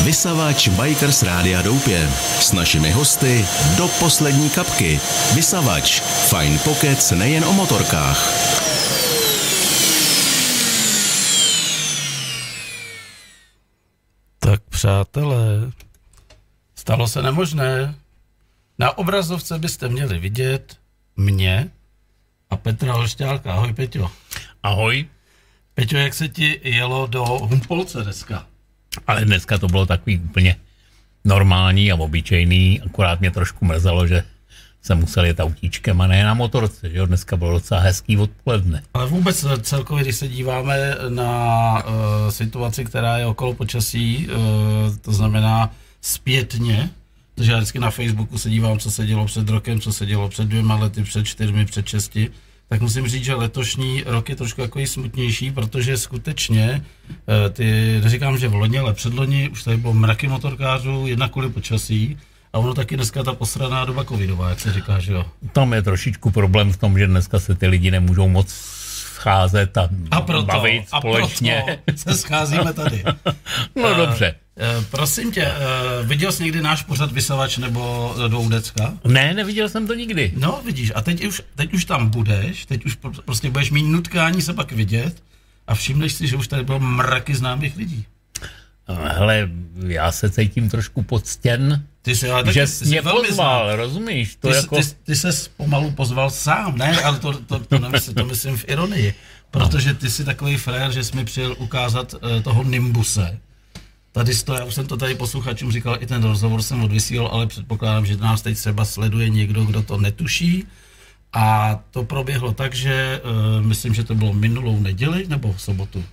Vysavač Bikers Rádia Doupě. S našimi hosty do poslední kapky. Vysavač. Fajn pokec nejen o motorkách. Tak přátelé, stalo se nemožné. Na obrazovce byste měli vidět mě a Petra Hošťálka. Ahoj, Peťo. Ahoj. Peťo, jak se ti jelo do Humpolce dneska? Ale dneska to bylo takový úplně normální a obyčejný, akorát mě trošku mrzelo, že jsem musel jet autíčkem a ne na motorce, že jo? Dneska bylo docela hezký odpoledne. Ale vůbec celkově, když se díváme na situaci, která je okolo počasí, to znamená zpětně, protože já vždycky na Facebooku se dívám, co se dělo před rokem, co se dělo před 2 lety, před 4, před 6, tak musím říct, že letošní rok je trošku jako smutnější, protože skutečně, neříkám, že v loni, ale předloni už tady bylo mraky motorkářů, jedna kvůli počasí, a ono taky dneska ta posraná doba covidová, jak se říká, že jo? Tam je trošičku problém v tom, že dneska se ty lidi nemůžou moc scházet a bavit společně. A proto se scházíme tady. No dobře. Prosím tě, viděl jsi někdy náš pořad Vysavač nebo Dvoudecka? Ne, neviděl jsem to nikdy. No, vidíš, a teď už tam budeš, teď už prostě budeš mít nutkání se pak vidět a všimneš si, že už tady bylo mraky známých lidí. Hele, já se cítím trošku poctěn, že jsi mě pozval, rozumíš? Ty ses pomalu pozval sám, ne? Ale to myslím v ironii, protože ty jsi takový frér, že jsi mi přijel ukázat toho Nimbuse. Tady já už jsem to tady posluchačům říkal, i ten rozhovor jsem odvysílal, ale předpokládám, že nás teď třeba sleduje někdo, kdo to netuší. A to proběhlo tak, že myslím, že to bylo minulou neděli nebo v sobotu?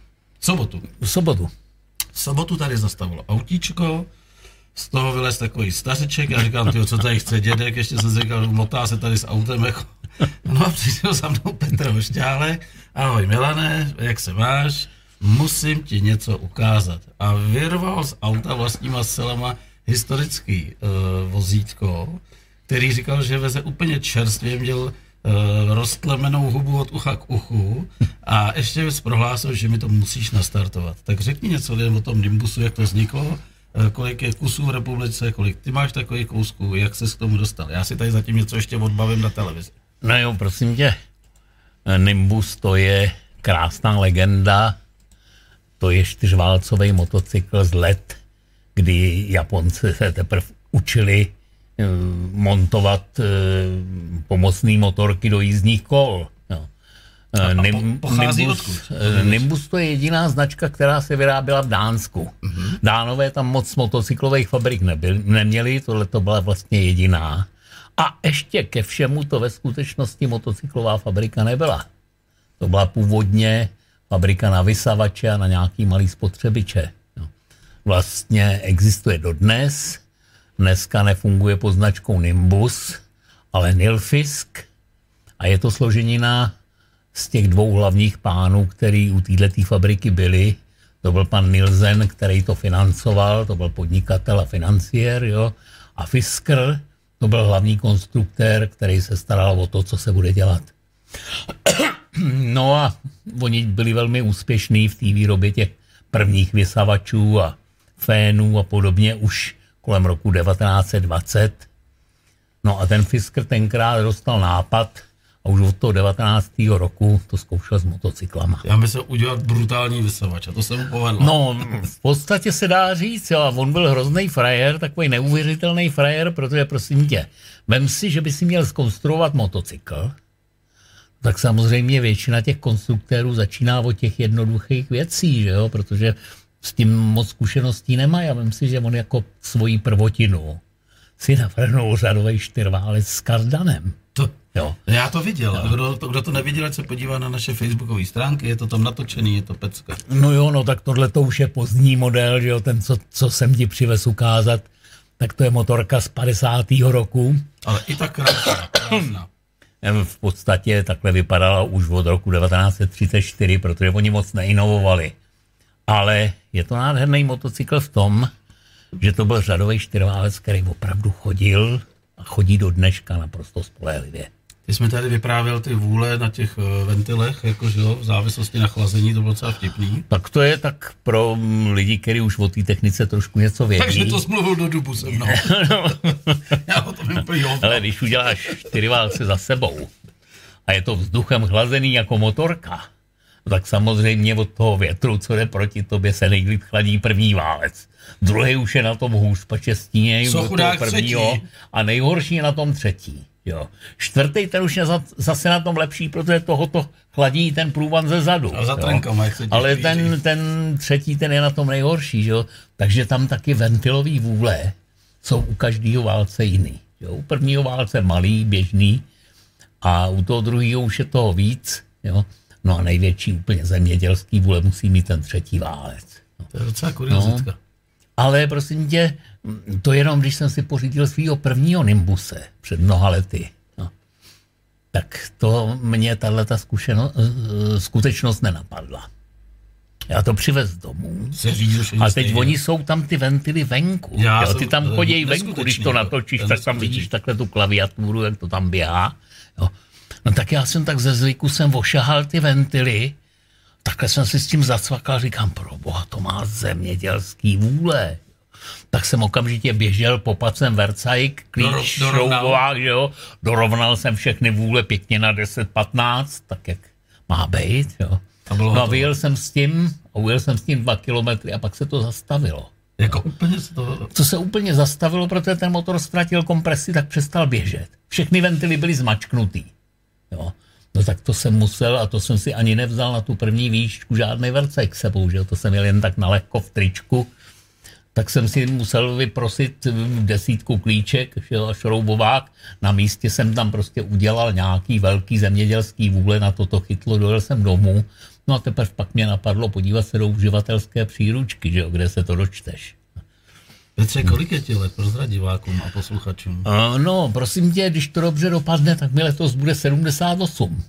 V sobotu tady zastavilo autíčko, z toho vylez takový stařeček, já říkám, tyjo, co tady chce dědek, ještě jsem si říkal, motá se tady s autem, jako. No a přišel za mnou Petr Hošťálek, ahoj Milane, jak se máš, musím ti něco ukázat. A vyrval z auta vlastníma silama historický vozítko, který říkal, že veze úplně čerstvě, měl roztlemenou hubu od ucha k uchu a ještě věc prohlásil, že mi to musíš nastartovat. Tak řekni něco lidem o tom Nimbusu, jak to vzniklo, kolik je kusů v republice, kolik ty máš takových kousků, jak ses k tomu dostal. Já si tady zatím něco ještě odbavím na televizi. No jo, prosím tě, Nimbus to je krásná legenda, to je 4válcový motocykl z let, kdy Japonci se teprve učili montovat pomocné motorky do jízdních kol. No. Pochází odkud? Nimbus to je jediná značka, která se vyráběla v Dánsku. Mm-hmm. Dánové tam moc motocyklových fabrik neměli, tohle to byla vlastně jediná. A ještě ke všemu to ve skutečnosti motocyklová fabrika nebyla. To byla původně fabrika na vysavače a na nějaký malý spotřebiče. No. Vlastně existuje dodnes. Dneska nefunguje pod značkou Nimbus, ale Nilfisk. A je to složenina z těch 2 hlavních pánů, který u této fabriky byli. To byl pan Nielsen, který to financoval, to byl podnikatel a financiér, jo. A Fisker, to byl hlavní konstruktér, který se staral o to, co se bude dělat. No a oni byli velmi úspěšní v té výrobě těch prvních vysavačů a fénů a podobně už kolem roku 1920. No a ten Fisker tenkrát dostal nápad a už od toho 19. roku to zkoušel s motocyklama. Já myslím udělat brutální vysavač a to se mu povedlo. No, v podstatě se dá říct, jo, a on byl hrozný frajer, takový neuvěřitelný frajer, protože prosím tě, vem si, že by si měl zkonstruovat motocykl, tak samozřejmě většina těch konstruktérů začíná od těch jednoduchých věcí, že jo, protože s tím moc zkušeností nemají. Já vím si, že on jako svoji prvotinu si navrhnul řadový 4válec s kardanem. Jo. Já to viděl. Kdo to neviděl, ať se podívá na naše facebookové stránky, je to tam natočený, je to pecka. No jo, no tak tohle to už je pozdní model, že jo, ten, co jsem ti přivez ukázat, tak to je motorka z 50. roku. Ale i tak krásná. V podstatě takhle vypadala už od roku 1934, protože oni moc neinovovali. Ale je to nádherný motocykl v tom, že to byl řadový 4válec, který opravdu chodil a chodí do dneška naprosto spolehlivě. Ty jsme tady vyprávěl ty vůle na těch ventilech, jakože v závislosti na chlazení, to bylo docela vtipný. Tak to je tak pro lidi, kteří už o té technice trošku něco vědí. Takže to smluvil do dubu se mnou. Já o tom úplně ale když uděláš 4 válce za sebou a je to vzduchem chlazený jako motorka, tak samozřejmě od toho větru, co jde proti tobě, se nejlíp chladí první válec. Druhý už je na tom hůř, počestíněj od toho prvního třetí. A nejhorší je na tom třetí. Jo. Čtvrtý ten už je zase na tom lepší, protože tohoto chladí ten průvan ze zadu. Ale ten třetí, ten je na tom nejhorší. Jo. Takže tam taky ventilový vůle jsou u každého válce jiný. Jo. U prvního válce malý, běžný a u toho druhého už je toho víc. Jo. No a největší úplně zemědělský vůle musí mít ten třetí válec. No. To je docela kuriozitka. No. Ale prosím tě, to jenom, když jsem si pořídil svýho prvního Nimbuse před mnoha lety, no, tak to mě tato skutečnost nenapadla. Já to přivez domů. A teď oni jsou tam ty ventily venku. Jo, ty tam chodí venku, když to natočíš, tak tam vidíš takhle tu klaviaturu, jak to tam běhá. Jo. No tak já jsem tak ze zvyku jsem ošahal ty ventily, takhle jsem si s tím zacvakal, říkám, proboha, to má zemědělský vůle. Tak jsem okamžitě běžel, popad jsem vercajk, klíč, šroubovák, že jo, dorovnal jsem všechny vůle pěkně na 10-15, tak jak má být, jo. No a vyjel jsem s tím, 2 kilometry a pak se to zastavilo. Jako úplně se to se úplně zastavilo, protože ten motor ztratil kompresi, tak přestal běžet. Všechny ventily byly zmačknutý, jo. No tak to jsem musel, a to jsem si ani nevzal na tu první výšku žádný vercajk sebou, že? To jsem měl jen tak na lehko v tričku, tak jsem si musel vyprosit 10 klíček, že? A šroubovák. Na místě jsem tam prostě udělal nějaký velký zemědělský vůle, na toto chytlo, dojel jsem domů. No a teprve pak mě napadlo podívat se do uživatelské příručky, že? Kde se to dočteš. Petře, kolik je ti let, prozrad divákům a posluchačům? No, prosím tě, když to dobře dopadne, tak mi letos bude 78.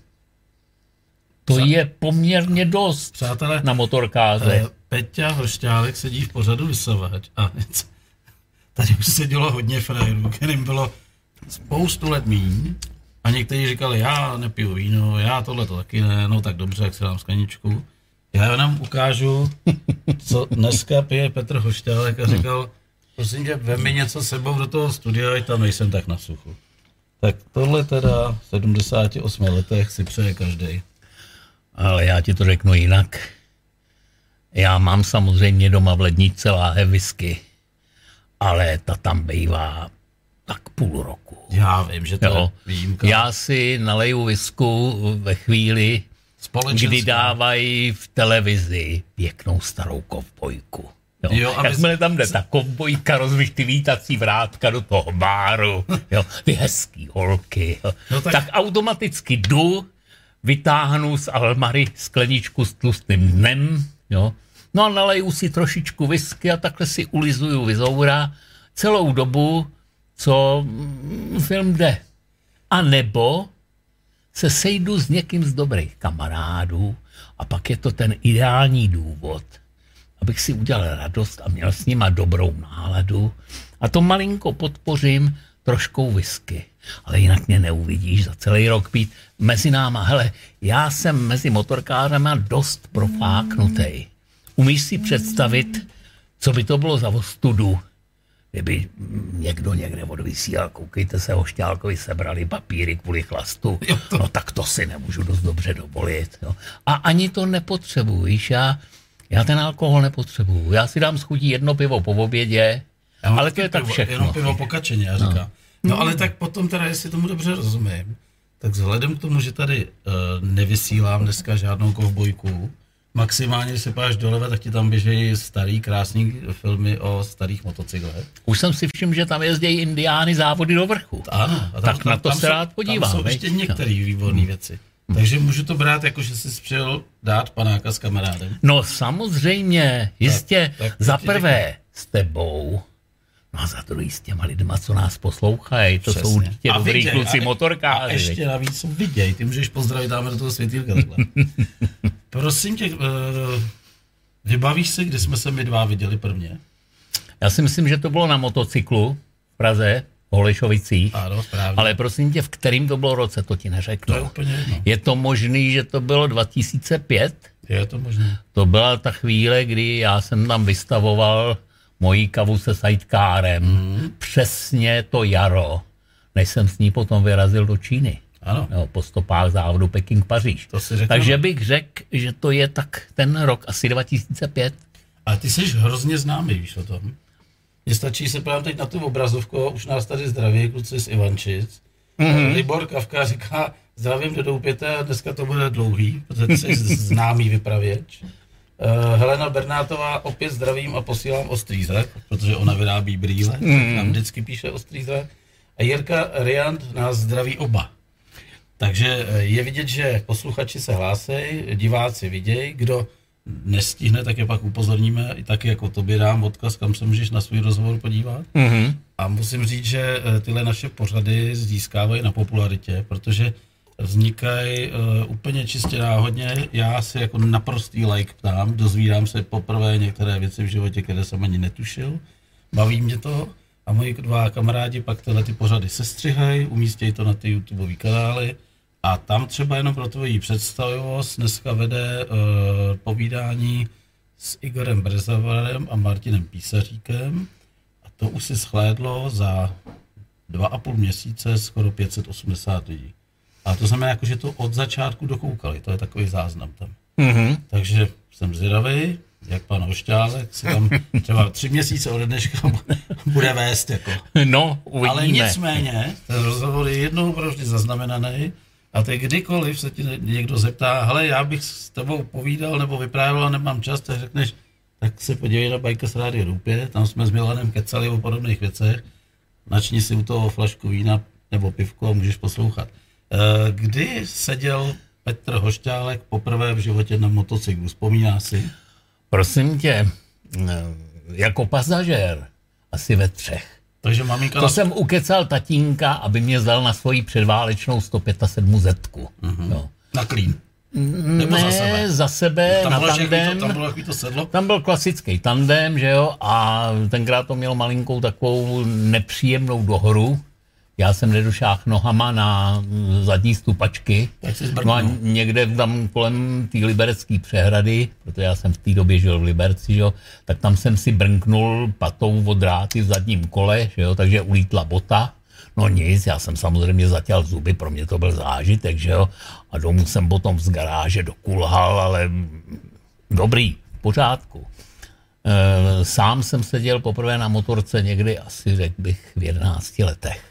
To je poměrně dost, přátelé, na motorkáře. Peťa Hošťálek sedí v pořadu Vysavač a tady už sedělo hodně frajerů, kterým bylo spoustu let míň a někteří říkali, já nepiju víno, já tohle to taky ne, no tak dobře, jak si dám skleničku. Já nám ukážu, co dneska pije Petr Hošťálek a říkal, prosím tě, vem mi něco sebou do toho studia, ať tam nejsem tak na suchu. Tak tohle teda v 78 letech si přeje každej. Ale já ti to řeknu jinak. Já mám samozřejmě doma v ledničce láhev whisky, ale ta tam bývá tak půl roku. Já vím, že to je výjimka. Já si naleju whisku ve chvíli, kdy dávají v televizi pěknou starou kovbojku. Jakmile tam jde ta kovbojka, rozvíš ty vítací vrátka do toho báru, jo, ty hezký holky, jo. No tak automaticky jdu, vytáhnu z almary skleničku s tlustým dnem, jo, no a naleju si trošičku whisky a takhle si ulizuju vizoura celou dobu, co film jde. A nebo se sejdu s někým z dobrých kamarádů a pak je to ten ideální důvod, abych si udělal radost a měl s nima dobrou náladu a to malinko podpořím troškou whisky. Ale jinak mě neuvidíš za celý rok pít mezi náma. Hele, já jsem mezi motorkárama dost profáknutej. Umíš si představit, co by to bylo za ostudu, kdyby někdo někde odvysílal, koukejte se, Hošťálkovi sebrali papíry kvůli chlastu. No tak to si nemůžu dost dobře dovolit. Jo. A ani to nepotřebuji, víš, já ten alkohol nepotřebuju. Já si dám s chutí 1 pivo po obědě, ale to je tak všechno. Jenom pivo po kačeně, já říkám. No ale tak potom teda, jestli tomu dobře rozumím, tak vzhledem k tomu, že tady nevysílám dneska žádnou kovbojku, maximálně, když se páš doleva, tak ti tam běžejí starý, krásný filmy o starých motocyklech. Už jsem si všiml, že tam jezdí indiány závody do vrchu. Ano. A tak na to se rád podívám. Tam jsou ještě některé výborné věci. Takže můžu to brát, jako že jsi přijel dát panáka s kamarádem? No samozřejmě, jistě, tak za prvé s tebou, no a za druhý s těma lidma, co nás poslouchají, to jsou určitě dobrý kluci motorkáři. A ještě navíc viděj, ty můžeš pozdravit, dáme do toho světýlka takhle. Prosím tě, vybavíš si, kdy jsme se my dva viděli prvně? Já si myslím, že to bylo na motocyklu v Praze. v Holešovicích. Ano, správně. Ale prosím tě, v kterým to bylo roce, to ti neřeknu. To je úplně jedno. Je to možný, že to bylo 2005? Je to možné. To byla ta chvíle, kdy já jsem tam vystavoval moji kavu se sidekárem. Přesně to jaro, než jsem s ní potom vyrazil do Číny. Ano. Jo, po stopách závodu Peking-Paříž. To si řekl. Takže bych řekl, že to je tak ten rok, asi 2005. Ale ty jsi hrozně známý, víš o tom. Mně stačí se právě teď na tu obrazovku, už nás tady zdraví kluci z Ivančic. Libor Kavka říká, zdravím do Doupěte a dneska to bude dlouhý, protože ty jsi známý vypravěč. Helena Bernátová, opět zdravím a posílám ostrý zrak, protože ona vyrábí brýle, tak nám vždycky píše ostrý zrak. A Jirka Riant nás zdraví oba. Takže je vidět, že posluchači se hlásej, diváci vidějí, kdo nestihne, tak je pak upozorníme, i taky jako tobě dám odkaz, kam se můžeš na svůj rozhovor podívat. A musím říct, že tyhle naše pořady získávají na popularitě, protože vznikají úplně čistě náhodně. Já si jako naprostý like ptám, dozvídám se poprvé některé věci v životě, které jsem ani netušil. Baví mě to a moji dva kamarádi pak tyhle ty pořady sestřihají, umístějí to na ty YouTubeové kanály a tam třeba jenom pro tvoji představivost dneska vede povídání s Igorem Brezavarem a Martinem Písaříkem a to už si shlédlo za 2,5 měsíce skoro 580 lidí. A to znamená, jako, že to od začátku dokoukali, to je takový záznam tam. Takže jsem zvědavý, jak pan Hošťálek si tam třeba 3 měsíce ode dneška bude vést. Jako. No, uvidíme. Ale nicméně, ten rozhovor je jednou provždy zaznamenaný a teď kdykoliv se ti někdo zeptá, hele, já bych s tebou povídal nebo vyprávěl a nemám čas, tak řekneš, tak se podívej na Bajka z Rádia Doupě, tam jsme s Milanem kecali o podobných věcech, načni si u toho flašku vína nebo pivku a můžeš poslouchat. Kdy seděl Petr Hošťálek poprvé v životě na motocyklu? Vzpomíná si? Prosím tě, jako pasažér asi ve 3. Takže maminka... To jsem ukecal tatínka, aby mě vzal na svoji předválečnou 107 Zetku. No. Na klín? Nebo ne, za sebe tam na tandem. Tam bylo takový to sedlo? Tam byl klasický tandem, že jo, a tenkrát to mělo malinkou takovou nepříjemnou dohru. Já jsem nedošáhl nohama na zadní stupačky. No a někde tam kolem té liberecké přehrady, protože já jsem v té době žil v Liberci, že jo, tak tam jsem si brnknul patou od dráty v zadním kole, že jo, takže ulítla bota. No nic, já jsem samozřejmě zatěl zuby, pro mě to byl zážitek, že jo, a domů jsem potom z garáže dokulhal, ale dobrý, v pořádku. Sám jsem seděl poprvé na motorce někdy asi, řekl bych, v 11 letech.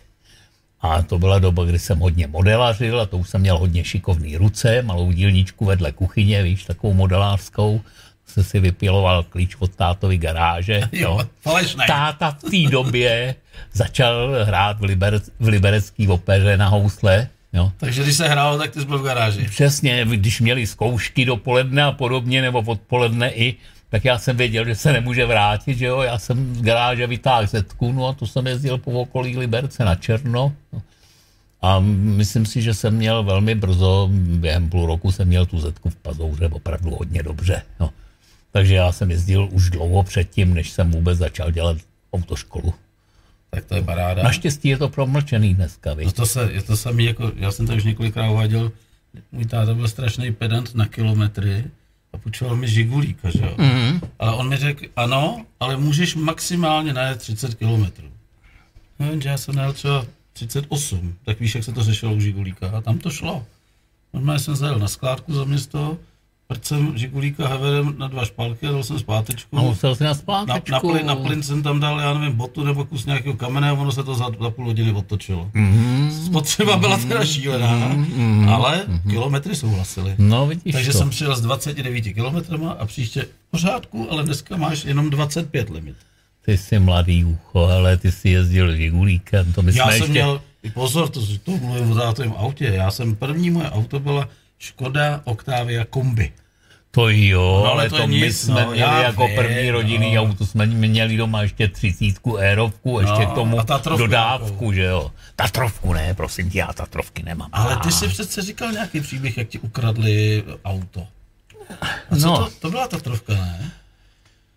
A to byla doba, kdy jsem hodně modelařil a to už jsem měl hodně šikovný ruce, malou dílničku vedle kuchyně, víš, takovou modelářskou. Jsem si vypěloval klíč od tátovy garáže. Jo, falešnej. Táta v té době začal hrát v liberecké opeře na housle. Jo. Takže když se hrálo, tak ty jsi byl v garáži. Přesně, když měli zkoušky dopoledne a podobně, nebo odpoledne i, tak já jsem věděl, že se nemůže vrátit, že jo, já jsem z garáže vytáhl Zetku, no a to jsem jezdil po okolí Liberce na černo. No. A myslím si, že jsem měl velmi brzo, během půl roku jsem měl tu Zetku v Pazouře opravdu hodně dobře. No. Takže já jsem jezdil už dlouho předtím, než jsem vůbec začal dělat autoškolu. Tak to je paráda. Naštěstí je to promlčený dneska, víš. Je to samý, jako já jsem to už několikrát uváděl, můj táta byl strašný pedant na kilometry a půjčoval mi Žigulíka, že jo. Ale on mi řekl, ano, ale můžeš maximálně najet 30 kilometrů. No, já jsem najel třeba 38, tak víš, jak se to řešilo u Žigulíka a tam to šlo. Normálně jsem zajel na skládku za město, prd jsem Žigulíka heverem na 2 špalky a dal jsem zpátečku. A musel jsi na zpátečku. Na plyn jsem tam dal, já nevím, botu nebo kus nějakého kamene a ono se to za půl hodiny otočilo. Spotřeba byla teda šílená, ale kilometry souhlasily. No, vidíš. Takže to. jsem přijel s 29 kilometrama a příště v pořádku, ale dneska máš jenom 25 limit. Ty jsi mladý ucho, ale ty jsi jezdil Žigulíkem, to my Já jsme jsem ještě... měl, pozor, to mluvím o tátovém autě, první moje auto byla Škoda Octavia Kombi. To jo, no, ale to my jsme měli jako první rodinný auto, jsme měli doma ještě 30 érovku, ještě k tomu dodávku, že jo. Tatrovku ne, prosím tě, já Tatrovky nemám. Ale ty jsi přece říkal nějaký příběh, jak ti ukradli auto. A co to byla Tatrovka, ne?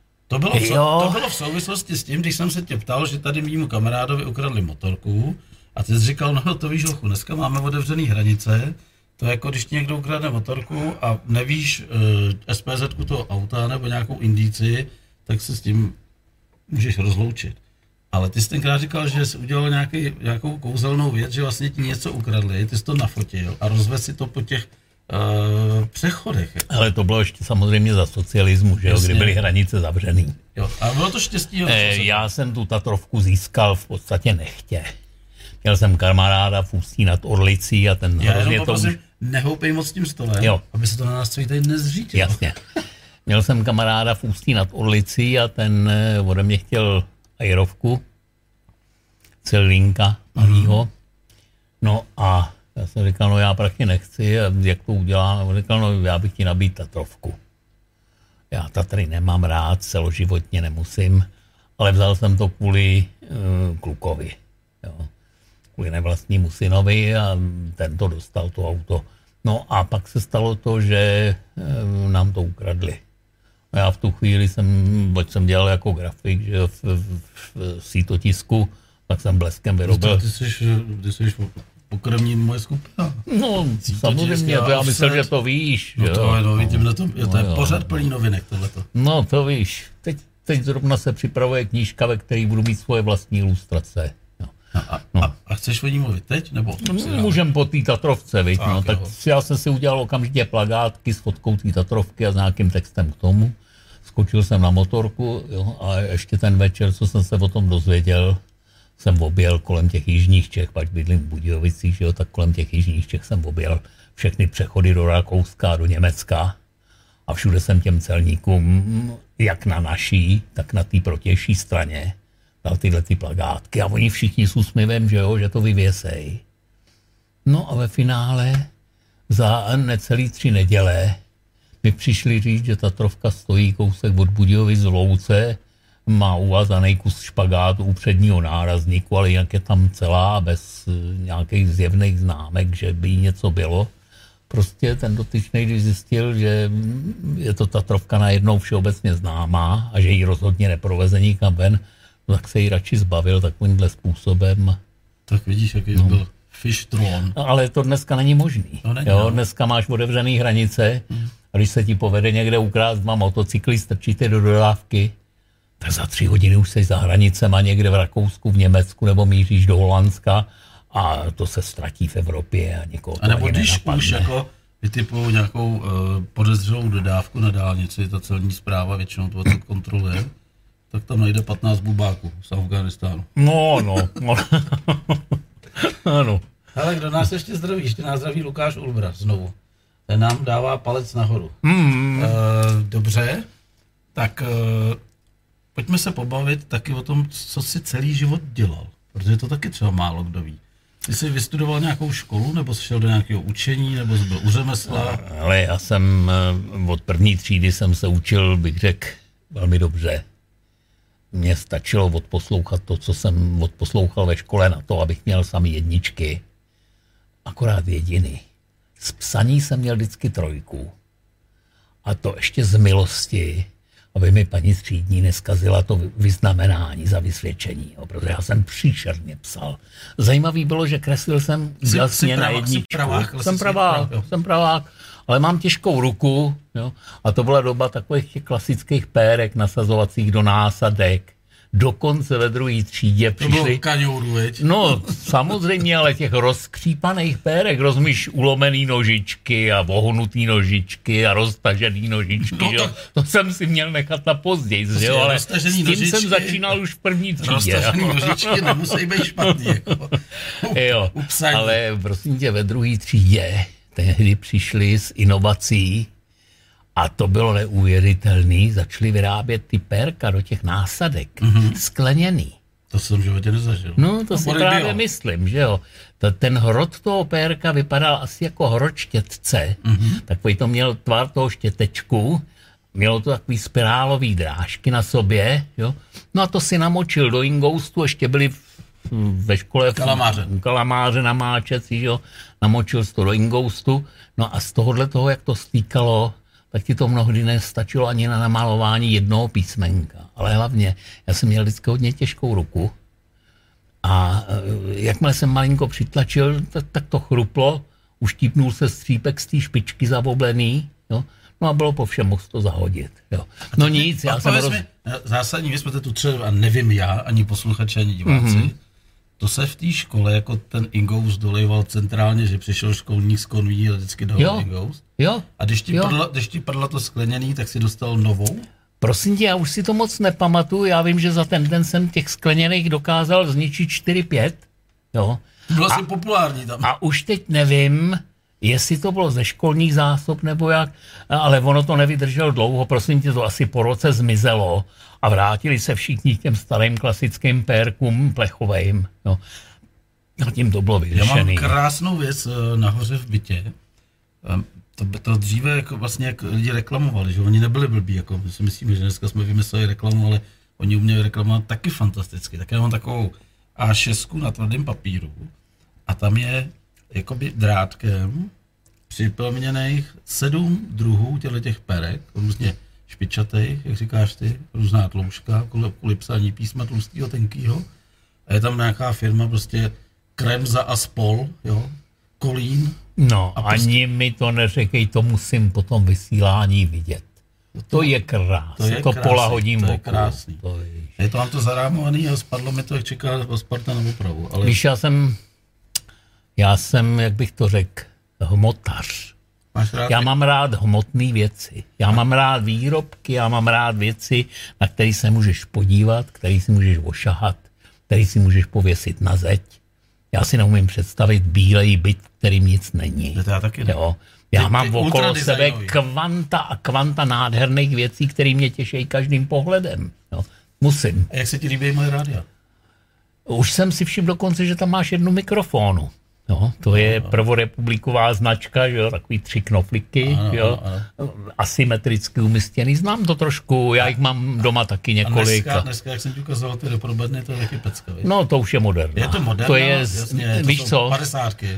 to bylo v souvislosti s tím, když jsem se tě ptal, že tady mýmu kamarádovi ukradli motorku a ty jsi říkal, no to víš, hochu, dneska máme otevřený hranice, to je jako když ti někdo ukradne motorku a nevíš SPZ-ku toho auta nebo nějakou indici, tak se s tím můžeš rozloučit. Ale ty jsi tenkrát říkal, že jsi udělal nějakou kouzelnou věc, že vlastně ti něco ukradli, ty jsi to nafotil a rozvez si to po těch přechodech. Ale to bylo ještě samozřejmě za socialismu, že jo, kdy byly hranice zavřený. Jo, a bylo to štěstí. Já jsem tu Tatrovku získal v podstatě nechtě. Měl jsem kamaráda v Ústí nad Orlicí a ten hrozně to už... Nehoupej moc tím stolem, jo. Aby se to na nás celý tady nezřítil. Jasně. Měl jsem kamaráda v Ústí nad Orlicí a ten ode mě chtěl aerovku, Celinka malýho. No a já jsem říkal, no já prachy nechci, a jak to udělám? On říkal, no já bych ti nabít Tatrovku. Já Tatry nemám rád, celoživotně nemusím, ale vzal jsem to kvůli klukovi. Jo. Kvůli nevlastnímu synovi a ten to dostal, to auto. No a pak se stalo to, že nám to ukradli. A já v tu chvíli jsem dělal jako grafik, že v sítotisku, tak jsem bleskem vyrobil. Ty jsi pokrmní moje skupina. No, samozřejmě, to já myslel, že to víš. No to je, no, vidím na tom, to je pořád plný novinek tohleto. No, to víš. Teď zrovna se připravuje knížka, ve které budu mít svoje vlastní ilustrace. A chceš o ní mluvit teď? Nebo můžem po té Tatrovce, viď? No, tak já jsem si udělal okamžitě plakátky s fotkou té Tatrovky a s nějakým textem k tomu. Skočil jsem na motorku, jo, a ještě ten večer, co jsem se o tom dozvěděl, jsem objel kolem těch jižních Čech, pač bydlím v Budějovicích, že jo, tak kolem těch jižních Čech jsem objel všechny přechody do Rakouska, do Německa a všude jsem těm celníkům, jak na naší, tak na té protější straně, dal tyhle ty plakátky a oni všichni s úsměvem, že jo, že to vyvěsej. No a ve finále za necelý 3 neděle mi přišli říct, že Tatrovka stojí kousek od Budějovic v Louce, má uvazaný kus špagátu u předního nárazníku, ale jinak je tam celá bez nějakých zjevných známek, že by jí něco bylo. Prostě ten dotyčnej, když zjistil, že je to Tatrovka najednou všeobecně známá a že ji rozhodně neproveze nikam ven, tak se jí radši zbavil takovýmhle způsobem. Tak vidíš, jaký byl fištron. Ale to dneska není možný. Jo, dneska máš otevřený hranice a když se ti povede někde ukrást 2 motocykly, strčíte do dodávky, tak za 3 hodiny už jsi za hranicema někde v Rakousku, v Německu nebo míříš do Holandska a to se ztratí v Evropě a nikoho to ani nenapadne. A nebo když už jako vytipují nějakou podezřelou dodávku na dálnici, ta celní správa většinou to kontroluje, tak tam najde 15 bubáků z Afghánistánu. No. Ano. Ale kdo nás ještě zdraví? Ještě nás zdraví Lukáš Ulbra znovu. Ten nám dává palec nahoru. Dobře, tak pojďme se pobavit taky o tom, co jsi celý život dělal. Protože to taky třeba málo kdo ví. Ty jsi vystudoval nějakou školu, nebo jsi šel do nějakého učení, nebo jsi byl u řemesla? Ale já jsem od 1. třídy jsem se učil, bych řekl, velmi dobře. Mně stačilo odposlouchat to, co jsem odposlouchal ve škole na to, abych měl sami 1. Akorát jediný. Z psaní jsem měl vždycky 3. A to ještě z milosti, aby mi paní třídní neskazila to vyznamenání za vysvědčení. Jo, protože já jsem příšerně psal. Zajímavý bylo, že kreslil jsem jasně na 1. Jsem pravák, ale mám těžkou ruku. Jo, a to byla doba takových těch klasických pérek nasazovacích do násadek. Dokonce ve 2. třídě přišli... To bylo kaňouru, veď? No, samozřejmě, ale těch rozkřípaných pérek, rozumíš, ulomený nožičky a vohnutý nožičky a roztažený nožičky, no, jo? To jsem si měl nechat na později, jo, ale s tím nožičky, jsem začínal už v 1. třídě. Roztažený nožičky nemusí být špatný, jako. Jo, ale prosím tě, ve 2. třídě tehdy přišli s inovací. A to bylo neuvěřitelný, začali vyrábět ty pérka do těch násadek, skleněný. To jsem v životě nezažil. No, to si právě myslím, že jo. Ten hrot toho pérka vypadal asi jako hrot štětce. Takový to měl tvar toho štětečku, mělo to takový spirálový drážky na sobě, jo. No a to si namočil do ingoustu, ještě byli ve škole kalamáře namáčecí, jo. Namočil si to do ingoustu, no a z tohohle toho, jak to stýkalo, tak ti to mnohdy nestačilo ani na namalování jednoho písmenka. Ale hlavně, já jsem měl vždycky hodně těžkou ruku a jakmile jsem malinko přitlačil, tak to chruplo, uštípnul se střípek z té špičky zavoblený, jo. No a bylo po všem, mohl to zahodit. Jo. No nic, já jsem... Zásadní věc, protože tu třeba, a nevím já, ani posluchači, ani diváci, to se v té škole, jako ten Ingous dolejval centrálně, že přišel školník z konví a vždycky dal Ingous. Jo. A když ti padlo to skleněný, tak si dostal novou? Prosím tě, já už si to moc nepamatuju, já vím, že za ten den jsem těch skleněných dokázal zničit 4-5. Jo. Bylo asi populární tam. A už teď nevím, jestli to bylo ze školních zásob nebo jak, ale ono to nevydrželo dlouho, prosím tě, to asi po roce zmizelo a vrátili se všichni k těm starým klasickým pérkům plechovým. No. A tím to bylo vyřešený. Já mám krásnou věc nahoře v bytě. To dříve jako vlastně jak lidi reklamovali, že oni nebyli blbí, jako my si myslíme, že dneska jsme vymysleli reklamu, ale oni uměli reklamovat taky fantasticky. Tak já mám takovou A6 na tvrdém papíru a tam je jakoby drátkem připevněných 7 druhů těch perek, různě špičatých, jak říkáš ty, různá tloušťka, kvůli psání písma tlustýho, tenkýho. A je tam nějaká firma, prostě Kremza a spol, jo, Kolín. No, a prostě... ani mi to neřekej, to musím po tom vysílání vidět. To je krásný, to polahodím to boku. Je krásný. Je to mám to zarámovaný a spadlo mi to, jak čeká Sparta na opravu. Ale... Víš, já jsem, jak bych to řekl, hmotař. Já mám rád hmotné věci. Já mám rád výrobky, já mám rád věci, na které se můžeš podívat, které si můžeš ošahat, které si můžeš pověsit na zeď. Já si neumím představit bílej byt, v kterým nic není. To já taky ne. Jo. Já mám okolo sebe kvanta a kvanta nádherných věcí, které mě těší každým pohledem. Jo. Musím. A jak se ti líbí moje rádia? Už jsem si všiml dokonce, že tam máš jednu mikrofonu. Jo, to je prvorepubliková značka, že jo, takový 3 knoflíky, jo, asymetricky umístěný. Znám to trošku, já jich mám doma taky několik. A dneska, jak jsem ti ukazoval ty reprobedny, to je taky pecka, víš? No, to už je moderna. Je to moderna, to je, jasně, víš to co, 50.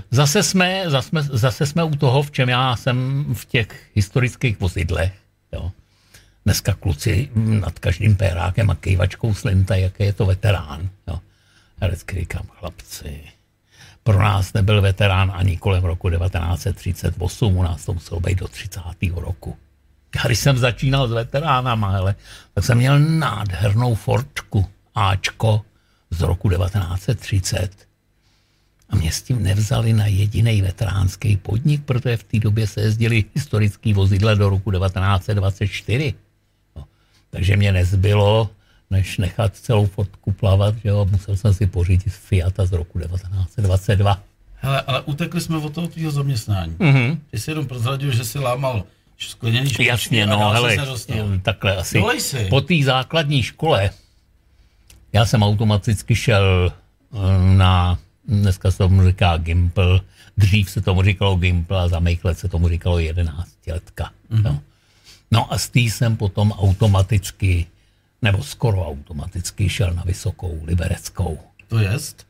Zase jsme u toho, v čem já jsem v těch historických vozidlech, jo. Dneska kluci nad každým pérákem a kejvačkou slintají, jaký je to veterán, jo. Já vždycky říkám, chlapci, pro nás nebyl veterán ani kolem roku 1938, u nás to muselo být do 30. roku. Já když jsem začínal s veteránama, hele, tak jsem měl nádhernou Fordčku Ačko z roku 1930 a mě s tím nevzali na jediný veteránský podnik, protože v té době se jezdili historický vozidla do roku 1924. No, takže mě nezbylo než nechat celou Fordku plavat, že jo, musel jsem si pořídit Fiata z roku 1922. Hele, ale utekli jsme od toho tvýho zaměstnání. Ty jsi jenom prozradil, že jsi lámal skleněný špičky. Jasně, no, hele, takhle asi. Po té základní škole já jsem automaticky šel na, dneska se tomu říká Gimpl, dřív se tomu říkalo Gimpl a za mých let se tomu říkalo 11letka. No. No a z té jsem potom automaticky nebo skoro automaticky šel na Vysokou Libereckou. To jest?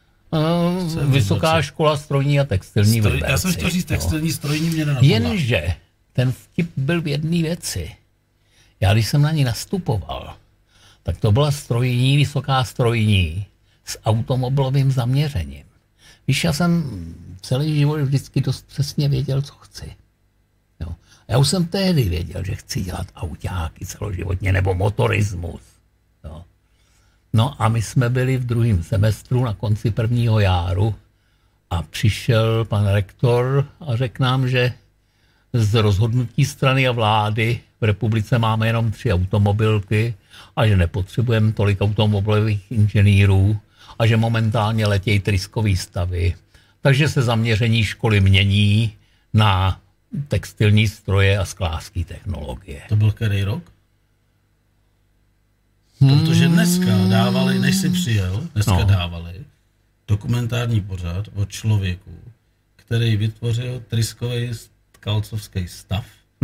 Vysoká škola strojní a textilní v Liberci. Já jsem chtěl říct textilní, strojní mě nenapadla. Jenže ten vtip byl v jedné věci. Já když jsem na ní nastupoval, tak to byla strojní, vysoká strojní s automobilovým zaměřením. Víš, já jsem celý život vždycky dost přesně věděl, co chci. Jo. Já už jsem tehdy věděl, že chci dělat autáky celoživotně nebo motorismus. Jo. No a my jsme byli v druhém semestru na konci prvního járu a přišel pan rektor a řekl nám, že z rozhodnutí strany a vlády v republice máme jenom 3 automobilky a že nepotřebujeme tolik automobilových inženýrů a že momentálně letějí tryskový stavy. Takže se zaměření školy mění na textilní stroje a sklářské technologie. To byl který rok? Protože dneska dávali, než jsi přijel, dávali dokumentární pořad o člověku, který vytvořil tryskový kalcovský stav.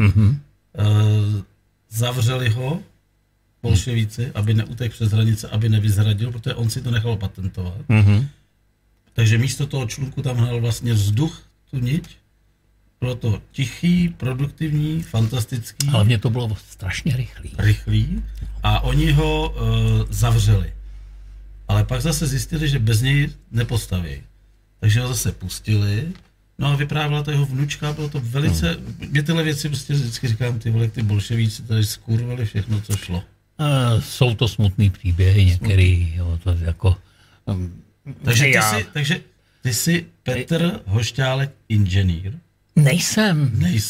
Zavřeli ho bolševíci, aby neutekl přes hranice, aby nevyzradil, protože on si to nechal patentovat. Takže místo toho člunku tam hnal vlastně vzduch, tu niť, Bylo to tichý, produktivní, fantastický. Hlavně to bylo strašně rychlý. A oni ho zavřeli. Ale pak zase zjistili, že bez něj nepostaví. Takže ho zase pustili. No a vyprávěla to jeho vnučka, bylo to velice... Mě tyhle věci prostě vždycky říkám, ty bolševíci tady skurvali všechno, co šlo. Jsou to smutný příběhy některý, jo, to jako... Takže ty jsi Petr Hošťálek inženýr? Nejsem.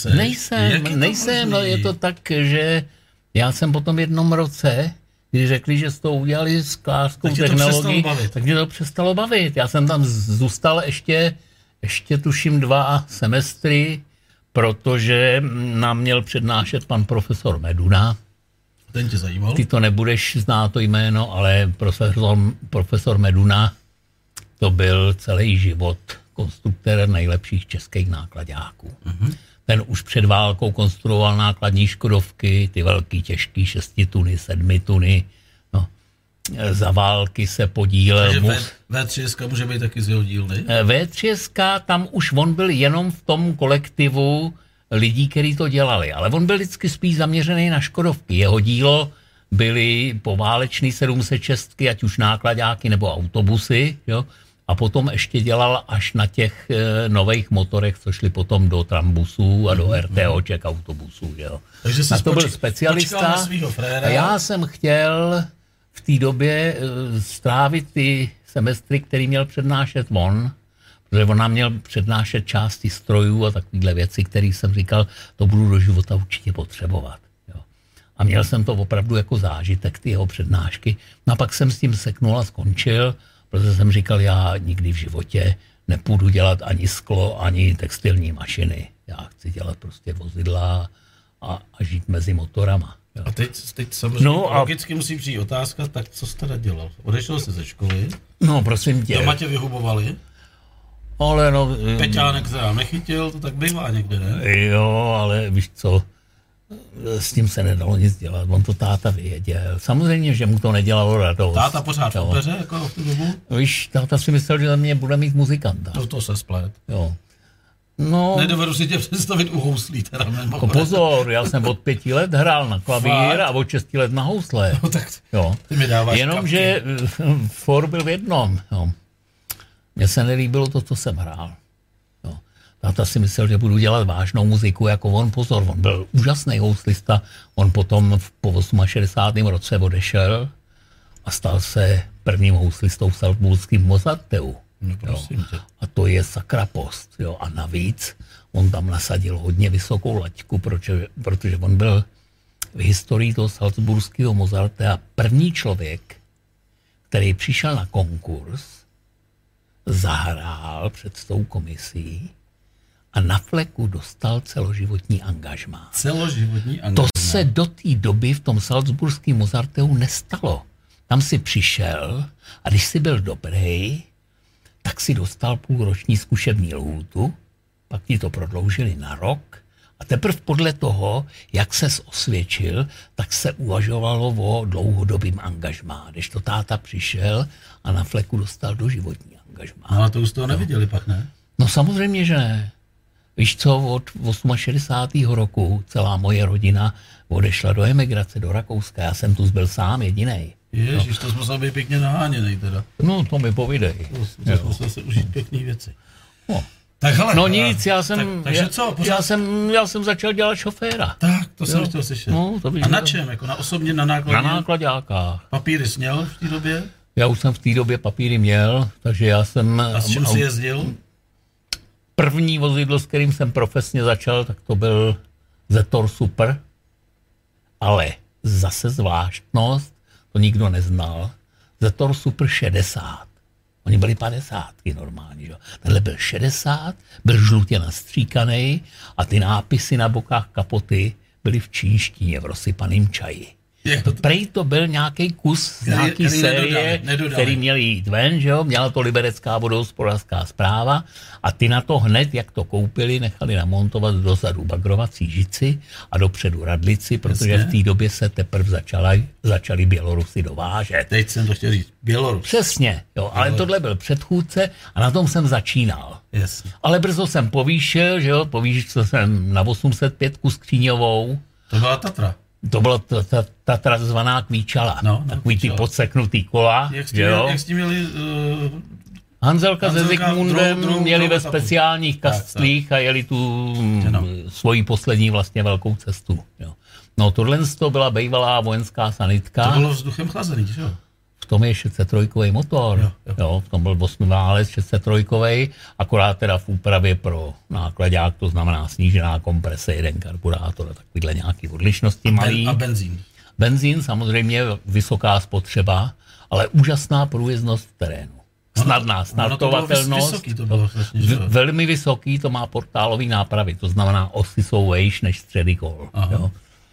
No je to tak, že já jsem po tom jednom roce, když řekli, že s tou udělali sklářskou technologii, tak mě to přestalo bavit. Já jsem tam zůstal ještě tuším 2 semestry, protože nám měl přednášet pan profesor Meduna. Ten tě zajímal? Ty to nebudeš znát to jméno, ale profesor Meduna to byl celý život konstruktér nejlepších českých nákladáků. Ten už před válkou konstruoval nákladní škodovky, ty velký, těžký 6 tuny, 7 tuny. No. Za války se podílel... Takže V3 může být taky z jeho dílny? V3 tam už on byl jenom v tom kolektivu lidí, kteří to dělali. Ale on byl vždycky spíš zaměřený na škodovky. Jeho dílo byly poválečný 706, ať už nákladáky nebo autobusy, jo? A potom ještě dělal až na těch nových motorech, co šli potom do trambusů a do RTOček autobusů. Jo. Takže jsi to byl specialista. A já jsem chtěl v té době strávit ty semestry, který měl přednášet on, protože on nám měl přednášet části strojů a takovéhle věci, které jsem říkal, to budu do života určitě potřebovat. Jo. A měl jsem to opravdu jako zážitek, ty jeho přednášky. No a pak jsem s tím seknul a skončil, protože jsem říkal, já nikdy v životě nepůjdu dělat ani sklo, ani textilní mašiny. Já chci dělat prostě vozidla a žít mezi motorama. Jo. A teď samozřejmě logicky musí přijít otázka, tak co jsi teda dělal? Odešel jsi ze školy? No, prosím tě. Doma tě vyhubovali? Ale no... Peťánek se vám nechytil, to tak bývá někde, ne? Jo, ale víš co, s tím se nedalo nic dělat, on to táta věděl. Samozřejmě, že mu to nedělalo radost. Táta pořád v opeře, jako v tu dobu? Víš, táta si myslel, že mě bude mít muzikanta. No to se splet. Jo. No, nedovedu si tě představit u houslí teda. Jako pozor, já jsem od 5 let hrál na klavír a od 6 let na housle. No tak jo. Ty mi dáváš jenomže for byl v jednom. Jo. Mně se nelíbilo to, co jsem hrál. Jo. Táta si myslel, že budu dělat vážnou muziku jako on. Pozor, on byl úžasný houslista. On potom po 68. roce odešel a stal se prvním houslistou v salzburském Mozarteu. No, a to je sakra post. Jo. A navíc on tam nasadil hodně vysokou laťku, protože on byl v historii toho salzburského Mozartea první člověk, který přišel na konkurs, zahrál před tou komisí a na fleku dostal celoživotní angažmá. Celoživotní angažmá. To se do té doby v tom salzburském Mozarteu nestalo. Tam si přišel a když si byl dobrý, tak si dostal půlroční zkušební lhůtu, pak ti to prodloužili na rok a teprve podle toho, jak ses osvědčil, tak se uvažovalo o dlouhodobým angažmá. Když to táta přišel a na fleku dostal doživotní angažmá. No a to už toho neviděli pak, ne? No samozřejmě, že ne. Víš co, od 68. roku celá moje rodina odešla do emigrace, do Rakouska. Já jsem tu byl sám jedinej. Ježiš, to musel být pěkně naháněnej teda. No, to mi povídej. To musel se užít pěkný věci. No. Tak hele. No nic, já jsem, takže co, já jsem začal dělat šoféra. Tak, to jsem chtěl slyšet. No, to a na čem? Jako na osobně, na nákladě? Na nákladákách. Papíry jsi měl v té době? Já už jsem v té době papíry měl, takže já jsem... A s čím jsi jezdil? První vozidlo, s kterým jsem profesně začal, tak to byl Zetor Super. Ale zase zvláštnost, to nikdo neznal. Zetor Super 60. Oni byli 50 normálně. Že? Tenhle byl 60, byl žlutě nastříkaný a ty nápisy na bokách kapoty byly v čínštině, v rozsypaném čaji. Prej to byl nějaký kus nějaký série, který měl jít ven, že jo? Měla to Liberecká vodohospodářská správa a ty na to hned, jak to koupili, nechali namontovat dozadu bagrovací žici a dopředu radlici, protože v té době se teprve začali Bělorusy dovážet. Teď jsem to chtěl říct, Bělorus. Přesně, jo, ale tohle byl předchůdce a na tom jsem začínal. Jasně. Ale brzo jsem povýšil, že jo, povýšil jsem na 805 Skříňovou. To byla Tatra. To byla Tatra zvaná Kvíčala. No, takový ty podseknutý kola. Jak s tím měli... Hanzelka se Zikmundem měli ve speciálních kastlích a jeli tu svoji poslední vlastně velkou cestu. Jo. No tohle to byla bývalá vojenská sanitka. To bylo vzduchem chlazený, že jo? V tom je 603 motor. Jo, v tom byl 8 válec 603, akorát teda v úpravě pro nákladák, to znamená snížená komprese, jeden karburátor a takovýhle nějaký odlišnosti malý. A benzín. Benzín, samozřejmě vysoká spotřeba, ale úžasná průjezdnost v terénu. Snadná startovatelnost, velmi vysoký, to má portálový nápravy, to znamená osy jsou vejš než středy kol. Jo.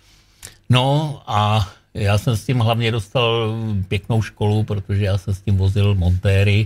No a já jsem s tím hlavně dostal pěknou školu, protože já jsem s tím vozil montéry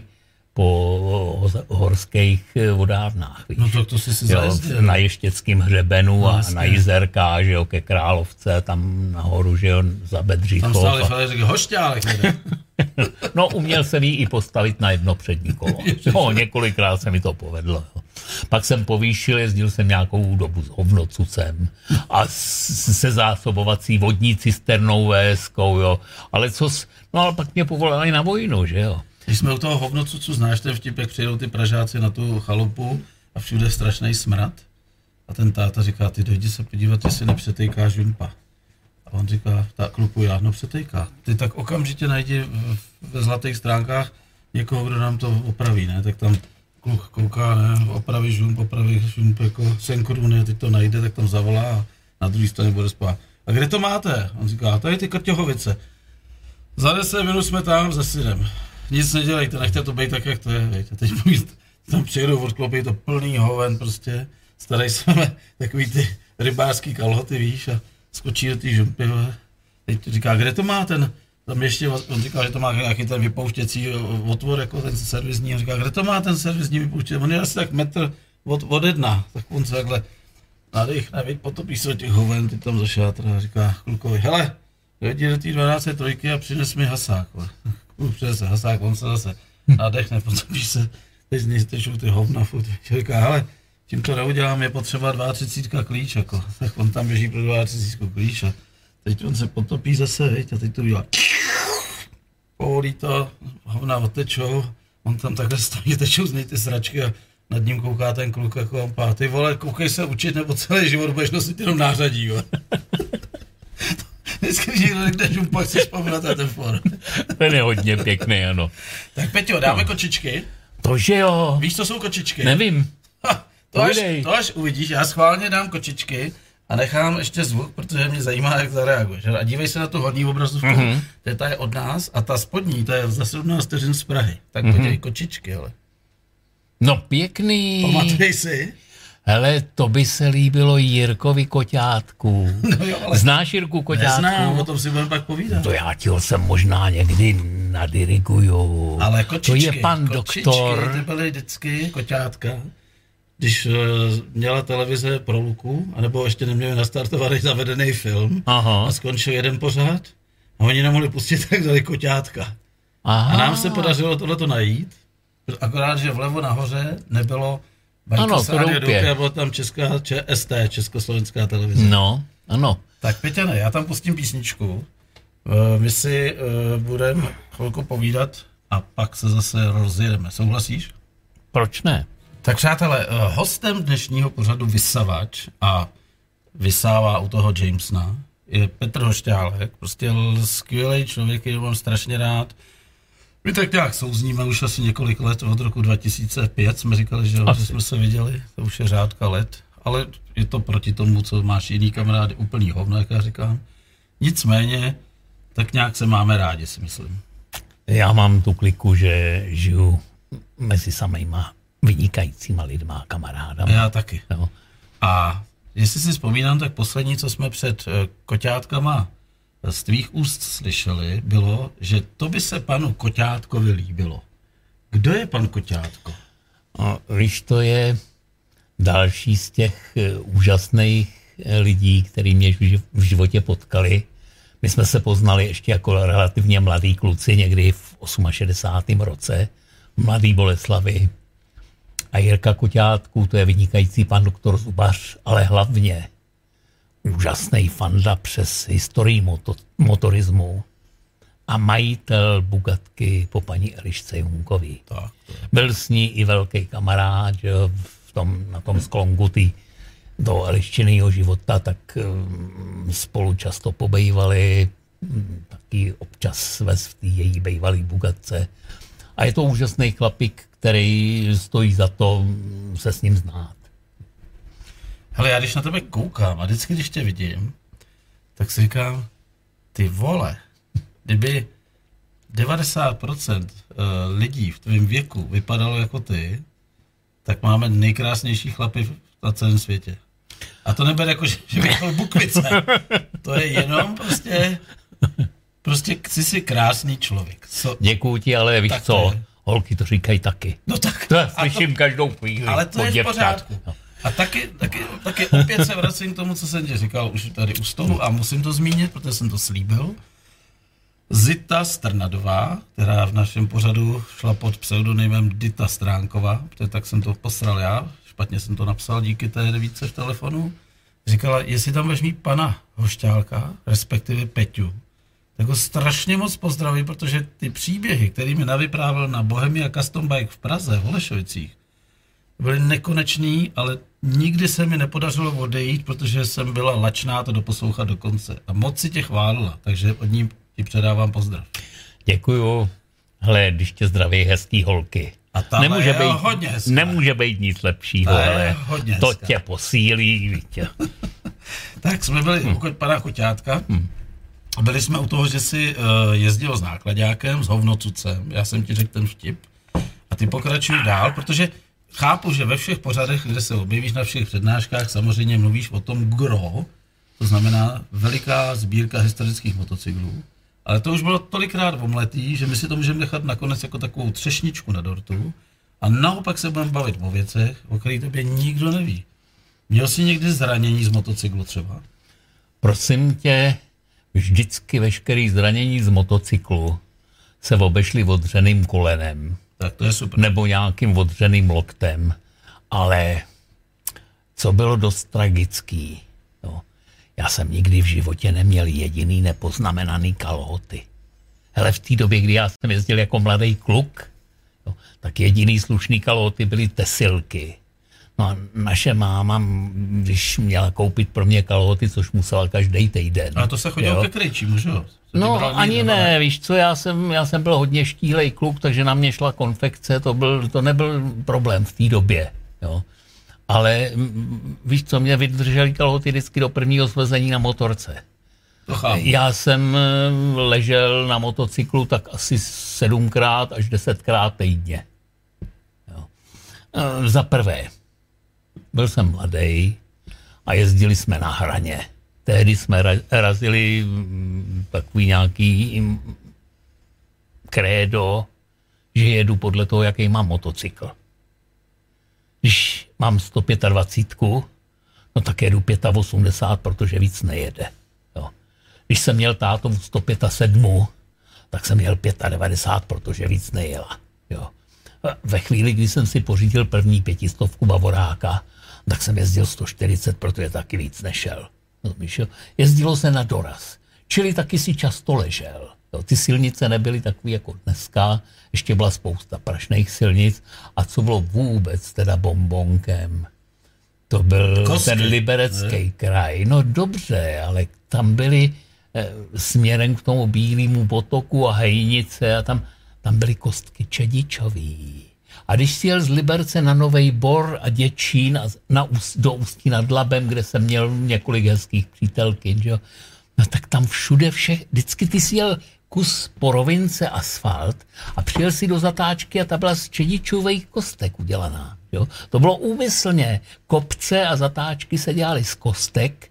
po horských vodárnách. Víš. No to si zajezdil. Na Ještěckém hřebenu a na Jizerkách, že jo, ke Královce, tam nahoru, že jo, za Bedřichov. Tam stále Falešek hošťálek. No, uměl jsem ji i postavit na jedno přední kolo. Jo, několikrát se mi to povedlo. Jo. Pak jsem povýšil, jezdil jsem nějakou dobu s hovnocucem a se zásobovací vodní cisternou VSkou, jo. Ale ale pak mě povolali na vojnu, že jo. Když jsme u toho hovnocucu, znáš ten vtip, jak přijedou ty Pražáci na tu chalupu a všude strašný smrad. A ten táta říká, ty dojdi se podívat, jestli nepřetejká žumpa. A on říká, kluku, já přetejká. Ty tak okamžitě najdi ve Zlatých stránkách někoho, kdo nám to opraví, ne? Tak tam kluk kouká, ne? Opraví žump, jako senkru, ne? Teď to najde, tak tam zavolá a na druhé straně bude spát. A kde to máte? On říká, tady ty Krtěhovice. Za 10 minut jsme tam se synem. Nic nedělejte, nechte to být tak, jak to je, veď. A teď tam přijedou, odklopí to plný hoven prostě, starají se takový ty rybářský kalhoty, víš, a skočí do té žumpy, teď říká, kde to má ten, tam ještě, on říká, že to má nějaký ten vypouštěcí otvor, jako ten servisní, a říká, kde to má ten servisní vypouštěcí, on je asi tak metr od jedna, tak on se takhle nadechne, veď, potopí se do těch hoven, ty tam zašátrá a říká klukovi, hele, jdi do té 12 a přines mi hasák, přinese hasák, on se zase nadechne, potopí se, teď z něj tečou ty hovna furt, říká, hele, tím to neudělám, je potřeba 32 klíč, jako. Tak on tam běží pro 32 klíč a teď on se potopí zase, veď, a teď to udělá. Povolí to, hovna odtečou, on tam takhle stojí, tečou z něj ty sračky a nad ním kouká ten kluk jako pá, ty vole, koukej se učit, nebo celý život budeš nosit jenom nářadí, jo. Vždycky, když někdo někde žumpa, chceš vzpomínat na ten for. Ten je hodně pěkný, ano. Tak Peťo, dáme kočičky? Tože jo. Víš, co jsou kočičky? Nevím. To až uvidíš, já schválně dám kočičky a nechám ještě zvuk, protože mě zajímá, jak zareaguješ. A dívej se na tu horní obrazovku, ta je od nás a ta spodní, ta je za 17 vteřin z Prahy. Tak podívej, kočičky, hele. No pěkný. Pamatuj si. Hele, to by se líbilo Jirkovi Koťátku. No jo, ale... Znáš Jirku Koťátku? Neznám, o tom si budeme pak povídat. To já ti ho sem možná někdy nadiriguju. Ale kočičky, to je pan doktor. Ty byly vždycky Koťátka. Když měla televize pro Luku, anebo ještě neměli nastartovaný zavedený film, a skončil jeden pořád a oni nemohli pustit, tak dali Koťátka. Aha. A nám se podařilo tohleto najít, akorát, že vlevo nahoře nebylo Rádio, byla tam ČST, Československá televize. No, ano. Tak Peťane, já tam pustím písničku, my si budeme chvilku povídat a pak se zase rozjedeme. Souhlasíš? Proč ne? Tak přátelé, hostem dnešního pořadu Vysavač a vysává u toho Jamesona je Petr Hošťálek, prostě skvělý člověk, který mám strašně rád. My tak nějak souzníme už asi několik let, od roku 2005 jsme říkali, že jsme se viděli, to už je řádka let, ale je to proti tomu, co máš jiný kamarády, úplný hovno, jak já říkám. Nicméně, tak nějak se máme rádi, si myslím. Já mám tu kliku, že žiju mezi samejma vynikajícíma lidma, kamarádama. Já taky. A jestli si vzpomínám, tak poslední, co jsme před Koťátkama z tvých úst slyšeli, bylo, že to by se panu Koťátkovi líbilo. Kdo je pan Koťátko? No, víš, to je další z těch úžasných lidí, který mě v životě potkali. My jsme se poznali ještě jako relativně mladí kluci, někdy v 68. roce, v Mladý Boleslavi. A Jirka Koťátků, to je vynikající pan doktor zubař, ale hlavně úžasný fanda přes historii motorismu a majitel Bugatky po paní Elišce Junkový. Byl s ní i velký kamarád, že na tom sklonku do Eliščiného života, tak spolu často pobejvali, taky občas vez v té její bejvalý Bugatce. A je to úžasný chlapík, který stojí za to se s ním znát. Hele, já když na tebe koukám a vždycky, když tě vidím, tak si říkám, ty vole, kdyby 90% lidí v tvém věku vypadalo jako ty, tak máme nejkrásnější chlapy na celém světě. A to neber jako, že bych byl bukvice. To je jenom prostě jsi krásný člověk. Děkuju ti, ale víš co, holky to říkají taky. No tak. To já slyším každou chvíli. Ale to je v pořádku. No. A taky opět se vracím k tomu, co jsem ti říkal už tady u stolu a musím to zmínit, protože jsem to slíbil. Zita Strnadová, která v našem pořadu šla pod pseudonymem Dita Stránková, protože tak jsem to posral já, špatně jsem to napsal díky té devítce v telefonu, říkala, jestli tam budeš mít pana Hošťálka, respektive Peťu, tak ho strašně moc pozdraví, protože ty příběhy, který mi navyprávěl na Bohemia Custom Bike v Praze, v Holešovicích, byly nekonečný, ale nikdy se mi nepodařilo odejít, protože jsem byla lačná to doposlouchat do konce. A moc si tě chválila, takže od ní ti předávám pozdrav. Děkuju. Hele, když tě zdraví hezký holky. A tam je hodně hezká. Nemůže být nic lepšího, ale to tě posílí, víte. Tak jsme byli u pana Koťátka. Byli jsme u toho, že jsi jezdil s nákladákem, s hovnocucem. Já jsem ti řekl ten vtip. A ty pokračuj dál, protože chápu, že ve všech pořadech, kde se objevíš na všech přednáškách, samozřejmě mluvíš o tom gro, to znamená veliká sbírka historických motocyklů. Ale to už bylo tolikrát omletý, že my si to můžeme nechat nakonec jako takovou třešničku na dortu a naopak se budeme bavit o věcech, o kterých tobě nikdo neví. Měl jsi někdy zranění z motocyklu třeba? Prosím tě, vždycky veškerý zranění z motocyklu se obešly odřeným kolenem. Tak to je super. Nebo nějakým odřeným loktem. Ale co bylo dost tragický, jo, já jsem nikdy v životě neměl jediný nepoznamenaný kalhoty. Hele, v té době, kdy já jsem jezdil jako mladý kluk, jo, tak jediný slušný kalhoty byly tesilky. No a naše máma, když měla koupit pro mě kalhoty, což musela každý týden. A to se chodilo ke Krejčímu, že jo? No ani ne, víš co, já jsem byl hodně štíhlej kluk, takže na mě šla konfekce, to nebyl problém v té době, jo. Ale víš co, mě vydrželi kalhoty vždycky do prvního svezení na motorce. Já jsem ležel na motocyklu tak asi 7krát až 10krát týdně. Jo. Za prvé, byl jsem mladý a jezdili jsme na hraně. Tehdy jsme razili takový nějaký krédo, že jedu podle toho, jaký mám motocykl. Když mám 125, no tak jedu 85, protože víc nejede. Jo. Když jsem měl tátovu 107, tak jsem jel 95, protože víc nejela. Jo. Ve chvíli, kdy jsem si pořídil první 500 Bavoráka, tak jsem jezdil 140, protože taky víc nešel. Jezdilo se na doraz, čili taky si často ležel. Jo, ty silnice nebyly takový jako dneska, ještě byla spousta prašných silnic a co bylo vůbec teda bombonkem, to byl Kosky, ten Liberecký kraj. No dobře, ale tam byly směrem k tomu Bílému potoku a Hejnice a tam byly Kostky Čedičový. A když si jel z Liberce na Nový Bor a Děčín a do Ústí nad Labem, kde jsem měl několik hezkých přítelkyň, jo, no tak tam všude vždycky ty si jel kus po rovince asfalt a přijel si do zatáčky a ta byla z Čedičových kostek udělaná. Jo. To bylo úmyslně. Kopce a zatáčky se dělaly z kostek,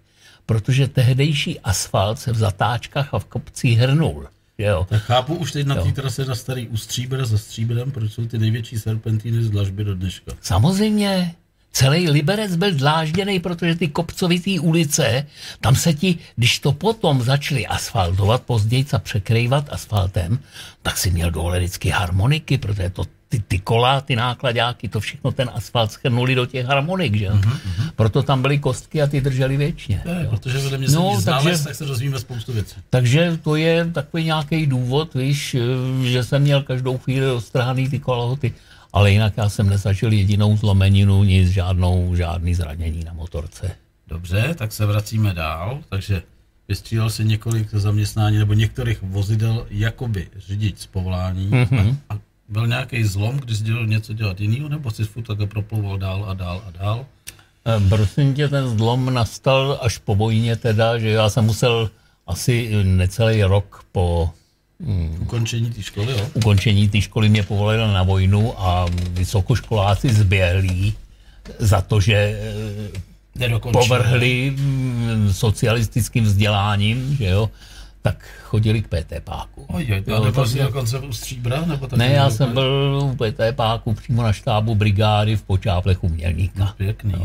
protože tehdejší asfalt se v zatáčkách a v kopcích hrnul. Jo. Tak chápu už teď na té trase na Starý Ustříbr za Stříbrem, proč jsou ty největší serpentíny z dlažby do dneška. Samozřejmě. Celý Liberec byl dlážděný, protože ty kopcovitý ulice, tam se ti, když to potom začali asfaltovat, později a překrývat asfaltem, tak si měl dole vždycky harmoniky, protože to ty kola, ty nákladáky, to všechno ten asfalt schrnuli do těch harmonik, že? Proto tam byly kostky a ty držely věčně. Protože vedle mě tak se dozvíme spoustu věcí. Takže to je takový nějaký důvod, víš, že jsem měl každou chvíli roztrhaný ty kolhoty. Ale jinak já jsem nezažil jedinou zlomeninu, nic, žádný zranění na motorce. Dobře, tak se vracíme dál. Takže vystřídal si několik zaměstnání nebo některých vozidel jakoby řidič z povolání. A byl nějaký zlom, když jsi dělal něco dělat jiného, nebo jsi furt takhle proplouval dál a dál a dál? Prosím tě, ten zlom nastal až po vojně teda, že já jsem musel asi necelý rok po ukončení té školy, jo? Ukončení té školy mě povolili na vojnu a vysokoškoláci zběhlí za to, že povrhli socialistickým vzděláním, že jo, tak chodili k PT Páku. Nebo jsi dokonce u Stříbra? Nebo ne, já jsem byl u PT Páku přímo na štábu brigády v Počáplech u Mělníka. No, pěkný.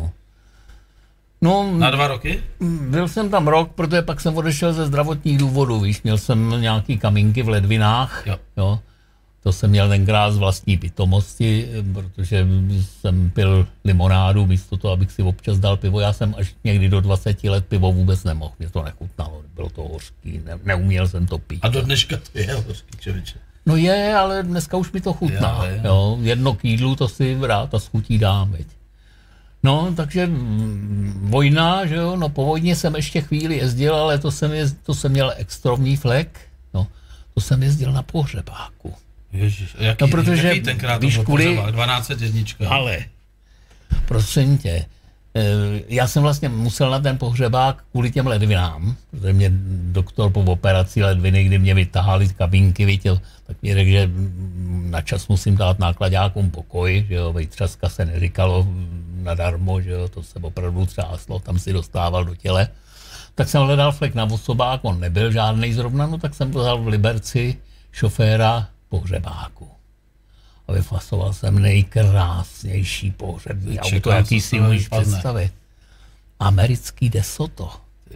No, na 2 roky? Byl jsem tam rok, protože pak jsem odešel ze zdravotních důvodů, víš, měl jsem nějaký kamínky v ledvinách, jo. To jsem měl tenkrát z vlastní pitomosti, protože jsem pil limonádu místo toho, abych si občas dal pivo. Já jsem až někdy do 20 let pivo vůbec nemohl, mě to nechutnalo, bylo to hořký, neuměl jsem to pít. A do dneška to je hořký, člověče. No je, ale dneska už mi to chutná, jo. 1 kýdlu to si rád a schutí dám, veď. No, takže vojna, že jo, no po vojně jsem ještě chvíli jezdil, ale to jsem měl extrovní flek, no, to jsem jezdil na pohřebáku. Ježiš, jaký tenkrát to byl pohřebák, 12 jednička. Ale, prosím tě, já jsem vlastně musel na ten pohřebák kvůli těm ledvinám, protože mě doktor po operaci ledviny, kdy mě vytahali z kabínky, viděl, tak mi řekl, že na čas musím dát nákladákům pokoj, že jo, vejtřaska se neříkalo nadarmo, že jo, to se opravdu třáslo, tam si dostával do těle. Tak jsem hledal flek na osobák, on nebyl žádnej zrovna, no tak jsem vzal v Liberci šoféra pohřebáku. A vyfasoval jsem nejkrásnější pohřební auto, jaký si můžeš představit. Americký DeSoto.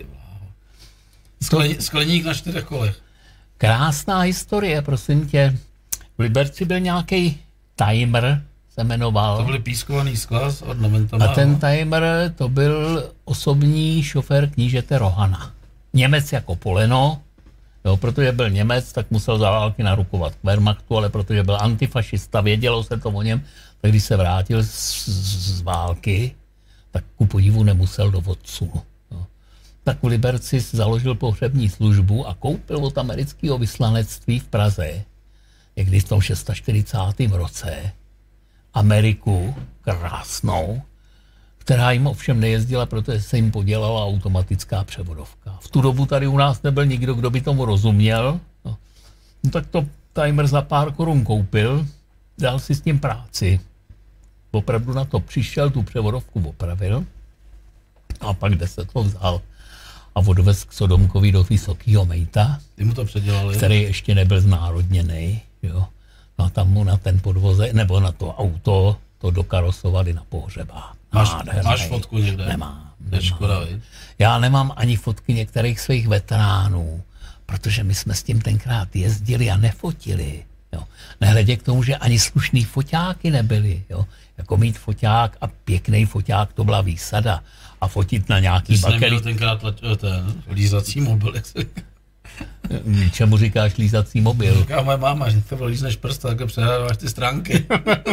Skleník na 4 kolech. Krásná historie, prosím tě. V Liberci byl nějaký timer, se jmenoval. To byly pískovaný skla s ornamentama. A ten timer to byl osobní šofér knížete Rohana. Němec jako poleno, jo, protože byl Němec, tak musel za války narukovat k Wehrmachtu, ale protože byl antifašista, vědělo se to o něm, tak když se vrátil z války, tak ku podivu nemusel do odsunu. Jo. Tak v Liberci založil pohřební službu a koupil od amerického vyslanectví v Praze, někdy v tom 46. roce, Ameriku krásnou, která jim ovšem nejezdila, protože se jim podělala automatická převodovka. V tu dobu tady u nás nebyl nikdo, kdo by tomu rozuměl. No tak to timer za pár korun koupil, dal si s tím práci. Opravdu na to přišel, tu převodovku opravil a pak 10 to vzal a odvez k Sodomkovi do Vysokýho Mejta, který ještě nebyl znárodněný. Jo. No a tam mu na ten podvoze, nebo na to auto, to dokarosovali na pohřebák. Máš fotku někde? Nemám. Já nemám ani fotky některých svých veteránů, protože my jsme s tím tenkrát jezdili a nefotili. Jo. Nehledě k tomu, že ani slušný foťáky nebyly. Jo. Jako mít foťák a pěkný foťák, to byla výsada. A fotit na nějaký bakery. Ty jsi neměl tenkrát ten lízací mobil, jak se říká. Čemu říkáš lízací mobil? Říká moje máma, že to lízneš prst, tak přehráváš ty stránky.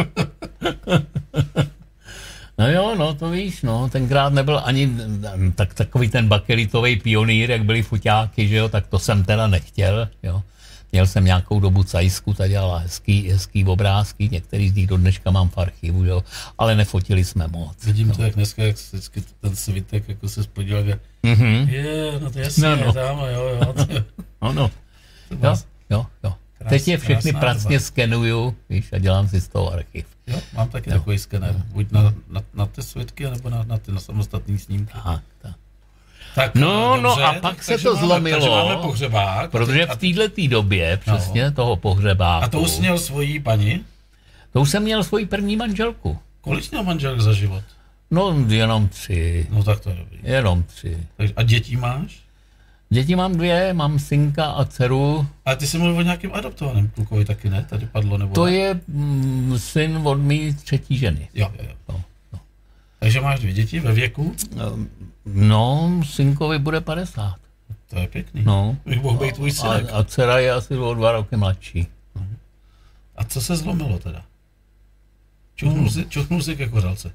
No jo, no to víš, no, tenkrát nebyl ani takový ten bakelitový pionýr, jak byli foťáky, že jo, tak to jsem teda nechtěl, jo. Měl jsem nějakou dobu cajsku, ta dělala hezký obrázky, některý z nich do dneška mám v archivu, jo, ale nefotili jsme moc. Vidím to, jak dneska, jak vždycky ten svitek, jako se spodíval, že no to jasně, tam, jo. Ano, jo. Teď je všechny pracně skenuju, víš, a dělám si z toho archiv. Jo, mám taky takový skener, buď na ty svitky, nebo na ty na samostatné snímky. Tak. Tak, No dobře, a pak se takže to zlomilo, takže máme pohřebák. protože v této době přesně toho pohřebáku. A to už měl svoji paní? To už jsem měl svoji první manželku. Kolik měl manželek za život? No jenom 3. No tak to je dobrý. Jenom 3. A děti máš? Děti mám 2, mám synka a dceru. A ty jsi mluvil o nějakém adoptovaném klukovi taky, ne? Tady padlo nebo To ne? je syn od mý 3. ženy. Jo. No. Takže máš 2 děti ve věku? No, synkovi bude 50. To je pěkný. No. Bych mohl být tvůj synek. A dcera je asi o 2 roky mladší. A co se zlomilo teda? Čuchnul si ke kořalce.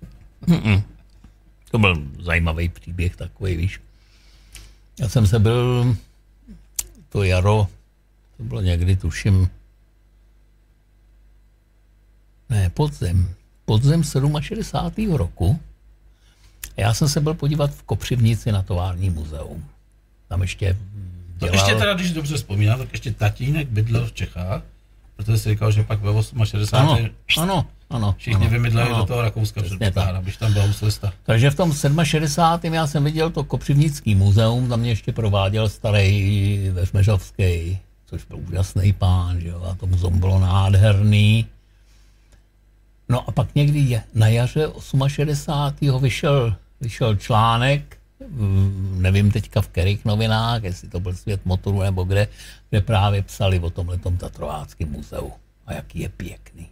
To byl zajímavý příběh takový, víš. Já jsem se byl to jaro, to bylo někdy, tuším, podzem 67. roku. Já jsem se byl podívat v Kopřivnici na tovární muzeum. Tam ještě dělal... Ještě teda, když dobře vzpomínám, tak ještě tatínek bydlel v Čechách, protože jsi říkal, že pak ve 68. Ano. Všichni vymydleli do toho Rakouska, předpokládám, abyž tam byla úslista. Takže v tom 67. já jsem viděl to Kopřivnický muzeum, tam mě ještě prováděl starý Veřmežovský, což byl úžasný pán, že jo, a to muzeum bylo nádherný. No a pak někdy na jaře 68. vyšel článek, nevím teďka v kterých novinách, jestli to byl Svět motoru nebo kde právě psali o tomhletom Tatrováckém muzeu. A jaký je pěkný.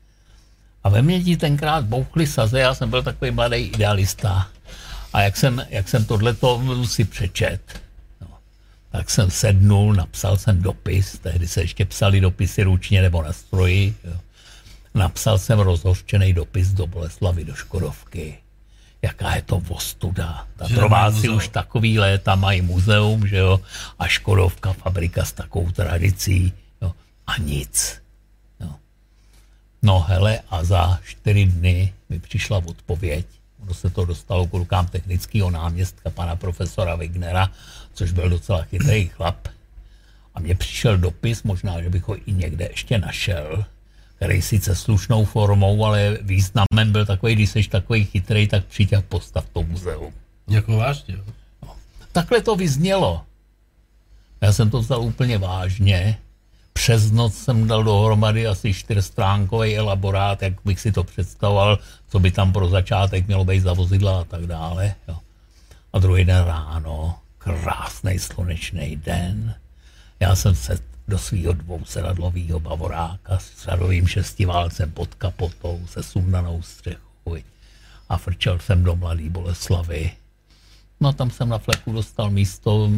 A ve mně ti tenkrát bouchly saze, já jsem byl takový mladý idealista. A jak jsem tohleto si přečet, tak jsem sednul, napsal jsem dopis, tehdy se ještě psali dopisy ručně nebo na stroji. Jo. Napsal jsem rozhořčený dopis do Boleslavy, do Škodovky. Jaká je to ostuda. Tatrováci už takový léta mají muzeum, že jo, a Škodovka, fabrika s takovou tradicí. Jo. A nic. Jo. No hele, a za 4 dny mi přišla odpověď. Ono se to dostalo k rukám technického náměstka pana profesora Wignera, což byl docela chytrý chlap. A mně přišel dopis, možná, že bych ho i někde ještě našel, který sice slušnou formou, ale významem byl takový, když jsi takový chytrý, tak přijď a postav to muzeum. Jako vážně, jo? No. Takhle to vyznělo. Já jsem to vzal úplně vážně. Přes noc jsem dal dohromady asi 4stránkový elaborát, jak bych si to představoval, co by tam pro začátek mělo být za vozidla a tak dále. Jo. A druhý den ráno, krásný slunečný den, já jsem se do svýho 2sedadlovýho bavoráka s řadovým 6válcem pod kapotou se sundanou střechou a frčel jsem do Mladý Boleslavy. No tam jsem na fleku dostal místo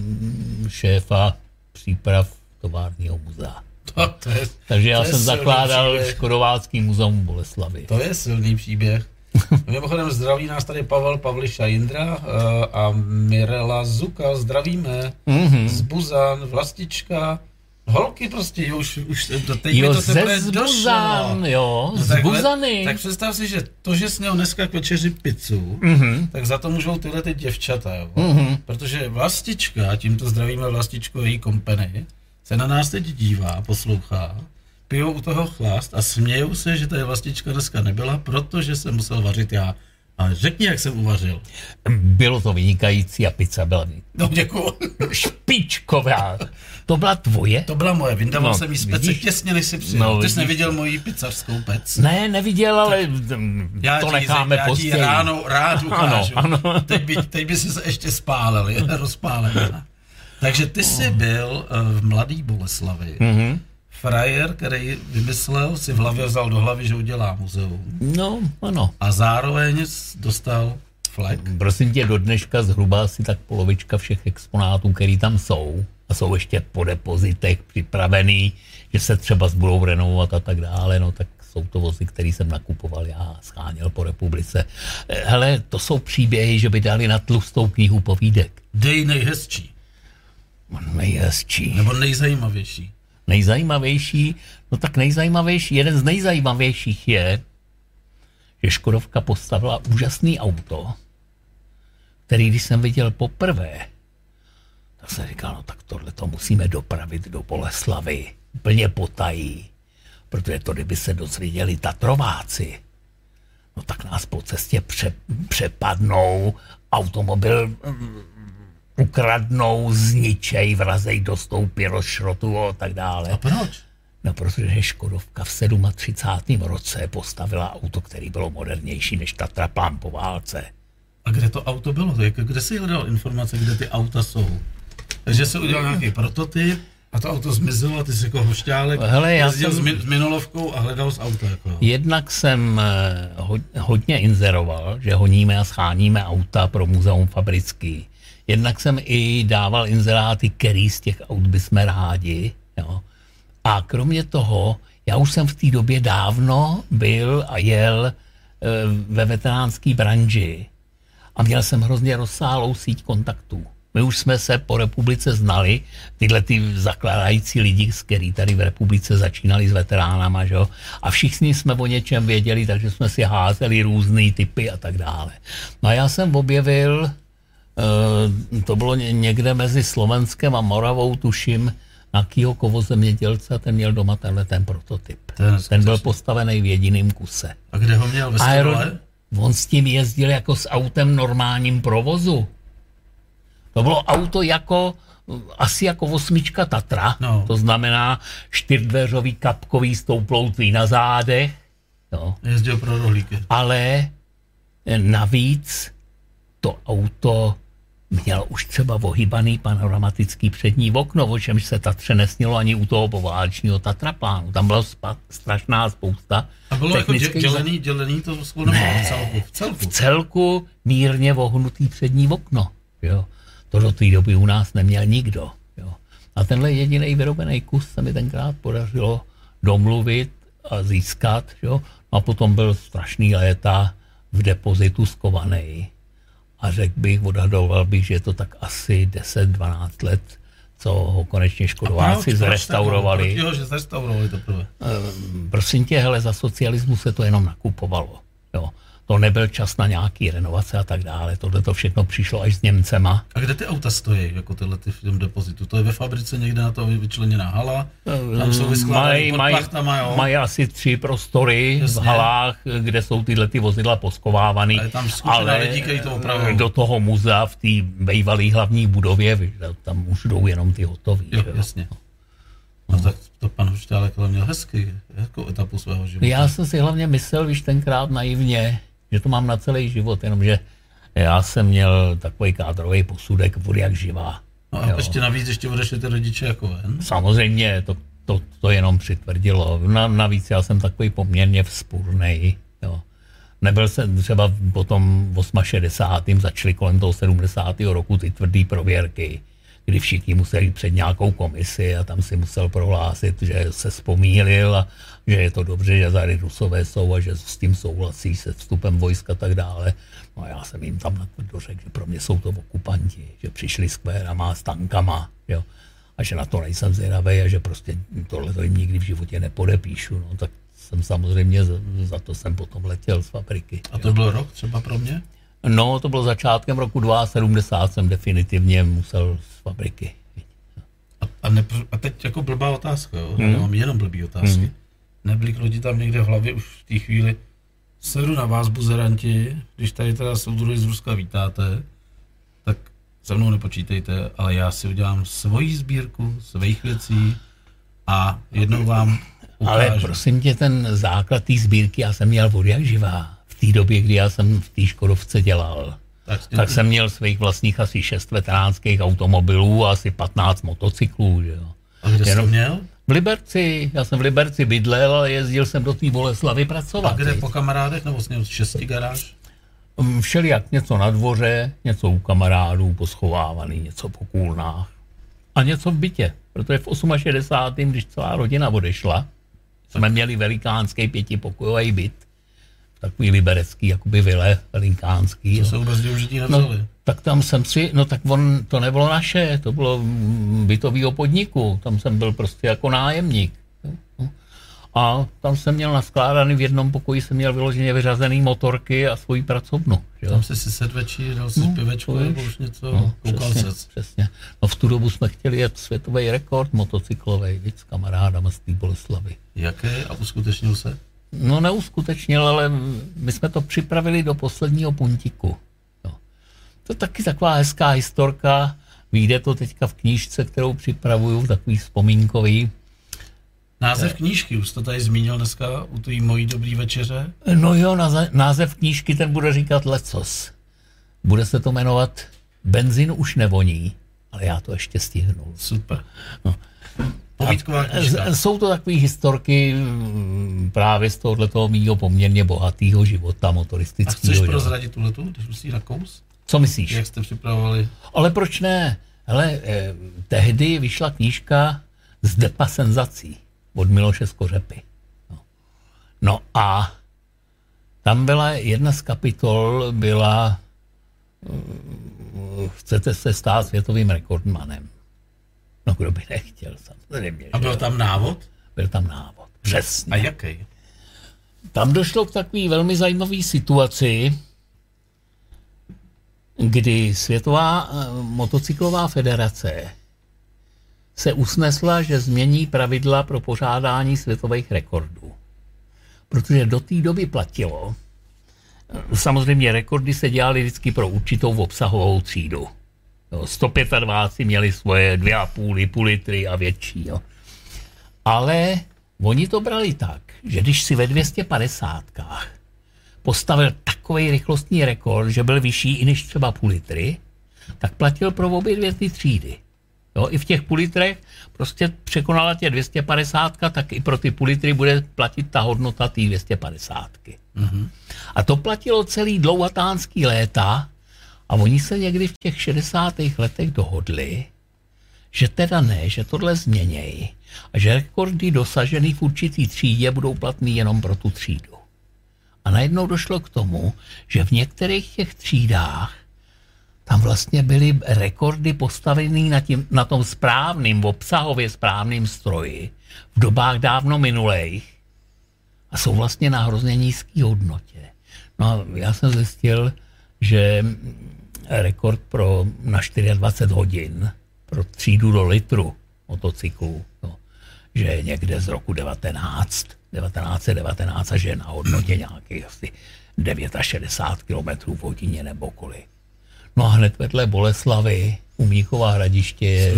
šéfa příprav továrního muzea. Takže já jsem zakládal Škodovácký muzeum v Boleslavi. To je silný příběh. Mimochodem zdraví nás tady Pavel Pavliša Jindra a Mirela Zuka, zdravíme. Z Buzan, Vlastička, holky prostě, už teď jo, mi to teprve došlo. Jo, no, z Buzany. Tak představ si, že to, že sněl dneska k večeři pizzu, tak za to můžou tyhle ty děvčata, jo. Protože Vlastička, tímto zdravíme Vlastičku její kompany, se na nás teď dívá, poslouchá, pijou u toho chlast a smějou se, že ta Vlastička dneska nebyla, protože jsem musel vařit já. Ale řekni, jak jsem uvařil. Bylo to vynikající a pizza byla no, děkuju. Špičková. To byla tvoje? To byla moje, vyndaval jsem jí z pece těsně, než si přijel. Ty jsi neviděl moji pizzařskou pec? Ne, neviděl, ale to necháme později. Já ti ráno rád ukážu. Ano. Teď by si se ještě spálil, je rozpálená. Takže ty jsi byl v Mladý Boleslavi. Frajer, který vymyslel, si v hlavě vzal do hlavy, že udělá muzeum. No, ano. A zároveň dostal flek. Prosím tě, do dneška zhruba asi tak polovička všech exponátů, který tam jsou, a jsou ještě po depozitech připravený, že se třeba budou renovovat a tak dále, no tak jsou to vozy, který jsem nakupoval já, scháněl po republice. Hele, to jsou příběhy, že by dali na tlustou knihu povídek. Dej nejhezčí. Nejhezčí. Nebo nejzajímavější. Nejzajímavější, no tak nejzajímavější, jeden z nejzajímavějších je, že Škodovka postavila úžasný auto, který když jsem viděl poprvé, tak jsem říkal, no tak tohle to musíme dopravit do Boleslavy, plně potají, protože to, kdyby se dozvěděli Tatrováci, no tak nás po cestě přepadnou automobil ukradnou, zničej, vrazej do stoupy, rozšrotu a tak dále. A proč? No, protože Škodovka v 37. roce postavila auto, který bylo modernější než Tatraplán po válce. A kde to auto bylo? Kde jsi hledal informace, kde ty auta jsou? Takže se udělal nějaký prototyp a to auto zmizelo a ty jsi jako hošťálek jezdil s minolovkou a hledal z auta. Jako. Jednak jsem hodně inzeroval, že honíme a scháníme auta pro muzeum fabrický. Jednak jsem i dával inzeráty, který z těch aut bychom rádi. Jo. A kromě toho, já už jsem v té době dávno byl a jel ve veteránské branži a měl jsem hrozně rozsáhlou síť kontaktů. My už jsme se po republice znali, tyhle ty zakládající lidi, který tady v republice začínali s veteránama, že? A všichni jsme o něčem věděli, takže jsme si házeli různý typy a tak dále. No a já jsem objevil, to bylo někde mezi Slovenskem a Moravou, tuším, nějakýho kovozemědělce, ten měl doma ten prototyp. Ten byl postavený v jediném kuse. A kde ho měl? Ve Stodole? On s tím jezdil jako s autem normálním provozu. To bylo auto asi jako 8 Tatra, no. To znamená 4dveřový kapkový s tou ploutví na zádech. No. Jezdil pro rohlíky. Ale navíc to auto měl už třeba ohýbaný panoramatický přední okno, o čemž se Tatře nesnilo ani u toho poválečního Tatraplánu. Tam byla strašná spousta. A bylo jako dělený to skoro v celku? V celku mírně ohnutý přední okno. Jo. To do té doby u nás neměl nikdo. Jo. A tenhle jediný vyrobený kus se mi tenkrát podařilo domluvit a získat. Jo. A potom byl strašný léta v depozitu skovaný. A odhadoval bych, že je to tak asi 10-12 let, co ho konečně Škodováci zrestaurovali. Proč že zrestaurovali to prvé? Prosím tě, hele, za socialismu se to jenom nakupovalo. Jo. To nebyl čas na nějaký renovace a tak dále. Tohle to všechno přišlo až s Němcema. A kde ty auta stojí, jako tyhle ty v tom depozitu? To je ve fabrice někde na to vyčleněná hala? Tam jsou vyskládaný pod plachtama, jo? Mají asi 3 prostory v halách, kde jsou tyhle ty vozidla poskovávaný. Ale tam zkušená lidí, který to opravují. Do toho muzea v té bývalé hlavní budově, tam už jdou jenom ty hotový. Jo, jasně. No tak to pan Hošťálek měl hezky, jako etapu svého života. Já jsem si hlavně myslel, víš, tenkrát naivně, že to mám na celý život, jenomže já jsem měl takový kádrový posudek od jak živá. No a ještě navíc odešli ty rodiče jako ven? Samozřejmě, to jenom přitvrdilo. Navíc já jsem takový poměrně vzpůrnej. Jo. Nebyl jsem třeba potom v 68. začali kolem toho 70. roku ty tvrdý prověrky, kdy všichni museli před nějakou komisi a tam si musel prohlásit, že se vzpomílil a že je to dobře, že tady Rusové jsou a že s tím souhlasí se vstupem vojska a tak dále. No a já jsem jim tam natvrdo řekl, že pro mě jsou to okupanti, že přišli s kvérama, s tankama, jo. A že na to nejsem zvědavý a že prostě tohle to jim nikdy v životě nepodepíšu. No tak jsem samozřejmě za to jsem potom letěl z fabriky. A to byl rok třeba pro mě? No, to bylo začátkem roku 72, jsem definitivně musel z fabriky. A teď jako blbá otázka, jo? Já mám jenom blbý otázky. Neblíklo ti tam někde v hlavě už v té chvíli, sedu na vás, buzeranti, když tady teda soudruhy z Ruska vítáte, tak se mnou nepočítejte, ale já si udělám svoji sbírku, svých věcí a jednou vám ukážu. Ale prosím tě, ten základ té sbírky já jsem měl od jak živá. V té době, kdy já jsem v té Škodovce dělal, tak jsem měl svých vlastních asi 6 veteránských automobilů a asi 15 motocyklů. Že jo. A kde jsi měl? V Liberci. Já jsem v Liberci bydlel a jezdil jsem do té Boleslavy pracovat. A kde po kamarádech nebo měl 6 garáž? Všelijak, něco na dvoře, něco u kamarádů poschovávaný, něco po kůlnách a něco v bytě. Protože v 68. když celá rodina odešla, jsme měli velikánský 5pokojový byt, takový liberecký, jakoby vile, velinkánský. Co se vůbec využití nevzali? No, tak tam jsem si, no tak to nebylo naše, to bylo bytovýho podniku, tam jsem byl prostě jako nájemník. A tam jsem měl naskládaný, v jednom pokoji jsem měl vyloženě vyřazený motorky a svoji pracovnu. Že? Tam jsi si sedvečí, dal si pivečku nebo už něco, koukal ses. Přesně. No v tu dobu jsme chtěli jet světový rekord motocyklový, víc s kamarádama z té Boleslavy. Jaký a uskutečnil se? No neuskutečnil, ale my jsme to připravili do posledního puntíku. Jo. To je taky taková hezká historka. Vyjde to teďka v knížce, kterou připravuju, takový vzpomínkový. Název knížky, už to tady zmínil dneska u tvojí mojí dobrý večeře. No jo, název knížky ten bude říkat lecos. Bude se to jmenovat Benzin už nevoní, ale já to ještě stihnu. Super. No. Povídková knížka. Jsou to takové historky právě z tohoto mýho poměrně bohatého života motoristického. A chceš prozradit tuhletu, když musíš na kous? Co myslíš? Jak jste připravovali? Ale proč ne? Hele, tehdy vyšla knížka z Depa senzací od Miloše Skořepy. No a tam byla jedna z kapitol, byla chcete se stát světovým rekordmanem. No kdo by nechtěl samozřejmě. A byl tam návod? Byl tam návod, přesně. A jaký? Tam došlo k takové velmi zajímavé situaci, kdy Světová motocyklová federace se usnesla, že změní pravidla pro pořádání světových rekordů. Protože do té doby platilo, samozřejmě rekordy se dělaly vždycky pro určitou obsahovou třídu. 125 měli svoje 2,5, půl litry a větší. Jo. Ale oni to brali tak, že když si ve 250 postavil takový rychlostní rekord, že byl vyšší i než třeba půl litry, tak platil pro obě dvě ty třídy. Jo, i v těch půl litrech prostě překonala tě 250, tak i pro ty půl litry bude platit ta hodnota té 250. Mm-hmm. A to platilo celý dlouhatánský léta a oni se někdy v těch 60. letech dohodli, že teda ne, že tohle změnějí a že rekordy dosažený v určitý třídě budou platný jenom pro tu třídu. A najednou došlo k tomu, že v některých těch třídách tam vlastně byly rekordy postavený na tom správným, obsahově správným stroji v dobách dávno minulých a jsou vlastně na hrozně nízký hodnotě. No a já jsem zjistil, že rekord na 24 hodin pro třídu do litru motocyklů, no, že je někde z roku 1919 a že je na hodnotě nějakých asi 69 km v hodině nebo kolik. No a hned vedle Boleslavy u Mnichova Hradiště je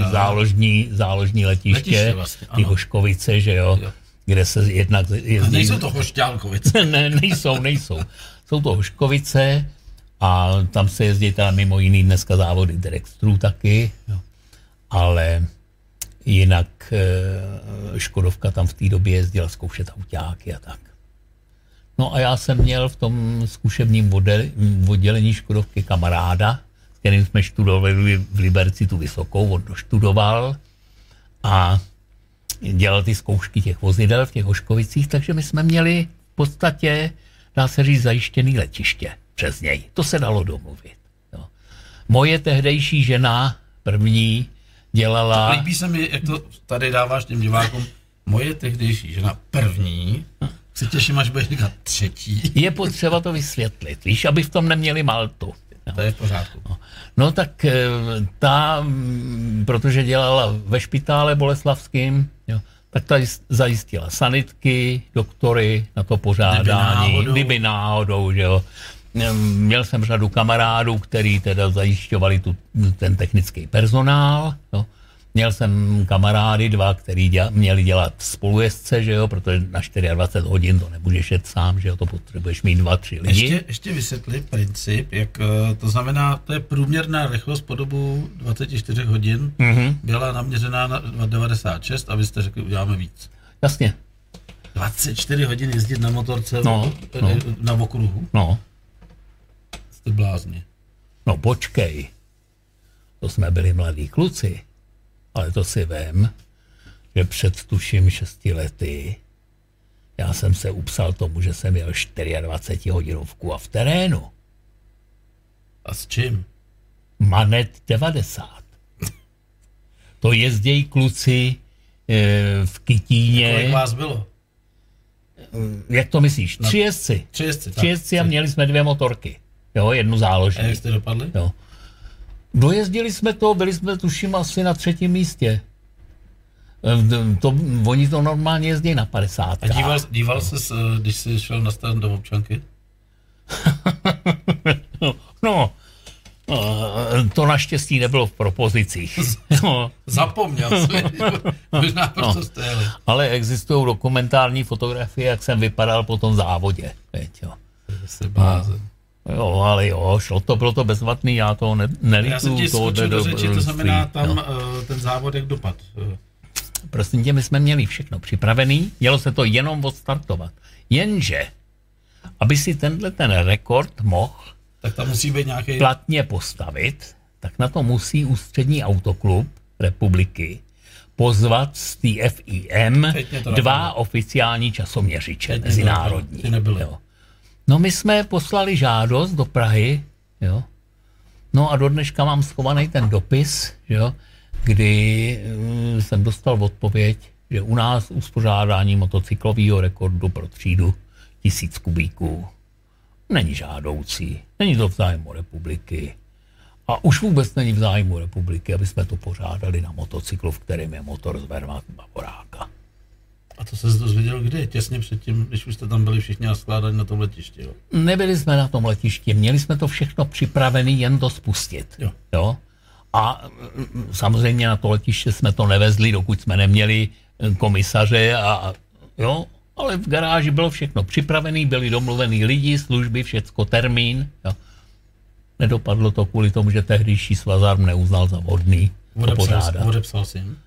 záložní letiště vlastně, ty Hoškovice, že jo, kde se jednak jezdí... Nejsou to Hošťálkovice. Ne, nejsou. Jsou to Hoškovice a tam se jezdí teda mimo jiný dneska závody Dragsterů taky, jo. Ale jinak Škodovka tam v té době jezdila zkoušet autáky a tak. No a já jsem měl v tom zkušebním oddělení Škodovky kamaráda, s kterým jsme študovali v Liberci tu Vysokou, on doštudoval a dělal ty zkoušky těch vozidel v těch Hoškovicích, takže my jsme měli v podstatě, dá se říct, zajištěný letiště přes něj. To se dalo domluvit. Jo. Moje tehdejší žena, první, dělala... Líbí se mi, jak to tady dáváš těm divákům, moje tehdejší žena první... Se těším, až budeš říkat třetí. Je potřeba to vysvětlit, víš, aby v tom neměli Maltu. To je v pořádku. No tak ta, protože dělala ve špitále boleslavským, jo, tak ta zajistila sanitky, doktory na to pořádání, kdyby náhodou, že jo. Měl jsem řadu kamarádů, který teda zajišťovali ten technický personál, jo. Měl jsem kamarády dva, který měli dělat spolujezdce, že jo, protože na 24 hodin to nemůžeš jet sám, že jo, to potřebuješ mít 2-3 lidi. Ještě vysvětli princip, jak to znamená, to je průměrná rychlost po dobu 24 hodin, byla naměřená na 96 a vy jste řekli, uděláme víc. Jasně. 24 hodin jezdit na motorce na okruhu? No. Jste blázni. No počkej, to jsme byli mladí kluci. Ale to si vem, že před tuším 6 lety já jsem se upsal tomu, že jsem jel 24 hodinovku a v terénu. A s čím? Manet 90. To jezdějí kluci v Kytíně. Kolik vás bylo? Jak to myslíš? 3 jezdci. 3 jezdci a měli jsme 2 motorky. Jo, jednu záložní. A jak jste dopadli? Jo. Dojezdili jsme to, byli jsme tuším asi na 3. místě. Oni to normálně jezdí na 50. A díval ses, když jsi šel na stran do občanky? No, to naštěstí nebylo v propozicích. No. Zapomněl jsem, možná proto stéli. Ale existují dokumentární fotografie, jak jsem vypadal po tom závodě. Veď, jo. Se blázen. Jo, ale jo, bylo to bezvatný, já to nelituju. Já jsem ti skočil do řeči, to znamená tam ten závod, jak dopad. Prosím tě, my jsme měli všechno připravený, mělo se to jenom odstartovat. Jenže, aby si ten rekord mohl tak tam musí být nějaký platně postavit, tak na to musí Ústřední autoklub republiky pozvat z té FIM 2 oficiální časoměřiče mezinárodní. Jo. No my jsme poslali žádost do Prahy, jo. No a do dneška mám schovaný ten dopis, jo, kdy jsem dostal odpověď, že u nás uspořádání motocyklového rekordu pro třídu 1000 kubíků není žádoucí, není to v zájmu republiky. A už vůbec není v zájmu republiky, aby jsme to pořádali na motocyklu, v kterém je motor z Wehrmachtu Bavoráka. A to se dozvěděl kdy? Těsně předtím, když už jste tam byli všichni naskládaní na tom letišti, jo? Nebyli jsme na tom letišti, měli jsme to všechno připravené, jen to spustit. Jo? A samozřejmě na to letiště jsme to nevezli, dokud jsme neměli komisaře a jo, ale v garáži bylo všechno připravené, byli domluvený lidi, služby, všecko, termín. Jo. Nedopadlo to kvůli tomu, že tehdejší svazarm neuznal za vhodný to pořádat. Odepsal jsi jim?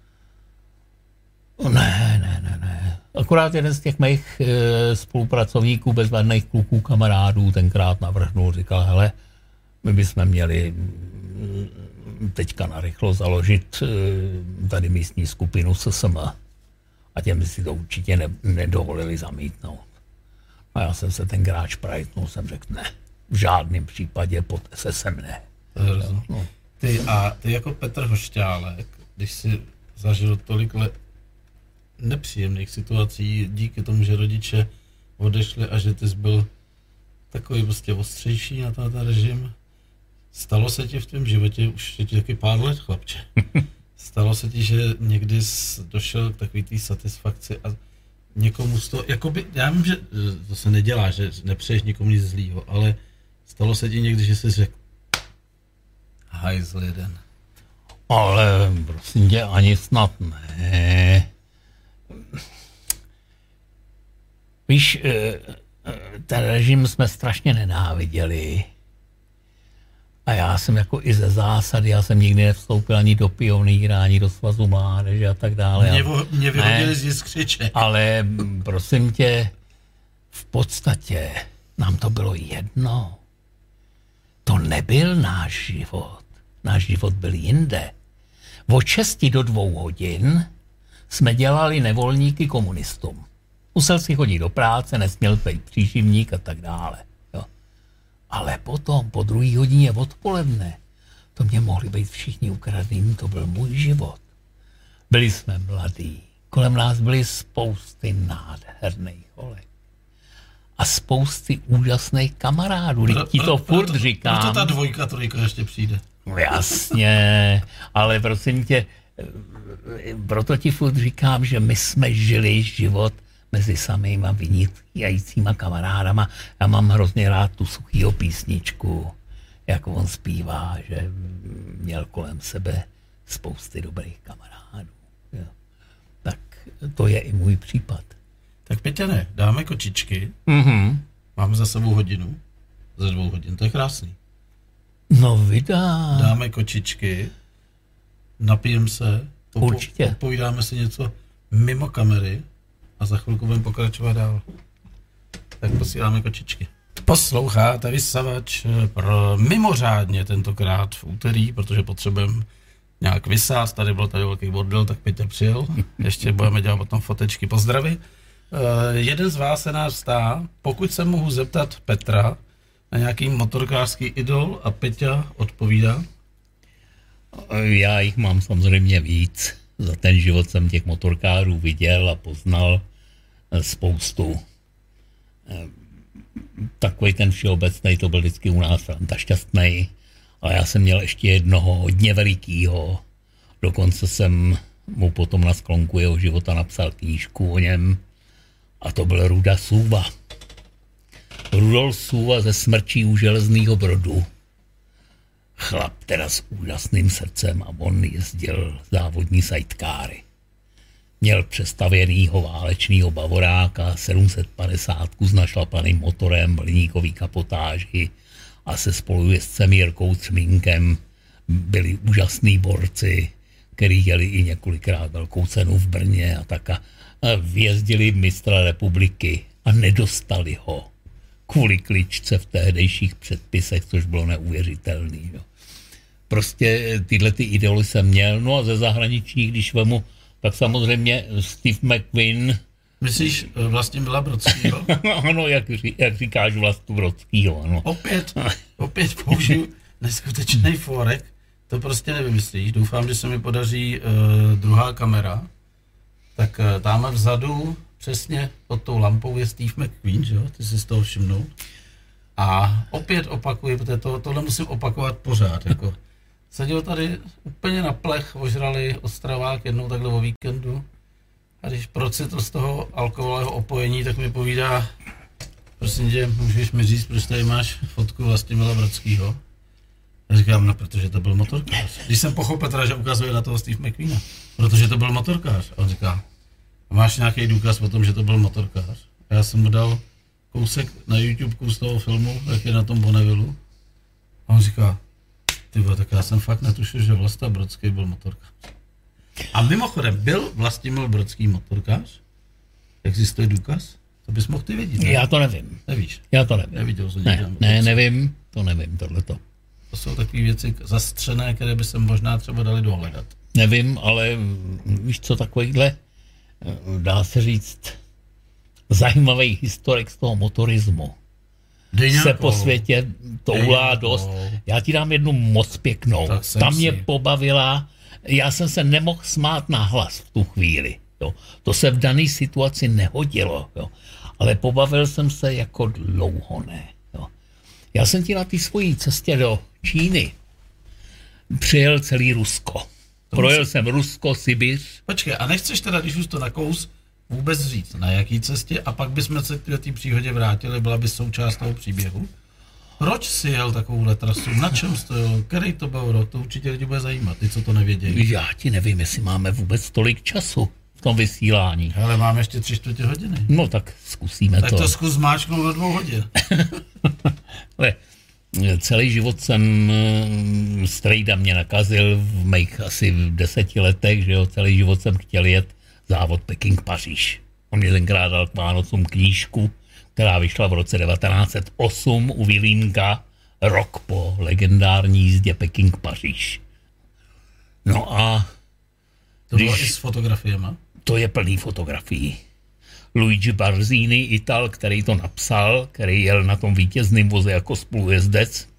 Ne. Akorát jeden z těch mých spolupracovníků, bezvadných kluků, kamarádů, tenkrát navrhnul, říkal, hele, my bychom měli teďka narychlo založit tady místní skupinu SSM. A těm si to určitě nedovolili zamítnout. A já jsem se tenkrát šprajtnul, jsem řekl ne, v žádném případě pod SSM ne. No. Ty jako Petr Hošťálek, když jsi zažil tolik nepříjemných situací díky tomu, že rodiče odešli a že ty jsi byl takový prostě ostřejší na ten režim, stalo se ti v tom životě, už je ti taky pár let, chlapče, stalo se ti, že někdy jsi došel k takový té satisfakci a někomu z toho, jakoby, já vím, že to se nedělá, že nepřeješ nikomu nic zlýho, ale stalo se ti někdy, že jsi řekl hajzl jeden. Ale prosím tě, ani snad ne. Víš, ten režim jsme strašně nenáviděli. A já jsem jako i ze zásady, já jsem nikdy nevstoupil ani do pionýra, ani do Svazu mládeže a tak dále. Mě vyhodili z jiskřiče. Ale prosím tě, v podstatě nám to bylo jedno. To nebyl náš život. Náš život byl jinde. Od 6 do 2 hodin jsme dělali nevolníky komunistům. Musel si chodit do práce, nesměl být příživník a tak dále. Jo. Ale potom, po 2 hodině odpoledne, to mě mohli být všichni ukradení, to byl můj život. Byli jsme mladí, kolem nás byly spousty nádherných holek. A spousty úžasných kamarádů. Ti to furt říkám. Proto ta 2, 3 ještě přijde. No jasně, ale prosím tě, proto ti furt říkám, že my jsme žili život mezi samýma vynikajícíma kamarádama. Já mám hrozně rád tu Suchýho písničku, jak on zpívá, že měl kolem sebe spousty dobrých kamarádů. Jo. Tak to je i můj případ. Tak Peťane, dáme kočičky. Máme za sebou hodinu. Za 2 hodin, to je krásný. No vydá. Dáme kočičky, napijem se, odpovídáme si něco mimo kamery a za chvilku budeme pokračovat dál. Tak posíláme kočičky. Posloucháte Vysavač pro mimořádně tentokrát v úterý, protože potřebujeme nějak vysát, tady byl tady velký bordel, tak Peťa přijel. Ještě budeme dělat potom fotečky, pozdravy. Jeden z vás se nás ptá, pokud se mohu zeptat Petra na nějaký motorkářský idol a Peťa odpovídá. Já jich mám samozřejmě víc. Za ten život jsem těch motorkářů viděl a poznal spoustu. Takový ten všeobecný, to byl vždycky u nás Franta Šťastnej. Ale já jsem měl ještě jednoho hodně velikýho. Dokonce jsem mu potom na sklonku jeho života napsal knížku o něm. A to byl Ruda Sůva. Rudolf Sůva ze Smrčí u Železného Brodu. chlap teda s úžasným srdcem a on jezdil závodní sidekáry. Měl přestavěnýho válečného bavoráka, 750 s našlapaným motorem, hliníkový kapotáži a se spolujezdcem Jirkou Třmínkem byli úžasní borci, který jeli i několikrát velkou cenu v Brně a tak a vyjezdili mistra republiky a nedostali ho kvůli kličce v tehdejších předpisech, což bylo neuvěřitelný. Jo. Prostě tyhle ty idoly jsem měl, no a ze zahraničních, když vemu, tak samozřejmě Steve McQueen. Myslíš Vlastimila Brodskýho? Ano, jak říkáš Vlastu Brodskýho, ano. Opět použiju neskutečný forek, to prostě nevymyslíš. Doufám, že se mi podaří druhá kamera. Tak tamhle vzadu, přesně pod tou lampou je Steve McQueen, že jo? Ty si z toho všimnul. A opět opakuji, protože tohle musím opakovat pořád, jako. Seděl tady úplně na plech, ožrali Ostravák jednou takhle o víkendu. A když procitl z toho alkoholového opojení, tak mi povídá, prosím tě, můžeš mi říct, proč tady máš fotku Vlastimila Brodskýho? A říkám, no, protože to byl motorkář. Když jsem pochopil teda, že ukazuje na toho Steve McQueena, protože to byl motorkář. A on říká, máš nějaký důkaz o tom, že to byl motorkář? A já jsem mu dal kousek na YouTube z toho filmu, jak je na tom Bonneville. A on říká, tyvo, tak já jsem fakt netušil, že Vlasta Brodský byl motorkář. A mimochodem, byl Vlastimil Brodský motorkář? Existuje důkaz? To bys mohl ty vědět, ne? Já to nevím. Nevíš? Já to nevím. Neviděl jsem nevím, to nevím, tohleto. To jsou takové věci zastřené, které by se možná třeba dali dohledat. Nevím, ale víš co, takovýhle, dá se říct, zajímavý historik z toho motorismu. Se po světě toulá dost. Já ti dám jednu moc pěknou. Ta mě pobavila. Já jsem se nemohl smát nahlas v tu chvíli. Jo. To se v dané situaci nehodilo. Jo. Ale pobavil jsem se jako dlouho ne. Jo. Já jsem ti na té svojí cestě do Číny přijel celý Rusko. Projel jsem Rusko, Sibiř. Počkej, a nechceš teda, když už to nakous, vůbec říct, na jaký cestě, a pak bychom se k té příhodě vrátili, byla by součást toho příběhu. Proč jsi jel takovouhle trasu? Na čem stojil? Který to byl rok? To určitě lidi bude zajímat, ty, co to nevědějí. Já ti nevím, jestli máme vůbec tolik času v tom vysílání. Ale máme ještě 3/4 hodiny. No tak zkusíme tak to. Tak to zkus zmáčknout do 2 hodin. Ale celý život jsem, strejda mě nakazil v mých asi 10 letech, že jo, celý život jsem chtěl jet závod Peking-Paříž. On mě tenkrát dal k Vánocům knížku, která vyšla v roce 1908 u Vilínka, rok po legendární jízdě Peking-Paříž. No a... To bylo i s fotografiema? To je plný fotografií. Luigi Barzini, Ital, který to napsal, který jel na tom vítězném voze jako spolujezdec,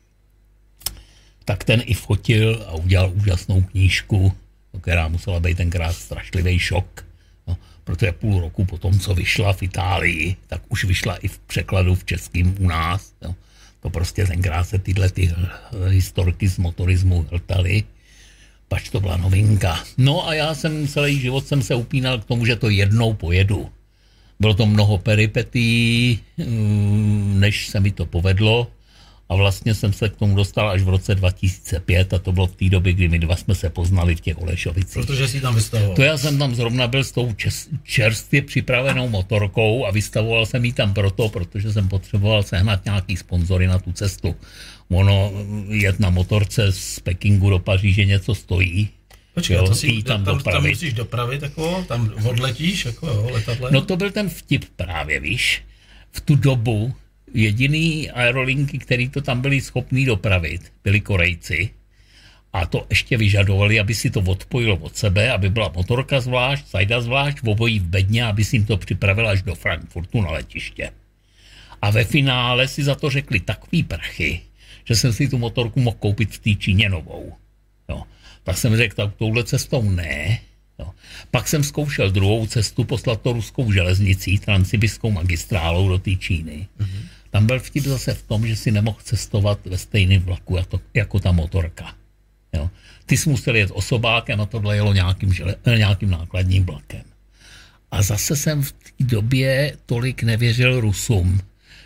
tak ten i fotil a udělal úžasnou knížku, která musela být tenkrát strašlivý šok. No, protože půl roku po tom, co vyšla v Itálii, tak už vyšla i v překladu v českým u nás. No. To prostě tenkrát se tyhle historky z motorismu hltaly, pač to byla novinka. No a já jsem celý život jsem se upínal k tomu, že to jednou pojedu. Bylo to mnoho peripetí, než se mi to povedlo, a vlastně jsem se k tomu dostal až v roce 2005 a to bylo v té době, kdy my dva jsme se poznali v těch Olešovicích. Protože jsi tam vystavoval. To já jsem tam zrovna byl s tou čerstvě připravenou motorkou a vystavoval jsem ji tam protože jsem potřeboval sehnat nějaký sponzory na tu cestu. Ono jet na motorce z Pekingu do Paříže něco stojí. Počkej, jo, to si tam musíš dopravit, jako, tam odletíš, jako jo, letadlem. No to byl ten vtip právě, víš. V tu dobu jediný aerolinky, který to tam byli schopní dopravit, byli Korejci. A to ještě vyžadovali, aby si to odpojilo od sebe, aby byla motorka zvlášť, sajda zvlášť, obojí v bedně, aby si jim to připravil až do Frankfurtu na letiště. A ve finále si za to řekli takový prachy, že jsem si tu motorku mohl koupit v té Číně novou. Jo. Tak jsem řekl, tak touhle cestou ne. Jo. Pak jsem zkoušel druhou cestu, poslat to ruskou železnicí, transsibiskou magistrálou do té Číny. Mm-hmm. Tam byl vtip zase v tom, že si nemohl cestovat ve stejném vlaku jako ta motorka. Jo. Ty jsi musel jet osobákem a tohle jelo nějakým nákladním vlakem. A zase jsem v té době tolik nevěřil Rusům,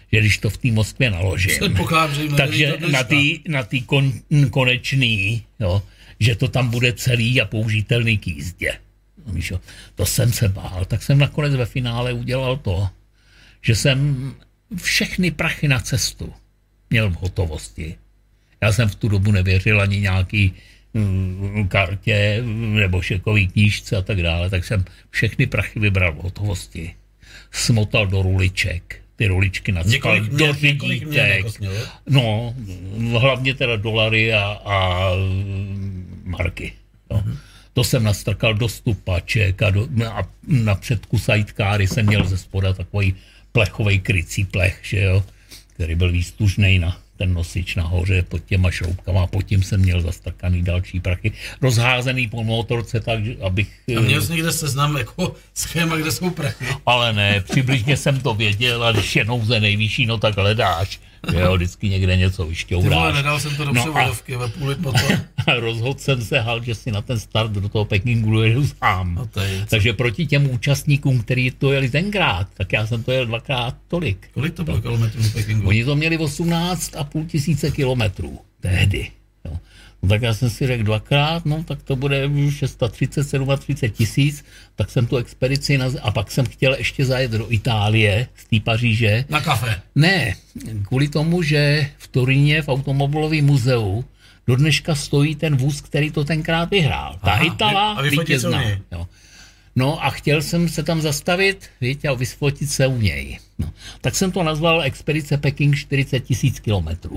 že když to v té Moskvě naložím, takže na té konečný, jo, že to tam bude celý a použitelný k jízdě. To jsem se bál, tak jsem nakonec ve finále udělal to, že jsem všechny prachy na cestu měl v hotovosti. Já jsem v tu dobu nevěřil ani nějaký kartě nebo šekový knížce a tak dále, tak jsem všechny prachy vybral v hotovosti. Smotal do ruliček, ty ruličky nacpal do řidítek. No, hlavně teda dolary a marky. No. To jsem nastrkal do stupaček a na předku sidekáry jsem měl ze spoda takový plechový krycí plech, že jo, který byl výstužnej na ten nosič nahoře pod těma šroubkama a pod tím jsem měl zastrkaný další prachy. Rozházený po motorce tak, abych... A měl jsi někde seznam jako schéma, kde jsou prachy? Ale ne, přibližně jsem to věděl a když je nouze nejvyšší, no tak hledáš. Jo, vždycky někde něco vyšťouráš. Ty vole, nedal jsem to do převodovky ve půli motor. A rozhodl jsem se, že si na ten start do toho Pekingu jedu sám. No takže proti těm účastníkům, kteří to jeli tenkrát, tak já jsem to jel dvakrát tolik. Kolik to bylo kilometrů v Pekingu? Oni to měli 18,5 tisíce kilometrů tehdy. Jo. No tak já jsem si řekl dvakrát, no tak to bude 630, 37 tisíc, tak jsem tu expedici a pak jsem chtěl ještě zajet do Itálie, z té Paříže. Na kafe? Ne, kvůli tomu, že v Turíně v automobilovém muzeu do dneška stojí ten vůz, který to tenkrát vyhrál. Ta Itala vítězná. No a chtěl jsem se tam zastavit, víte, a vysfotit se u něj. No. Tak jsem to nazval Expedice Peking 40 tisíc kilometrů.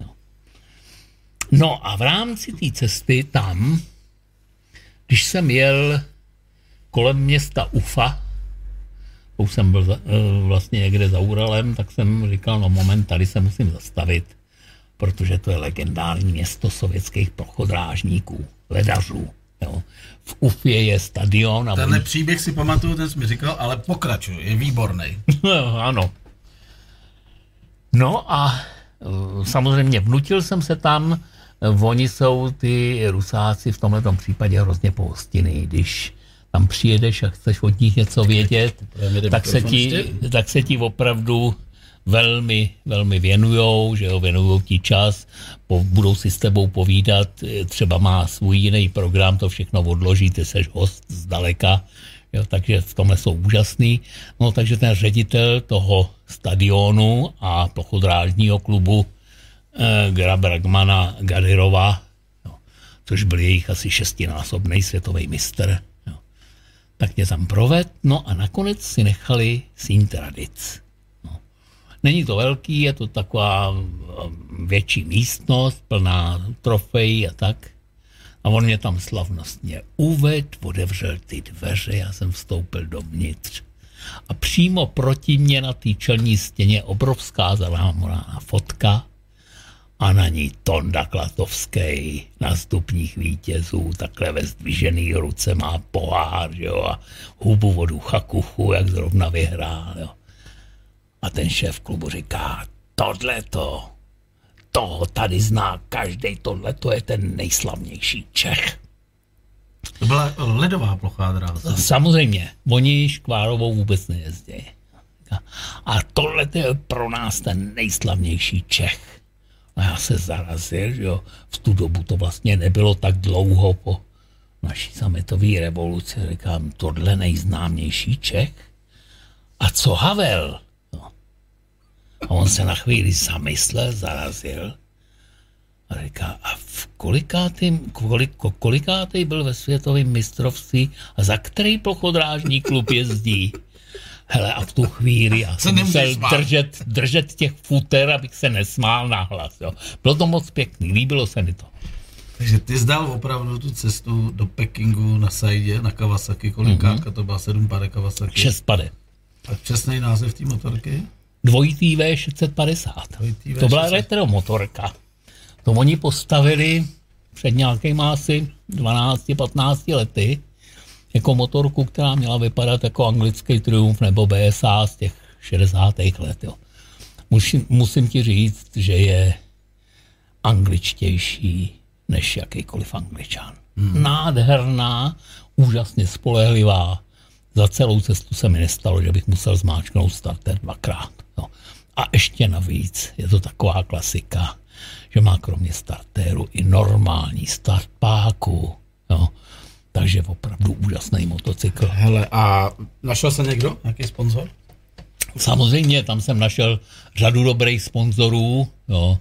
No a v rámci té cesty tam, když jsem jel kolem města Ufa, už jsem byl vlastně někde za Uralem, tak jsem říkal, no moment, tady se musím zastavit, protože to je legendární město sovětských plochodrážníků, ledařů. Jo. V Ufě je stadion. A tenhle příběh si pamatuju, ten jsi mi říkal, ale pokračuj, je výborný. No, ano. No a samozřejmě vnutil jsem se tam, oni jsou ty Rusáci v tomhletom případě hrozně pohostinný, když tam přijedeš a chceš od nich něco vědět, tak se ti opravdu velmi, velmi věnujou, že jo, věnujou ti čas, budou si s tebou povídat, třeba má svůj jiný program, to všechno odloží, ty seš host zdaleka, jo, takže v tomhle jsou úžasný. No takže ten ředitel toho stadionu a plochodrážního klubu Bragmana Gadyrova, jo, což byl jejich asi 6násobný světový mistr, jo, tak mě tam proved, no a nakonec si nechali síň tradic. No. Není to velký, je to taková větší místnost, plná trofejí a tak. A on mě tam slavnostně uvedl, otevřel ty dveře, já jsem vstoupil dovnitř. A přímo proti mě na té čelní stěně obrovská zarámovaná fotka a na ní Tonda Klatovský na stupních vítězů, takhle ve zdvižený ruce má pohár, jo, a hubu od ucha kuchu, jak zrovna vyhrál. Jo. A ten šéf klubu říká, toho tady zná každej, tohleto je ten nejslavnější Čech. To byla ledová plochá dráha. Samozřejmě, oni Škvárovou vůbec nejezdí. A tohle je pro nás ten nejslavnější Čech. A já se zarazil, že jo, v tu dobu to vlastně nebylo tak dlouho po naší sametové revoluci. Říkám, tohle nejznámější Čech? A co Havel? No. A on se na chvíli zamyslel, zarazil a říká, a v kolikátej byl ve světovém mistrovství a za který plochodrážní klub jezdí? Hele, a v tu chvíli já jsem musel držet těch futer, abych se nesmál nahlas. Jo. Bylo to moc pěkný, líbilo se mi to. Takže ty zdal opravdu tu cestu do Pekingu na Sajdě, na Kawasaki, kolikátka to byla 7 pade Kawasaki? 6 pade. A přesný název té motorky? Dvojitý V650. To byla retro motorka. To oni postavili před nějakýma asi 12-15 lety jako motorku, která měla vypadat jako anglický Triumph nebo BSA z těch 60. let. Jo. Musím ti říct, že je angličtější než jakýkoliv Angličan. Nádherná, úžasně spolehlivá. Za celou cestu se mi nestalo, že bych musel zmáčknout starter 2krát. Jo. A ještě navíc je to taková klasika, že má kromě startéru i normální start páku. Jo. Takže opravdu úžasný motocykl. Hele, a našel se někdo? Nějaký sponzor? Samozřejmě, tam jsem našel řadu dobrých sponzorů. Jo.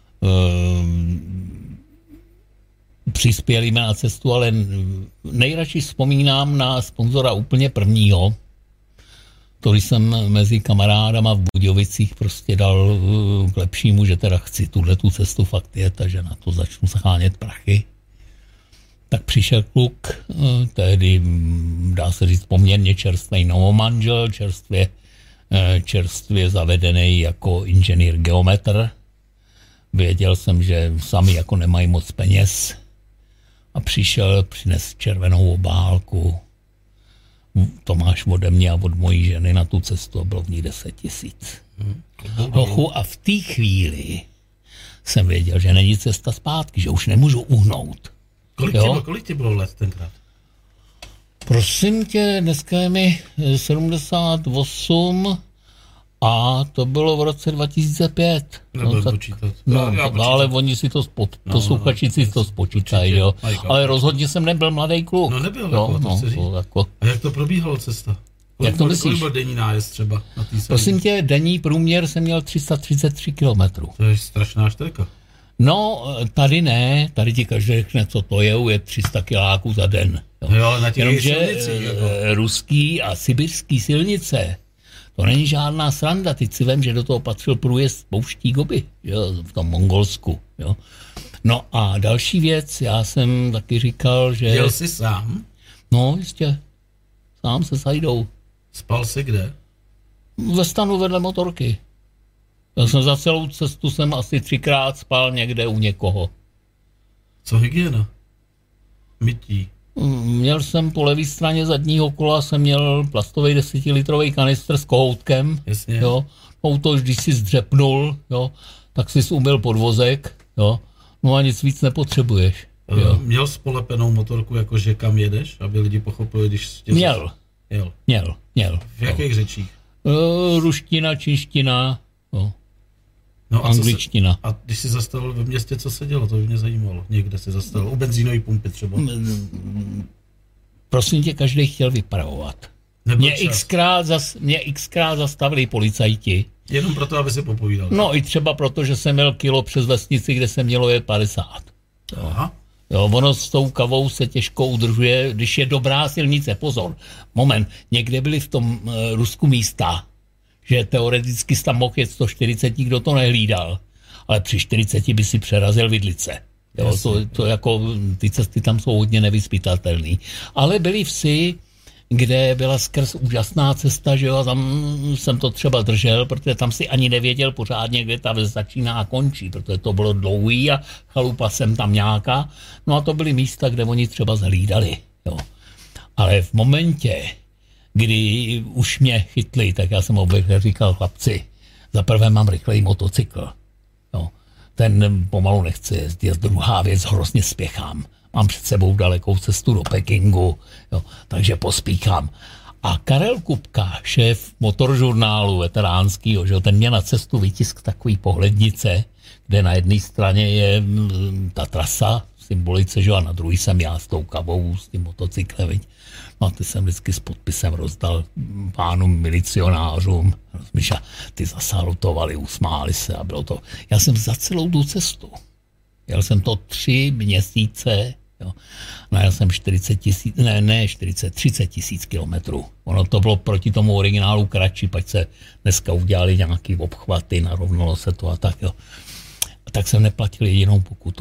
Přispěli mi na cestu, ale nejradši vzpomínám na sponzora úplně prvního. To, když jsem mezi kamarádama v Budějovicích prostě dal k lepšímu, že teda chci tu cestu fakt jet a že na to začnu schánět prachy. Tak přišel kluk, tehdy dá se říct poměrně čerstvý novomanžel, čerstvě zavedený jako inženýr geometr. Věděl jsem, že sami jako nemají moc peněz a přines červenou obálku. To máš ode mě a od mojí ženy na tu cestu, bylo v ní 10 000. Hochu, a v té chvíli jsem věděl, že není cesta zpátky, že už nemůžu uhnout. Kolik ti bylo let tenkrát? Prosím tě, dneska je mi 78 a to bylo v roce 2005. Ale oni si to posluchači si to spočítají, jo. Ale rozhodně jsem nebyl mladý kluk. No nebyl, jako. A jak to probíhalo cesta? Kolik byl denní nájezd třeba na té silnici? Prosím tě, denní průměr jsem měl 333 kilometrů. To je strašná štrka. No, tady ne, tady ti každý řekne, co to je 300 kiláků za den. Jo, ale na těch silnicích. Ruský a sibirský silnice, to není žádná sranda. Teď si vem, že do toho patřil průjezd pouští Gobi, jo, v tom Mongolsku. Jo. No a další věc, já jsem taky říkal, že... Jel jsi sám? No, jistě. Sám se sajdou. Spal jsi kde? Ve stanu vedle motorky. Já jsem za celou cestu jsem asi 3krát spal někde u někoho. Co hygiena? Mytí? Měl jsem po levé straně zadního kola, jsem měl plastový 10litrový kanistr s kohoutkem. Jasně. Jo. No to, když jsi zdřepnul, jo, tak jsi umyl podvozek, jo. No a nic víc nepotřebuješ. Jo. Měl jsi polepenou motorku, jakože kam jedeš, aby lidi pochopili, když tě... Měl. V jakých řečích? Ruština, čínština, jo. No angličtina. A když jsi zastavil ve městě, co se dělo? To by mě zajímalo. Někde jsi zastavil. U benzínové pumpy třeba. Prosím tě, každý chtěl vypravovat. Mě xkrát zastavili policajti. Jenom proto, aby si popovídal. No i třeba proto, že jsem měl kilo přes vesnici, kde se mělo jet 50. Aha. Jo, ono s tou kavou se těžko udržuje, když je dobrá silnice. Pozor, moment, někde byli v tom Rusku místa, že teoreticky tam mohl jet 140, nikdo to nehlídal, ale při 40 by si přerazil vidlice. Jo, to jako, ty cesty tam jsou hodně nevyspytatelný. Ale byly vsi, kde byla skrz úžasná cesta, že jo, a tam jsem to třeba držel, protože tam si ani nevěděl pořádně, kde ta ves začíná a končí, protože to bylo dlouhý a chalupa jsem tam nějaká. No a to byly místa, kde oni třeba zhlídali, jo. Ale v momentě, kdy už mě chytli, tak já jsem obvykle říkal, chlapci, za prvé mám rychlej motocykl, jo. Ten pomalu nechce jezdit, druhá věc, hrozně spěchám. Mám před sebou dalekou cestu do Pekingu, jo, takže pospíchám. A Karel Kupka, šéf motoržurnálu veteránskýho, že ten mě na cestu vytisk takový pohlednice, kde na jedné straně je ta trasa, symbolice, že a na druhý jsem já s tou kavou, s tím motocyklem, viď. No a ty jsem vždycky s podpisem rozdal pánům milicionářům, rozumíš, a ty zasalutovali, usmáli se a bylo to. Já jsem za celou tu cestu, jel jsem to 3 měsíce, jo. No já jsem 30 000 kilometrů. Ono to bylo proti tomu originálu kratší, pak se dneska udělali nějaký obchvaty, narovnalo se to a tak, jo. A tak jsem neplatil jedinou pokutu.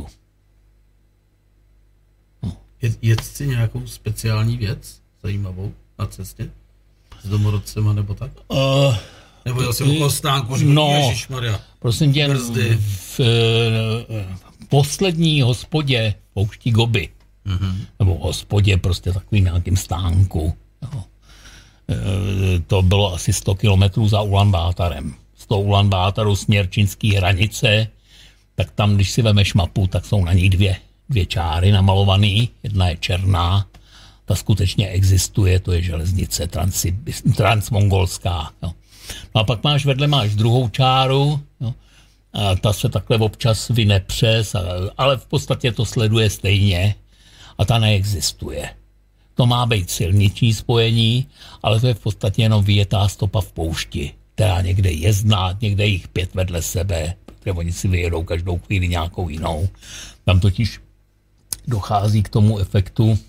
No. Jedl si nějakou speciální věc zajímavou na cestě? S domorodcema nebo tak? Nebo jel jsi okolo stánku, ježišmarja. Prosím tě, v poslední hospodě pouští Gobi, nebo hospodě prostě takový nějakým stánku, jo. To bylo asi 100 kilometrů za Ulan-Bátarem. Z toho Ulan-Bátaru směr čínský hranice, tak tam, když si vemeš mapu, tak jsou na ní dvě čáry namalovaný. Jedna je černá, ta skutečně existuje, to je železnice transmongolská. Jo. No a pak máš druhou čáru, jo, a ta se takhle občas vyne přes, ale v podstatě to sleduje stejně a ta neexistuje. To má být silniční spojení, ale to je v podstatě jenom vyjetá stopa v poušti, která někde je znát, někde jich 5 vedle sebe, protože oni si vyjedou každou chvíli nějakou jinou. Tam totiž dochází k tomu efektu,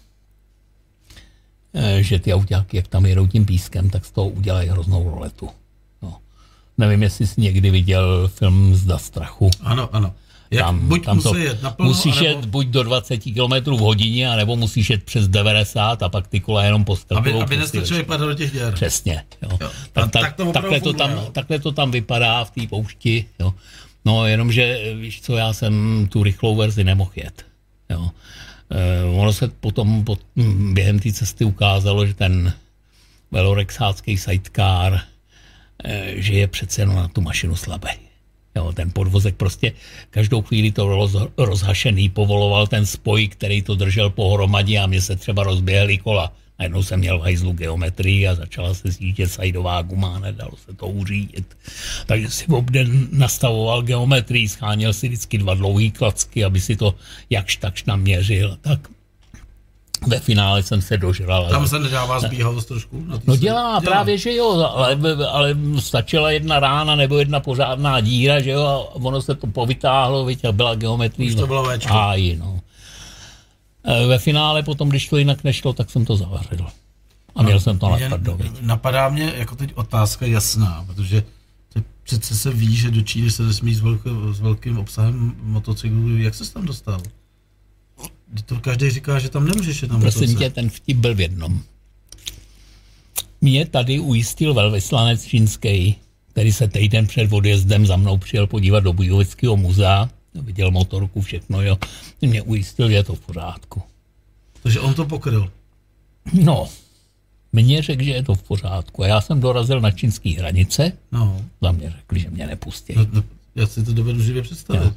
že ty autáky, jak tam jedou tím pískem, tak z toho udělají hroznou roletu. No. Nevím, jestli jsi někdy viděl film Zda strachu. Ano. Musíš jet buď do 20 km v hodině, anebo musíš jet přes 90 a pak ty kola jenom poskakují. Aby nestačilo vypadat do těch děr. Přesně. Jo. Takhle to tam vypadá v té poušti. Jo. No jenomže, víš co, já jsem tu rychlou verzi nemohl jet. Jo. Ono se potom během té cesty ukázalo, že ten velorexácký sidecar, že je přece jenom na tu mašinu slabý. Jo, ten podvozek prostě každou chvíli to rozhašený povoloval ten spoj, který to držel pohromadě a mě se třeba rozběhly kola. Najednou jsem měl v hajzlu geometrii a začala se sjíždět sajdová guma, nedalo se to uřídit. Takže si obden nastavoval geometrii, scháněl si vždycky 2 dlouhý klacky, aby si to jakž takž naměřil. Tak ve finále jsem se dožral. Tam se nedává zbíhavost trošku? No dělá, právě, že jo, ale stačila jedna rána nebo jedna pořádná díra, že jo, a ono se to povytáhlo, viď, a byla geometrie. Už to bylo véčko. No. Ve finále potom, když to jinak nešlo, tak jsem to zavařil. A měl jsem to natvrdo. Napadá mě jako teď otázka jasná, protože přece se ví, že do Číny se nesmí s velkým obsahem motocyklů. Jak se tam dostal? To každý říká, že tam nemůžeš jet na motorce. Prosím tě, ten vtip byl v jednom. Mě tady ujistil velvyslanec čínský, který se týden před odjezdem za mnou přijel podívat do Budějovického muzea, viděl motorku, všechno, jo. Mě ujistil, že je to v pořádku. Takže on to pokryl? No, mně řekl, že je to v pořádku. A já jsem dorazil na čínské hranice, za mě řekli, že mě nepustí. No, já si to dovedu živě představit.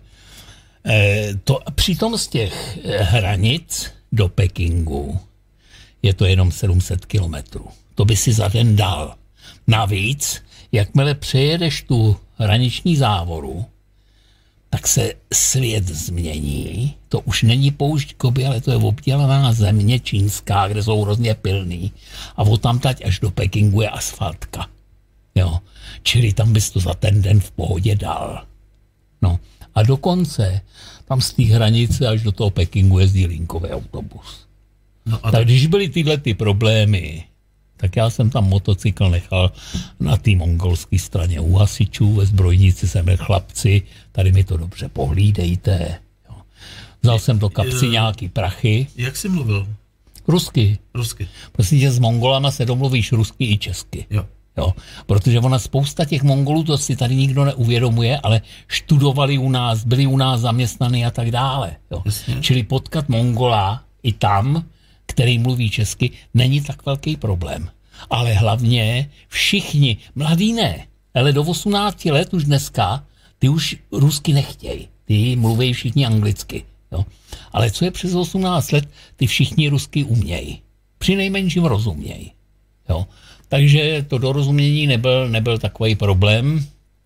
Přitom z těch hranic do Pekingu je to jenom 700 kilometrů. To by si za den dal. Navíc, jakmile přejedeš tu hraniční závoru, tak se svět změní. To už není poušť Gobi, ale to je obdělaná země čínská, kde jsou hrozně pilný. A odtamtať až do Pekingu je asfaltka. Jo. Čili tam bys to za ten den v pohodě dal. No. A dokonce tam z té hranice až do toho Pekingu jezdí linkový autobus. No tak když byly tyhle ty problémy, tak já jsem tam motocykl nechal na té mongolské straně u hasičů, ve zbrojnici jsem řekl, chlapci, tady mi to dobře pohlídejte. Jo. Vzal jsem do kapsy nějaký prachy. Jak jsi mluvil? Rusky. Prostě s Mongolama se domluvíš rusky i česky. Jo, protože ona spousta těch Mongolů, to si tady nikdo neuvědomuje, ale študovali u nás, byli u nás zaměstnaní a tak dále. Jo. Čili potkat Mongola i tam, který mluví česky, není tak velký problém. Ale hlavně všichni, mladí ne, ale do 18 let už dneska, ty už rusky nechtějí. Ty mluví všichni anglicky. Jo. Ale co je přes 18 let, ty všichni rusky umějí. Přinejmenším rozumějí. Jo. Takže to dorozumění nebyl takový problém.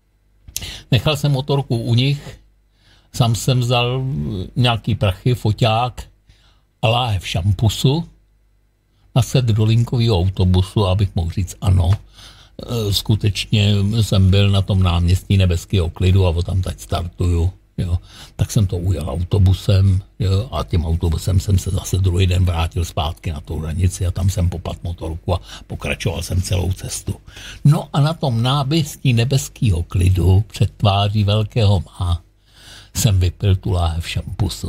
Nechal jsem motorku u nich, sám jsem vzal nějaký prachy, foťák a láhev šampusu, nasedl do linkového autobusu, abych mohl říct ano. Skutečně jsem byl na tom náměstí Nebeského klidu a odtamtud startuju. Jo. Tak jsem to ujel autobusem, jo, a tím autobusem jsem se zase druhý den vrátil zpátky na tu hranici a tam jsem popadl motorku a pokračoval jsem celou cestu. No a na tom náměstí Nebeského klidu před tváří velkého má jsem vypil tu láhev šampusu.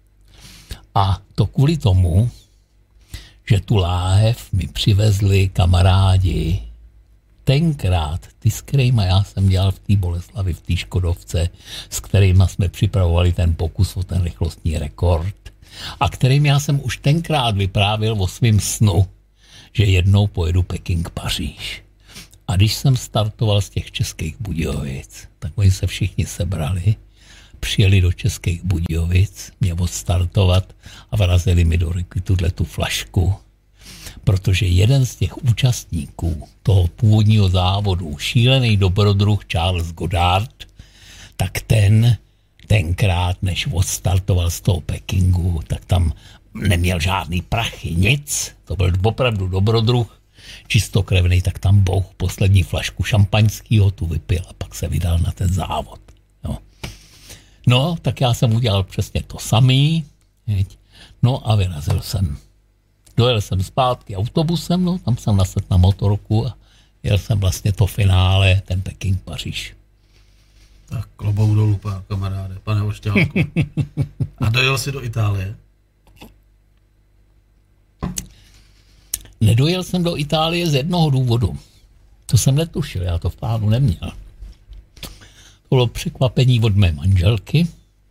A to kvůli tomu, že tu láhev mi přivezli kamarádi. Tenkrát, ty s kterýma já jsem dělal v té Boleslavi, v té Škodovce, s kterýma jsme připravovali ten pokus o ten rychlostní rekord a kterým já jsem už tenkrát vyprávěl o svým snu, že jednou pojedu Peking-Paříž. A když jsem startoval z těch Českých Budějovic, tak oni se všichni sebrali, přijeli do Českých Budějovic, mě odstartovat a vrazili mi do ruky tu flašku. protože jeden z těch účastníků toho původního závodu, šílený dobrodruh Charles Goddard, tak tenkrát, než odstartoval z toho Pekingu, tak tam neměl žádný prachy, nic. To byl opravdu dobrodruh, čistokrevný, tak tam bouch poslední flašku šampaňského tu vypil a pak se vydal na ten závod. No, tak já jsem udělal přesně to samý. No a vyrazil jsem. Dojel jsem zpátky autobusem, no, tam jsem nasedl na motorku a jel jsem vlastně to finále, ten Peking-Paříž. Tak klobouk dolů, kamaráde, pane Ošťálku. A dojel jsi do Itálie? Nedojel jsem do Itálie z jednoho důvodu. To jsem netušil, já to v plánu neměl. To bylo překvapení od mé manželky,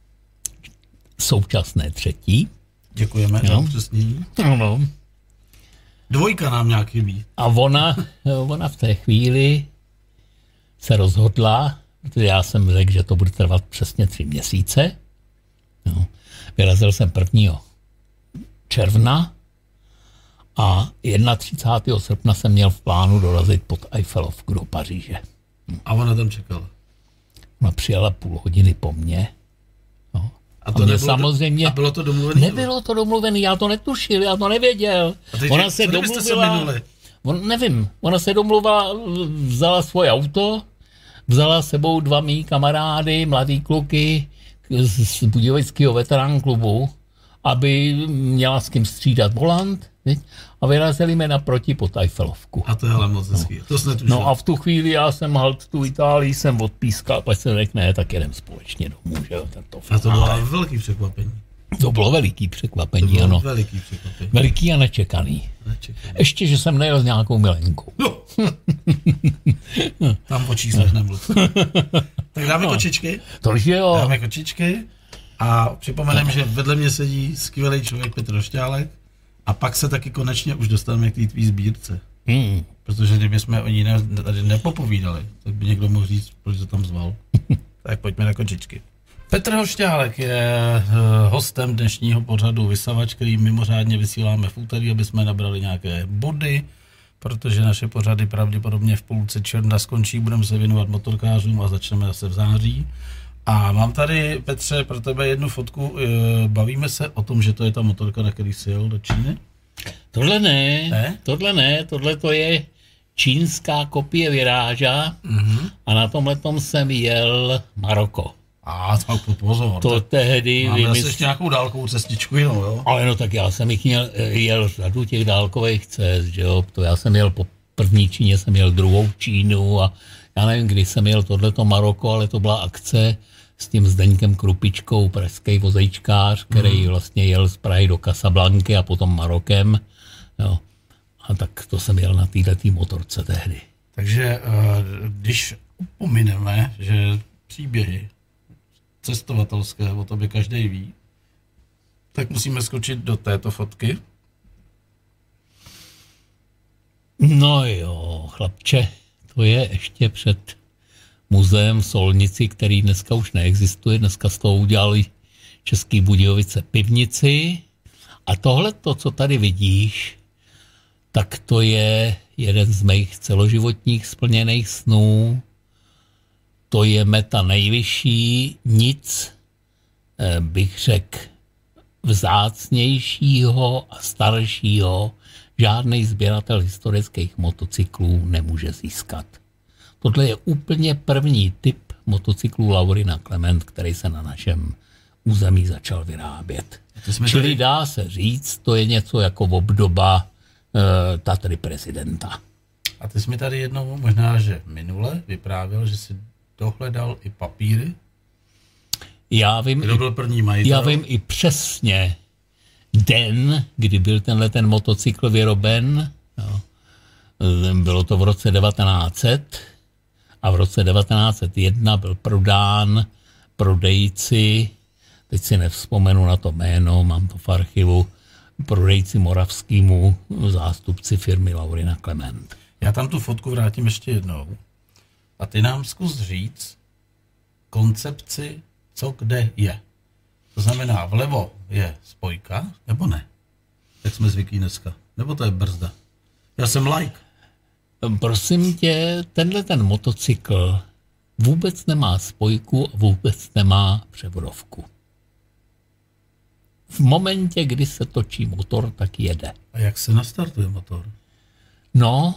současné třetí. Děkujeme za upřesnění. Ano. Dvojka nám nějak chybí. A ona v té chvíli se rozhodla, protože já jsem řekl, že to bude trvat přesně 3 měsíce. No. Vyrazil jsem 1. června a 31. srpna jsem měl v plánu dorazit pod Eiffelovku do Paříže. A ona tam čekala? Ona přijela 0,5 hodiny po mně. No. A to nebylo samozřejmě, a bylo to domluvené? Nebylo to domluvené, já to netušil, já to nevěděl. Ona se domluvila, nevím, ona se domluvila, vzala svoje auto, vzala s sebou 2 mý kamarády, mladý kluky z Budějovického veterán klubu, aby měla s kým střídat volant, a vyrazili mě naproti pod Eiffelovku. A to je ale moc hezký. To jsi netušil. No a v tu chvíli já jsem halt tu Itálii, jsem odpískal, pak jsem řekl, ne, tak jedem společně domů, že jo, tento finále. A to bylo velký překvapení. To bylo veliký překvapení, ano. Veliký překvapení. Veliký a nečekaný. Ještě, že jsem nejel s nějakou milenkou. No. Tam o číslech nemluv. Tak dáme kočičky. To jo. Dáme kočičky a připomenem, že vedle mě sedí skvělý člověk Petr Rošťálek a pak se taky konečně už dostaneme k té tvý sbírce. Protože kdyby jsme o ní tady nepopovídali, tak by někdo mohl říct, proč to tam zval. Tak pojďme na kočičky. Petr Hošťálek je hostem dnešního pořadu Vysavač, který mimořádně vysíláme v úterý, aby jsme nabrali nějaké body, protože naše pořady pravděpodobně v půlce června skončí, budeme se věnovat motorkářům a začneme zase v září. A mám tady, Petře, pro tebe jednu fotku. Bavíme se o tom, že to je ta motorka, na který jsi jel do Číny? Tohle ne, tohle to je čínská kopie Viráža a na tomhletom jsem jel Maroko. A tak pozor. To tehdy... Máme ještě nějakou dálkovou cestičku jinou, jo? Ale no tak já jsem jel řadu těch dálkových cest, že jo? To já jsem jel po první Číně, jsem jel druhou Čínu a já nevím, kdy jsem jel tohleto Maroko, ale to byla akce s tím Zdeňkem Krupičkou, pražský vozejčkář, který vlastně jel z Prahy do Casablanky a potom Marokem. Jo. A tak to jsem jel na této motorce tehdy. Takže když upomineme, že příběhy cestovatelské o tobě každý ví, tak musíme skočit do této fotky. No jo, chlapče, to je ještě před muzeem v Solnici, který dneska už neexistuje. Dneska z toho udělali Český Budějovice pivnici. A tohle, to, co tady vidíš, tak to je jeden z mých celoživotních splněných snů. To je meta nejvyšší, nic, bych řekl, vzácnějšího a staršího žádný sběratel historických motocyklů nemůže získat. Tohle je úplně první typ motocyklů Laurina Clement, který se na našem území začal vyrábět. Čili dá se říct, to je něco jako obdoba Tatry prezidenta. A ty jsi mi tady jednou, možná, že minule vyprávěl, že jsi dohledal i papíry. Já vím, kdo byl první majitel? Já vím i přesně den, kdy byl ten motocykl vyroben. Jo. Bylo to v roce 1900 a v roce 1901 byl prodán prodejci, teď si nevzpomenu na to jméno, mám to v archivu, prodejci moravskému zástupci firmy Laurina Clement. Já tam tu fotku vrátím ještě jednou. A ty nám zkus říct koncepci, co kde je. To znamená, vlevo je spojka, nebo ne? Jak jsme zvyklí dneska. Nebo to je brzda? Já jsem like. Prosím tě, tenhle ten motocykl vůbec nemá spojku a vůbec nemá převodovku. V momentě, kdy se točí motor, tak jede. A jak se nastartuje motor? No,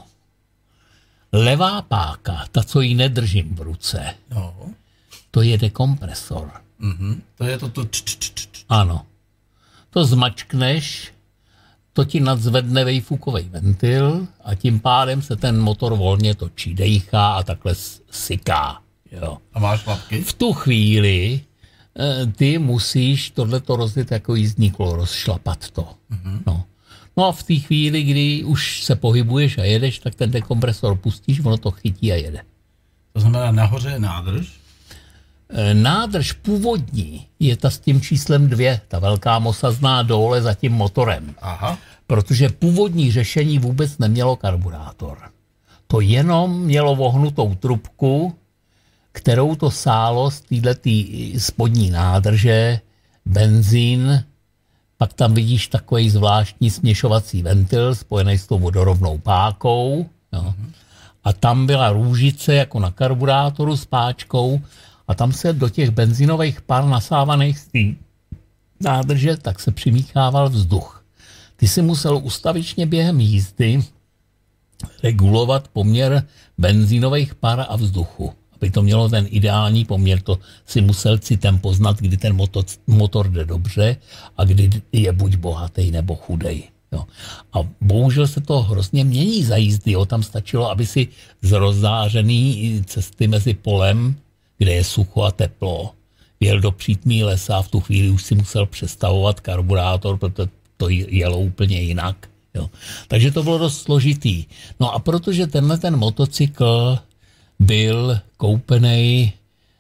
levá páka, ta, co ji nedržím v ruce, No. to jede kompresor. To je to. Ano. To zmačkneš, to ti nadzvedne vejfukový ventil a tím pádem se ten motor volně točí, dejchá a takhle syká. Jo. A máš lapky? V tu chvíli ty musíš tohleto rozjet jako jízdní kolo, rozšlapat to. No a v té chvíli, kdy už se pohybuješ a jedeš, tak ten dekompresor pustíš, ono to chytí a jede. To znamená, nahoře je nádrž? Nádrž původní je ta s tím číslem 2, ta velká mosazná dole za tím motorem. Aha. Protože původní řešení vůbec nemělo karburátor. To jenom mělo vohnutou trubku, kterou to sálo z této spodní nádrže, benzín, pak tam vidíš takový zvláštní směšovací ventil spojený s tou vodorovnou pákou. Jo. A tam byla růžice jako na karburátoru s páčkou a tam se do těch benzínových pár nasávaných z té nádrže, tak se přimíchával vzduch. Ty si musel ustavičně během jízdy regulovat poměr benzínových pár a vzduchu. Aby to mělo ten ideální poměr, to si musel citem poznat, kdy ten motor jde dobře a kdy je buď bohatý nebo chudej. Jo. A bohužel se to hrozně mění za jízdy. Jo. Tam stačilo, aby si z rozzářený cesty mezi polem, kde je sucho a teplo, jel do přítmí lesa a v tu chvíli už si musel přestavovat karburátor, protože to jelo úplně jinak. Jo. Takže to bylo dost složitý. No a protože tenhle ten motocykl byl koupený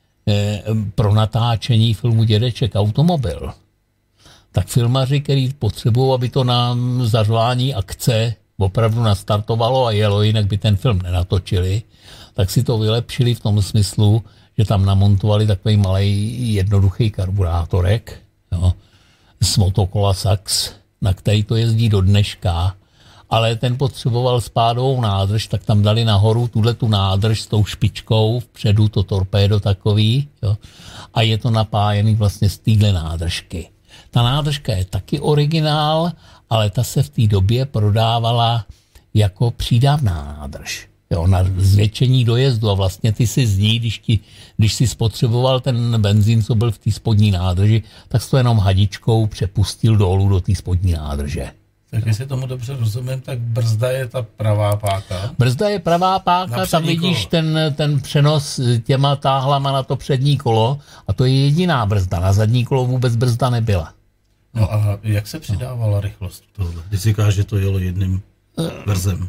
pro natáčení filmu Dědeček automobil, tak filmaři, který potřebují, aby to na zařvání akce opravdu nastartovalo a jelo, jinak by ten film nenatočili, tak si to vylepšili v tom smyslu, že tam namontovali takový malý jednoduchý karburátorek, jo, z motokola Sax, na který to jezdí do dneška, ale ten potřeboval spádovou nádrž, tak tam dali nahoru tu nádrž s tou špičkou, vpředu to torpédo takový, jo, a je to napájený vlastně z téhle nádržky. Ta nádržka je taky originál, ale ta se v té době prodávala jako přídavná nádrž. Jo, na zvětšení dojezdu a vlastně ty si z ní, když si spotřeboval ten benzín, co byl v té spodní nádrži, tak jsi to jenom hadičkou přepustil dolů do té spodní nádrže. Tak jestli tomu dobře rozumím, tak brzda je ta pravá páka. Brzda je pravá páka, tam vidíš ten přenos těma táhlama na to přední kolo a to je jediná brzda. Na zadní kolo vůbec brzda nebyla. No a jak se přidávala rychlost tohle? Když si říkáš, že to jelo jedním verzem.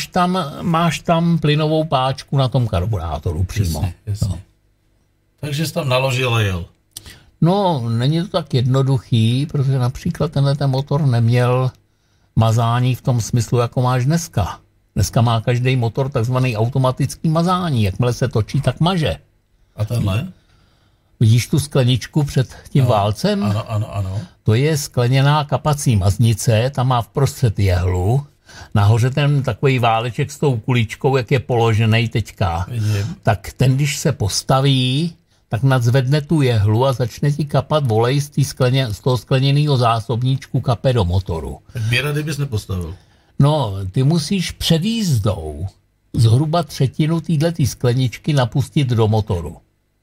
Máš tam plynovou páčku na tom karburátoru přímo. Jasně. No. Takže jsi tam naložil a jel. No, není to tak jednoduchý, protože například ten motor neměl mazání v tom smyslu, jako máš dneska. Dneska má každý motor takzvaný automatický mazání. Jakmile se točí, tak maže. A tenhle? Vidíš tu skleničku před tím válcem? Ano. To je skleněná kapací maznice, tam má vprostřed jehlu. Nahoře ten takový váleček s tou kuličkou, jak je položený teďka. Vidím. Tak ten, když se postaví, tak nadzvedne tu jehlu a začne ti kapat volej z toho skleněného zásobníčku kape do motoru. Tak běrady bys nepostavil. No, ty musíš před jízdou zhruba třetinu této skleničky napustit do motoru.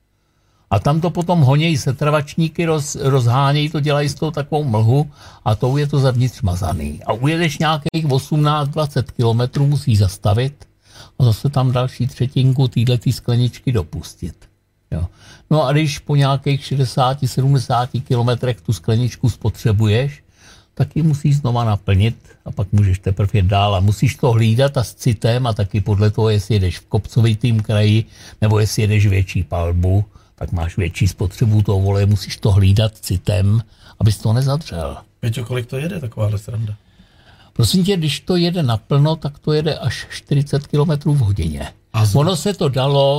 A tam to potom honějí setrvačníky, rozhánějí to, dělají z toho takovou mlhu a tou je to zevnitř mazaný. A ujedeš nějakých 18-20 kilometrů, musíš zastavit a zase tam další třetinku této skleničky dopustit. Jo. No a když po nějakých 60-70 kilometrech tu skleničku spotřebuješ, tak ji musíš znova naplnit a pak můžeš teprve jet dál a musíš to hlídat a s citem a taky podle toho, jestli jedeš v kopcovitým kraji nebo jestli jedeš větší palbu, tak máš větší spotřebu toho voleje, musíš to hlídat citem, abys to nezadřel. Peťo, kolik to jede takováhle sranda? Prosím tě, když to jede naplno, tak to jede až 40 km v hodině. Ono se to dalo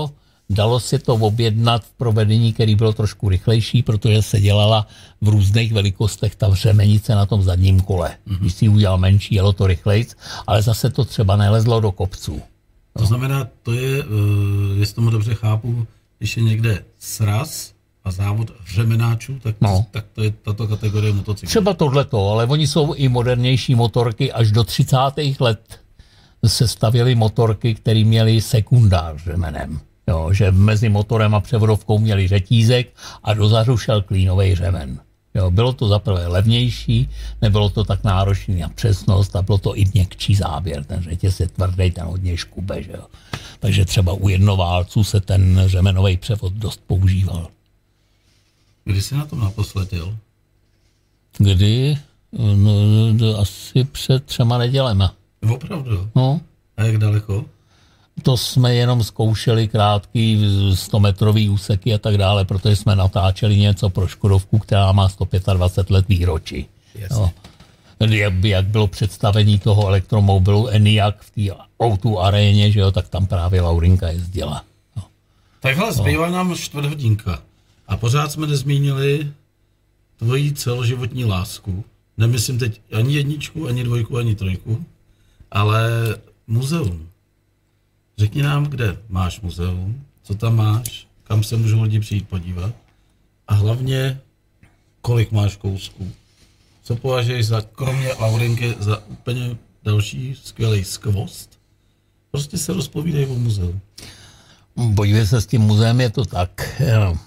dalo se to objednat v provedení, který bylo trošku rychlejší, protože se dělala v různých velikostech ta řemenice na tom zadním kole. Když si ji udělal menší, jelo to rychlejc, ale zase to třeba nelezlo do kopců. To znamená, to je, jestli tomu dobře chápu, když je někde sraz a závod řemenáčů, tak to je tato kategorie motocyklů. Třeba tohleto, ale oni jsou i modernější motorky. Až do 30. let se stavěly motorky, které měly sekundár řemenem. Jo, že mezi motorem a převodovkou měli řetízek a dozadu šel klínový řemen. Jo, bylo to zaprvé levnější, nebylo to tak náročné na přesnost a bylo to i měkčí záběr. Ten řetěz je tvrdý, ten hodně škube. Že jo. Takže třeba u jednoválců se ten řemenový převod dost používal. Kdy jsi na tom naposled jel? Kdy? No, asi před 3 nedělemi. Opravdu? No. A jak daleko? To jsme jenom zkoušeli krátký 100metrový úseky a tak dále, protože jsme natáčeli něco pro Škodovku, která má 125 let výročí. No. Jak bylo představení toho elektromobilu ENIAC v té O2 aréně, že jo, tak tam právě Laurinka jezdila. No. Takhle zbývá nám 4 hodinka. A pořád jsme nezmínili tvoji celoživotní lásku. Nemyslím teď ani 1, ani 2, ani 3, ale muzeum. Řekni nám, kde máš muzeum, co tam máš, kam se můžou lidi přijít podívat a hlavně, kolik máš kousků. Co považuješ za, kromě Laurinky, za úplně další skvělý skvost? Prostě se rozpovídej o muzeu. Podívej se, s tím muzeem je to tak.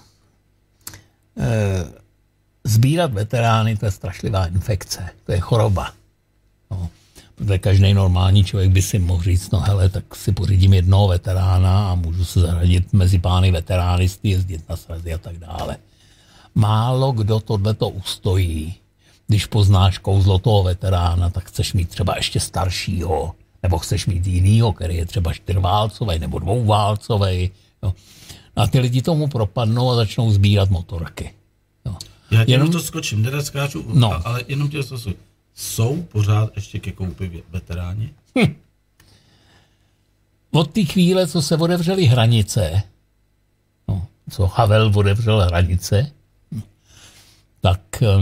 Sbírat veterány, to je strašlivá infekce, to je choroba. No. Protože každý normální člověk by si mohl říct, no hele, tak si pořídím jednoho veterána a můžu se zařadit mezi pány veteránisty, jezdit na srazy a tak dále. Málo kdo tohleto ustojí. Když poznáš kouzlo toho veterána, tak chceš mít třeba ještě staršího, nebo chceš mít jinýho, který je třeba 4válcovej nebo 2válcovej. Jo. A ty lidi tomu propadnou a začnou sbírat motorky. Jo. Já jenom to skočím, nerad skáču, no. Ale jenom tě to jsou pořád ještě ke koupi veteráni? Od té chvíle, co se otevřely hranice, no, co Havel otevřel hranice, tak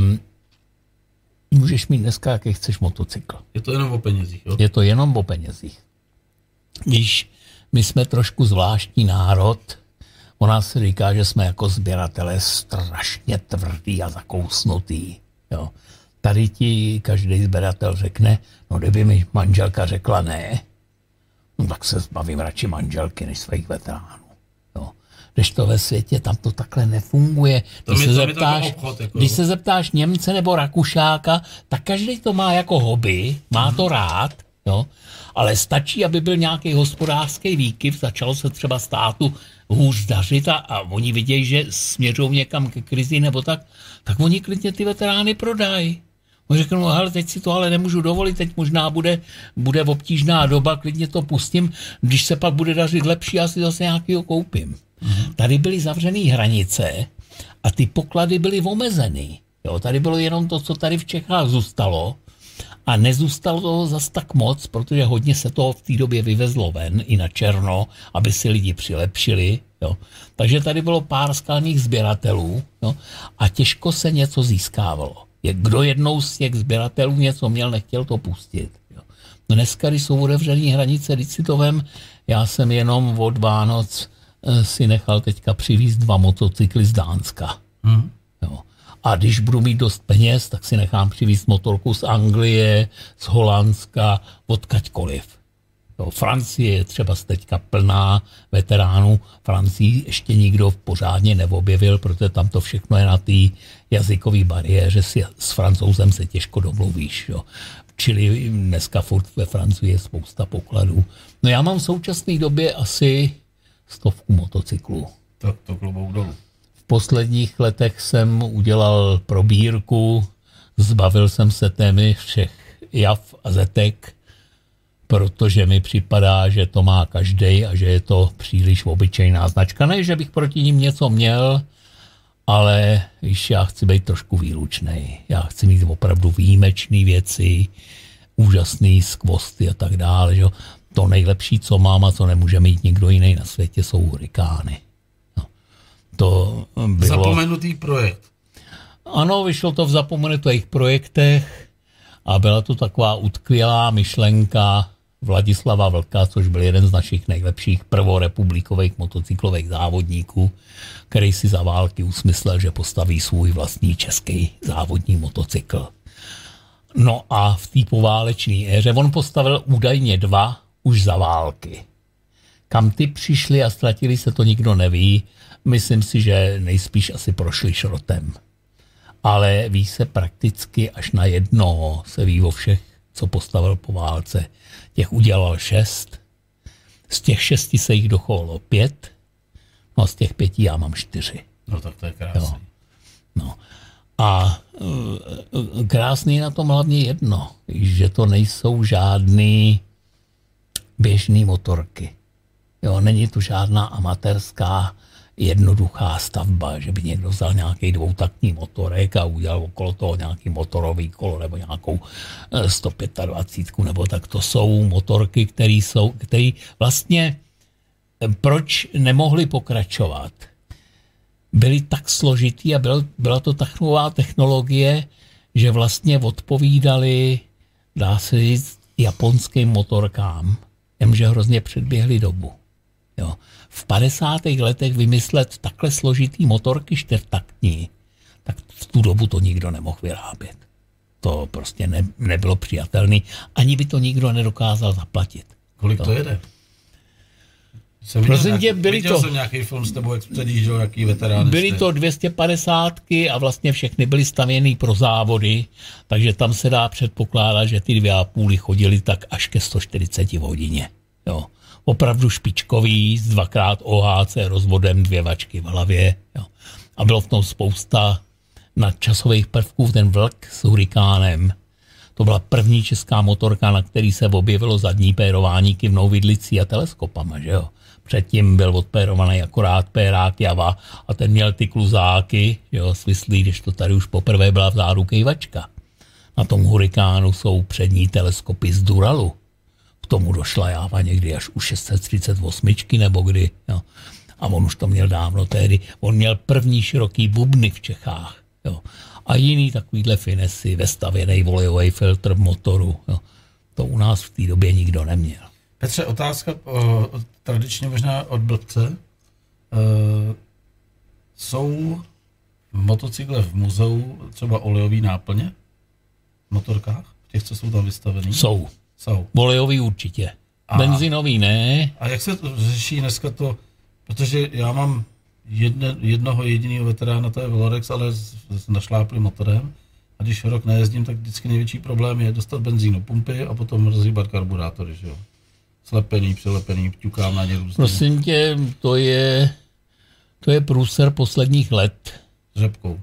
můžeš mít dneska, jaký chceš motocykl. Je to jenom o penězích, jo? Je to jenom o penězích. Když my jsme trošku zvláštní národ, o nás se říká, že jsme jako sběratelé strašně tvrdý a zakousnutý, jo. Tady ti každý sběratel řekne, no kdyby mi manželka řekla ne, no tak se zbavím radši manželky než svých veteránů. Jo. Když to ve světě, tam to takhle nefunguje. Když se zeptáš Němce nebo Rakušáka, tak každý to má jako hobby, má to rád, jo. Ale stačí, aby byl nějaký hospodářský výkyv, začalo se třeba státu hůř dařit a oni vidějí, že směřují někam ke krizi nebo tak oni klidně ty veterány prodají. Oni řeknou, hele, teď si to ale nemůžu dovolit, teď možná bude obtížná doba, klidně to pustím, když se pak bude dařit lepší, já si zase nějakýho koupím. Tady byly zavřený hranice a ty poklady byly omezeny. Jo, tady bylo jenom to, co tady v Čechách zůstalo a nezůstalo toho zas tak moc, protože hodně se toho v té době vyvezlo ven i na černo, aby si lidi přilepšili. Jo. Takže tady bylo pár skalních sběratelů, jo, a těžko se něco získávalo. Kdo jednou z těch sběratelů něco měl, nechtěl to pustit. Jo. No dneska, když jsou otevřený hranice, když si to vem, já jsem jenom od Vánoc si nechal teďka přivízt 2 motocykly z Dánska. Jo. A když budu mít dost peněz, tak si nechám přivízt motorku z Anglie, z Holandska, odkaďkoliv. Jo, Francie je třeba teďka plná veteránů. Francii ještě nikdo pořádně neobjevil, protože tam to všechno je na té jazykové bariéře. S Francouzem se těžko domluvíš. Jo. Čili dneska furt ve Francii je spousta pokladů. No já mám v současné době asi 100 motocyklů. Tak to klobouk dolů. V posledních letech jsem udělal probírku, zbavil jsem se téměř všech JAV a Zetek, protože mi připadá, že to má každej a že je to příliš obyčejná značka. Ne, že bych proti ním něco měl, ale víš, já chci být trošku výlučnej. Já chci mít opravdu výjimečné věci, úžasný skvosty a tak dále. Že? To nejlepší, co mám a co nemůže mít nikdo jiný na světě, jsou hurikány. To bylo... Zapomenutý projekt. Ano, vyšlo to v zapomenutých projektech a byla to taková utkvělá myšlenka Vladislava Vlka, což byl jeden z našich nejlepších prvorepublikových motocyklových závodníků, který si za války usmyslel, že postaví svůj vlastní český závodní motocykl. No a v té poválečné éře on postavil údajně 2 už za války. Kam ty přišli a ztratili se, to nikdo neví. Myslím si, že nejspíš asi prošli šrotem. Ale ví se prakticky až na jednoho, se ví o všech, co postavil po válce. Těch udělal 6. Z těch 6 se jich dochovalo 5. No a z těch 5 já mám 4. No tak to je krásný. No. A krásný na tom hlavně jedno, že to nejsou žádný běžný motorky. Jo, není to žádná amatérská jednoduchá stavba, že by někdo vzal nějaký dvoutaktní motorek a udělal okolo toho nějaký motorový kolo nebo nějakou 125, nebo tak. To jsou motorky, které vlastně proč nemohli pokračovat? Byly tak složitý a byla to taková technologie, že vlastně odpovídali, dá se říct, japonským motorkám, jenže hrozně předběhli dobu. Jo. V 50. letech vymyslet takhle složitý motorky 4taktní, tak v tu dobu to nikdo nemohl vyrábět. To prostě nebylo přijatelné, ani by to nikdo nedokázal zaplatit. Kolik to jede? Viděl jsem nějaký film s tebou, jak předjížděl nějaký veterán. Byly to 250 a vlastně všechny byly stavěny pro závody, takže tam se dá předpokládat, že ty 2,5 chodily tak až ke 140 v hodině. Jo. Opravdu špičkový, s 2x OHC rozvodem, 2 vačky v hlavě. Jo. A bylo v tom spousta nadčasových prvků, ten Vlk s hurikánem. To byla první česká motorka, na který se objevilo zadní pérování kivnou vidlicí a teleskopama, že jo. Předtím byl odpérovaný akorát pérák Java a ten měl ty kluzáky, jo, svislý, když to tady už poprvé byla vzadu kejvačka. Na tom hurikánu jsou přední teleskopy z Duralu. K tomu došla Java někdy až u 638 nebo kdy. Jo. A on už to měl dávno tehdy. On měl první široký bubny v Čechách. Jo. A jiný takovýhle finesy, vestavěnej volejový filtr v motoru. Jo. To u nás v té době nikdo neměl. Petře, otázka tradičně možná od blbce. Jsou motocykle v muzeu třeba olejový náplně v motorkách? V těch, co jsou tam vystavený? Jsou. Olejový určitě. Benzinový ne. A jak se to řeší dneska to, protože já mám jednoho jediného veterána, to je Velorex, ale s našláplým motorem. A když rok nejezdím, tak vždycky největší problém je dostat benzín do pumpy a potom rozhýbat karburátory, že jo. Slepený, přilepený, ťukám na ně různě. Prosím tě, to je průser posledních let. S řepkou.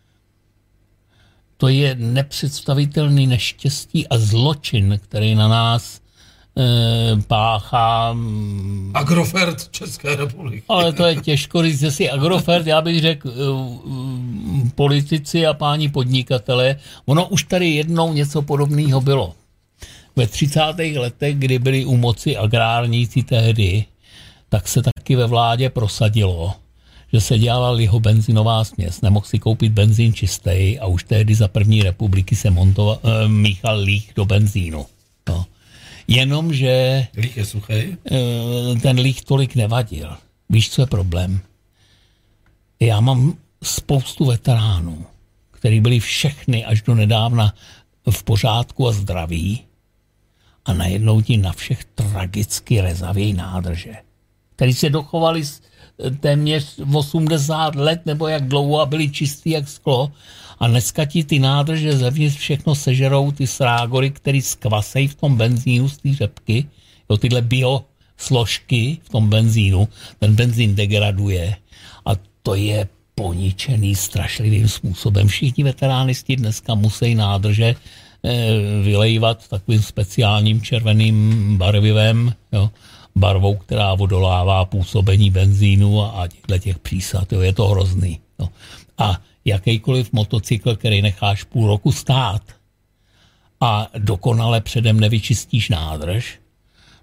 To je nepředstavitelný neštěstí a zločin, který na nás páchá... Agrofert České republiky. Ale to je těžko říct, jestli Agrofert, já bych řekl politici a páni podnikatelé. Ono už tady jednou něco podobného bylo. Ve 30. letech, kdy byli u moci agrárníci tehdy, tak se taky ve vládě prosadilo, že se dělala lihobenzinová směs. Nemohl si koupit benzín čistý a už tehdy za první republiky se míchal líh do benzínu. No. Jenomže... Líh je suchý? Ten líh tolik nevadil. Víš, co je problém? Já mám spoustu veteránů, kteří byli všechny až do nedávna v pořádku a zdraví a najednou ti na všech tragicky rezavějí nádrže, který se dochovali téměř 80 let nebo jak dlouho a byli čistý jak sklo a dneska ti ty nádrže zevnitř všechno sežerou ty srágory, který skvasejí v tom benzínu z té řepky, jo, tyhle biosložky v tom benzínu, ten benzín degraduje a to je poničený strašlivým způsobem. Všichni veteránisti dneska musí nádrže vylejvat takovým speciálním červeným barvivem, jo, barvou, která odolává působení benzínu a těch přísad. Jo, je to hrozný. Jo. A jakýkoliv motocykl, který necháš půl roku stát a dokonale předem nevyčistíš nádrž,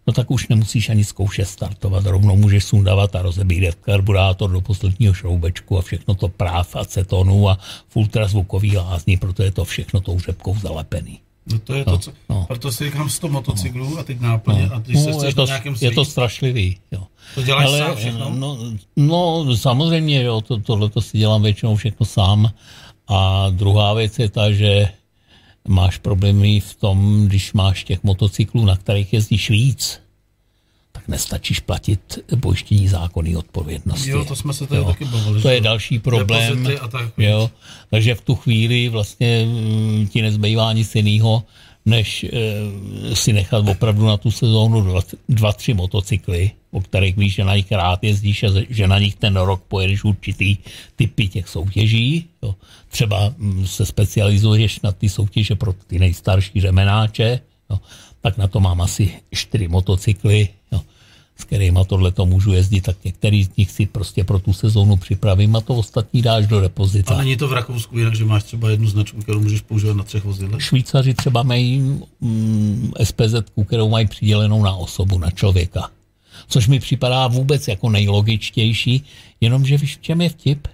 no tak už nemusíš ani zkoušet startovat. Rovnou můžeš sundávat a rozebírat karburátor do posledního šroubečku a všechno to práv acetonu a v ultrazvukový lázní, proto je to všechno tou řepkou zalepený. No to je to, co... Proto si říkám 100 motocyklů a teď náplně a když se chceš na nějakém svým... Je to strašlivý, jo. To děláš sám všechno? No samozřejmě, jo, tohleto si dělám většinou všechno sám. A druhá věc je ta, že máš problémy v tom, když máš těch motocyklů, na kterých jezdíš víc, tak nestačíš platit pojištění zákonné odpovědnosti. Jo, to jsme se tady taky bavili. To je další problém. Jo. Takže v tu chvíli vlastně ti nezbývá nic jinýho, než si nechat opravdu na tu sezónu 2-3 motocykly, o kterých víš, že na nich rád jezdíš a že na nich ten rok pojedeš určitý typy těch soutěží. Jo. Třeba se specializuješ na ty soutěže pro ty nejstarší řemenáče, jo. Tak na to mám asi 4 motocykly, jo, s kterýma tohleto můžu jezdit, tak některý z nich si prostě pro tu sezónu připravím a to ostatní dáš do depozita. A není to v Rakousku jinak, že máš třeba jednu značku, kterou můžeš používat na 3 vozidlech? Švýcaři třeba mají SPZ, kterou mají přidělenou na osobu, na člověka. Což mi připadá vůbec jako nejlogičtější, jenomže víš, v čem je vtip?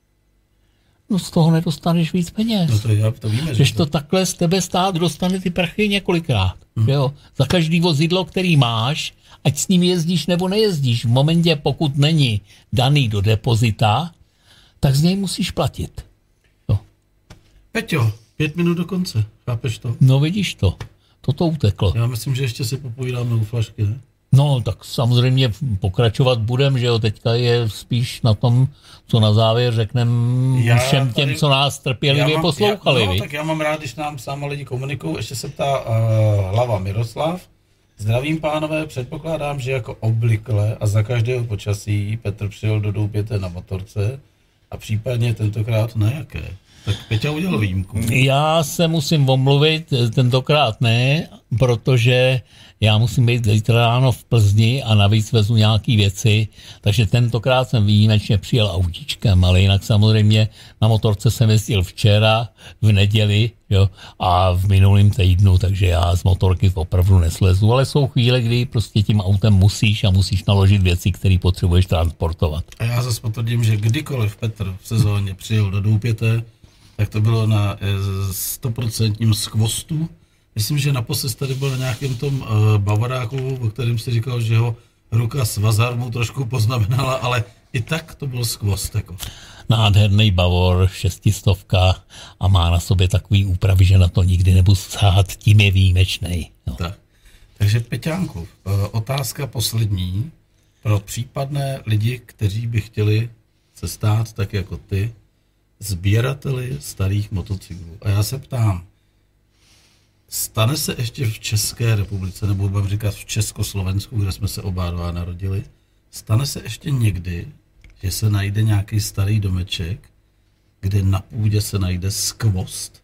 No z toho nedostaneš víc peněz. No to víme, Když to takhle z tebe stát dostane ty prachy několikrát. Jo? Za každý vozidlo, který máš, ať s ním jezdíš nebo nejezdíš, v momentě, pokud není daný do depozita, tak z něj musíš platit. Jo. Peťo, 5 minut do konce, chápeš to? No vidíš to, toto uteklo. Já myslím, že ještě si popovídáme u flašky, ne? No, tak samozřejmě pokračovat budem, že jo, teďka je spíš na tom, co na závěr řekneme všem těm, co nás trpělivě poslouchali. Tak já mám rád, když nám sám lidi komunikují. Ještě se ptá hlava Miroslav. Zdravím, pánové, předpokládám, že jako obvykle a za každého počasí Petr přijel do Doupěte na motorce a případně tentokrát na jaké? Tak Peťa udělal výjimku. Já se musím omluvit, tentokrát ne, protože já musím být zítra ráno v Plzni a navíc vezu nějaký věci, takže tentokrát jsem výjimečně přijel autíčkem, ale jinak samozřejmě na motorce jsem jezdil včera, v neděli, jo, a v minulém týdnu, takže já z motorky opravdu neslezu, ale jsou chvíle, kdy prostě tím autem musíš naložit věci, které potřebuješ transportovat. A já zase potvrdím, že kdykoliv Petr v sezóně přijel do Doupěte, tak to bylo na 100% skvostu. Myslím, že naposled tady byl na nějakém tom Bavaráku, o kterém si říkal, že ho ruka Svazar mu trošku poznamenala, ale i tak to byl skvost. Jako. Nádherný Bavor, 600 a má na sobě takový úpravy, že na to nikdy nebudu sahat, tím je výjimečnej. No. Tak. Takže Peťánku, otázka poslední pro případné lidi, kteří by chtěli se stát tak jako ty, sběrateli starých motocyklů. A já se ptám, stane se ještě v České republice, nebo budeme říkat v Československu, kde jsme se oba dva narodili, stane se ještě někdy, že se najde nějaký starý domeček, kde na půdě se najde skvost?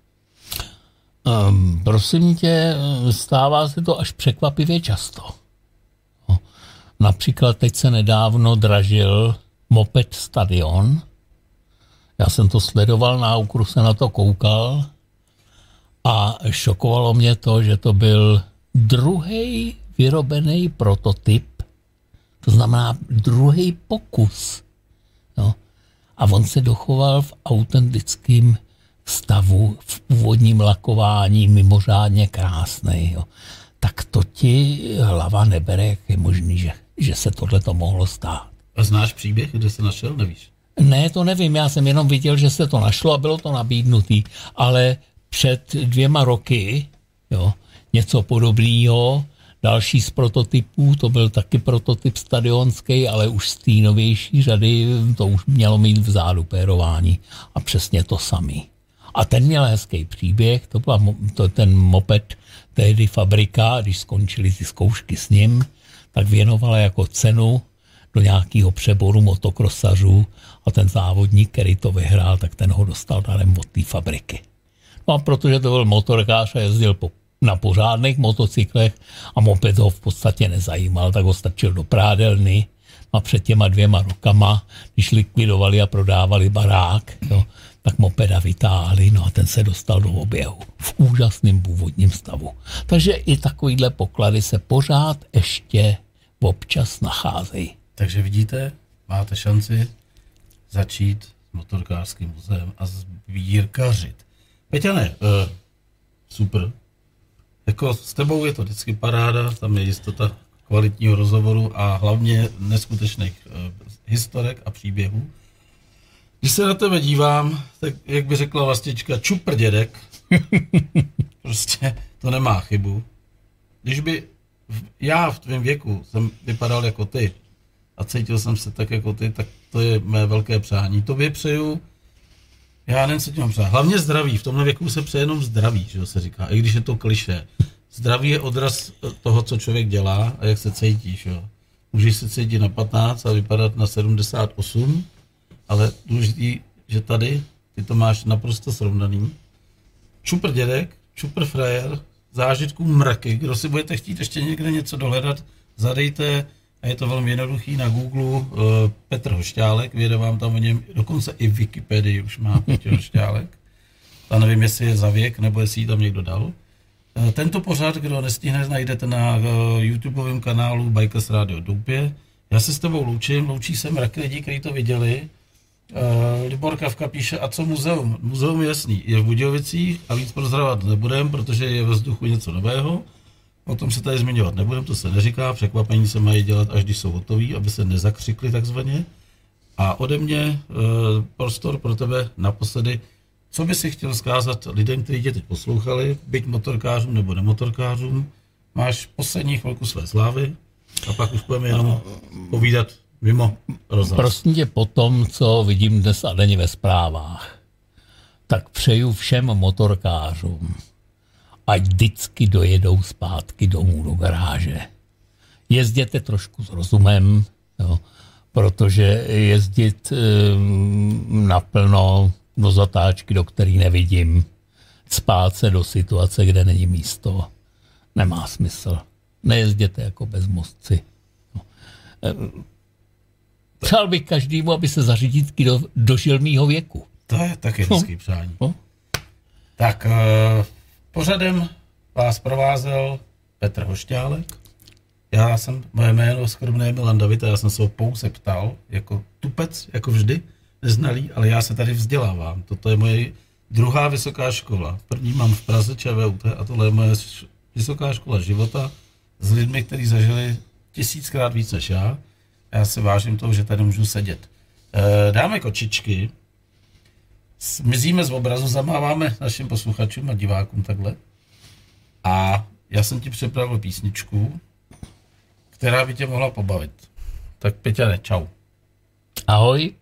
Prosím tě, stává se to až překvapivě často. Například teď se nedávno dražil moped Stadion. Já jsem to sledoval, na Aukru se na to koukal a šokovalo mě to, že to byl druhý vyrobený prototyp, to znamená druhý pokus. No. A on se dochoval v autentickém stavu, v původním lakování, mimořádně krásný. Jo. Tak to ti hlava nebere, jak je možný, že se tohleto mohlo stát. A znáš příběh, kde se našel, nevíš? Ne, to nevím, já jsem jenom viděl, že se to našlo a bylo to nabídnutý, ale před 2 roky, jo, něco podobného, další z prototypů, to byl taky prototyp stadionský, ale už z té novější řady, to už mělo mít vzadu pérování a přesně to samý. A ten měl hezký příběh, to byla ten moped, tehdy Fabrika, když skončili ty zkoušky s ním, tak věnovala jako cenu do nějakého přeboru motokrosařů a ten závodník, který to vyhrál, tak ten ho dostal darem od té Fabriky. No a protože to byl motorkář a jezdil na pořádných motocyklech a moped ho v podstatě nezajímal, tak ho stačil do prádelny a před těma 2 rokama, když likvidovali a prodávali barák, jo, tak mopeda vytáhli, no a ten se dostal do oběhu v úžasném původním stavu. Takže i takovýhle poklady se pořád ještě občas nacházejí. Takže vidíte, máte šanci začít s motorkářským muzeem a sbírkařit. Peťane, super. Jako s tebou je to vždycky paráda, tam je jistota kvalitního rozhovoru a hlavně neskutečných historek a příběhů. Když se na tebe dívám, tak jak by řekla Vlastička, čupr dědek. Prostě to nemá chybu. Když by já v tvém věku jsem vypadal jako ty a cítil jsem se tak jako ty, tak to je mé velké přání. Tobě přeju, já nevím, co ti mám přát. Hlavně zdraví, v tomhle věku se přeje jenom zdraví, že se říká, i když je to klišé. Zdraví je odraz toho, co člověk dělá a jak se cítíš. Jo. Můžeš se cítit na 15 a vypadat na 78, ale důležitý, že tady ty to máš naprosto srovnaný. Čupr dědek, čupr frajer, zážitků mraky. Kdo si budete chtít ještě někde něco dohledat, zadejte, a je to velmi jednoduchý, na Google Petr Hošťálek, vyjde vám tam o něm, dokonce i Wikipedii už má Petr Hošťálek. A nevím, jestli je za věk, nebo jestli ji tam někdo dal. Tento pořad, kdo nestihne, najdete na YouTubeovém kanálu Bikers Radio Doupě. Já se s tebou loučí se mraky lidí, kteří to viděli. Libor Kavka píše, a co muzeum? Muzeum je jasný, je v Budějovicích a víc prozrazovat nebudem, protože je ve vzduchu něco nového. O tom se tady zmiňovat nebudem, to se neříká, překvapení se mají dělat, až když jsou hotoví, aby se nezakřikli takzvaně. A ode mě prostor pro tebe naposledy, co by si chtěl vzkázat lidem, kteří tě teď poslouchali, byť motorkářům nebo nemotorkářům, máš poslední chvilku své slávy a pak už budeme jenom povídat mimo rozhlas. Prosím tě, po tom, co vidím dnes a denně ve zprávách, tak přeju všem motorkářům, ať vždycky dojedou zpátky domů do garáže. Jezděte trošku s rozumem, jo, protože jezdit naplno do zatáčky, do který nevidím, spát se do situace, kde není místo, nemá smysl. Nejezděte jako bezmozci. No. Přál bych každému, aby se zaříditky dožil mýho věku. To je taky hezký přání. No. Tak pořadem vás provázel Petr Hošťálek. Moje jméno skromné je Milan David a já jsem se ho pouze ptal, jako tupec, jako vždy, neznalý, ale já se tady vzdělávám. Toto je moje druhá vysoká škola. První mám v Praze ČVUT a tohle je moje vysoká škola života s lidmi, kteří zažili 1000krát víc než já. Já si vážím toho, že tady můžu sedět. Dáme kočičky, zmizíme z obrazu, zamáváme našim posluchačům a divákům takhle. A já jsem ti připravil písničku, která by tě mohla pobavit. Tak Peťane, čau. Ahoj.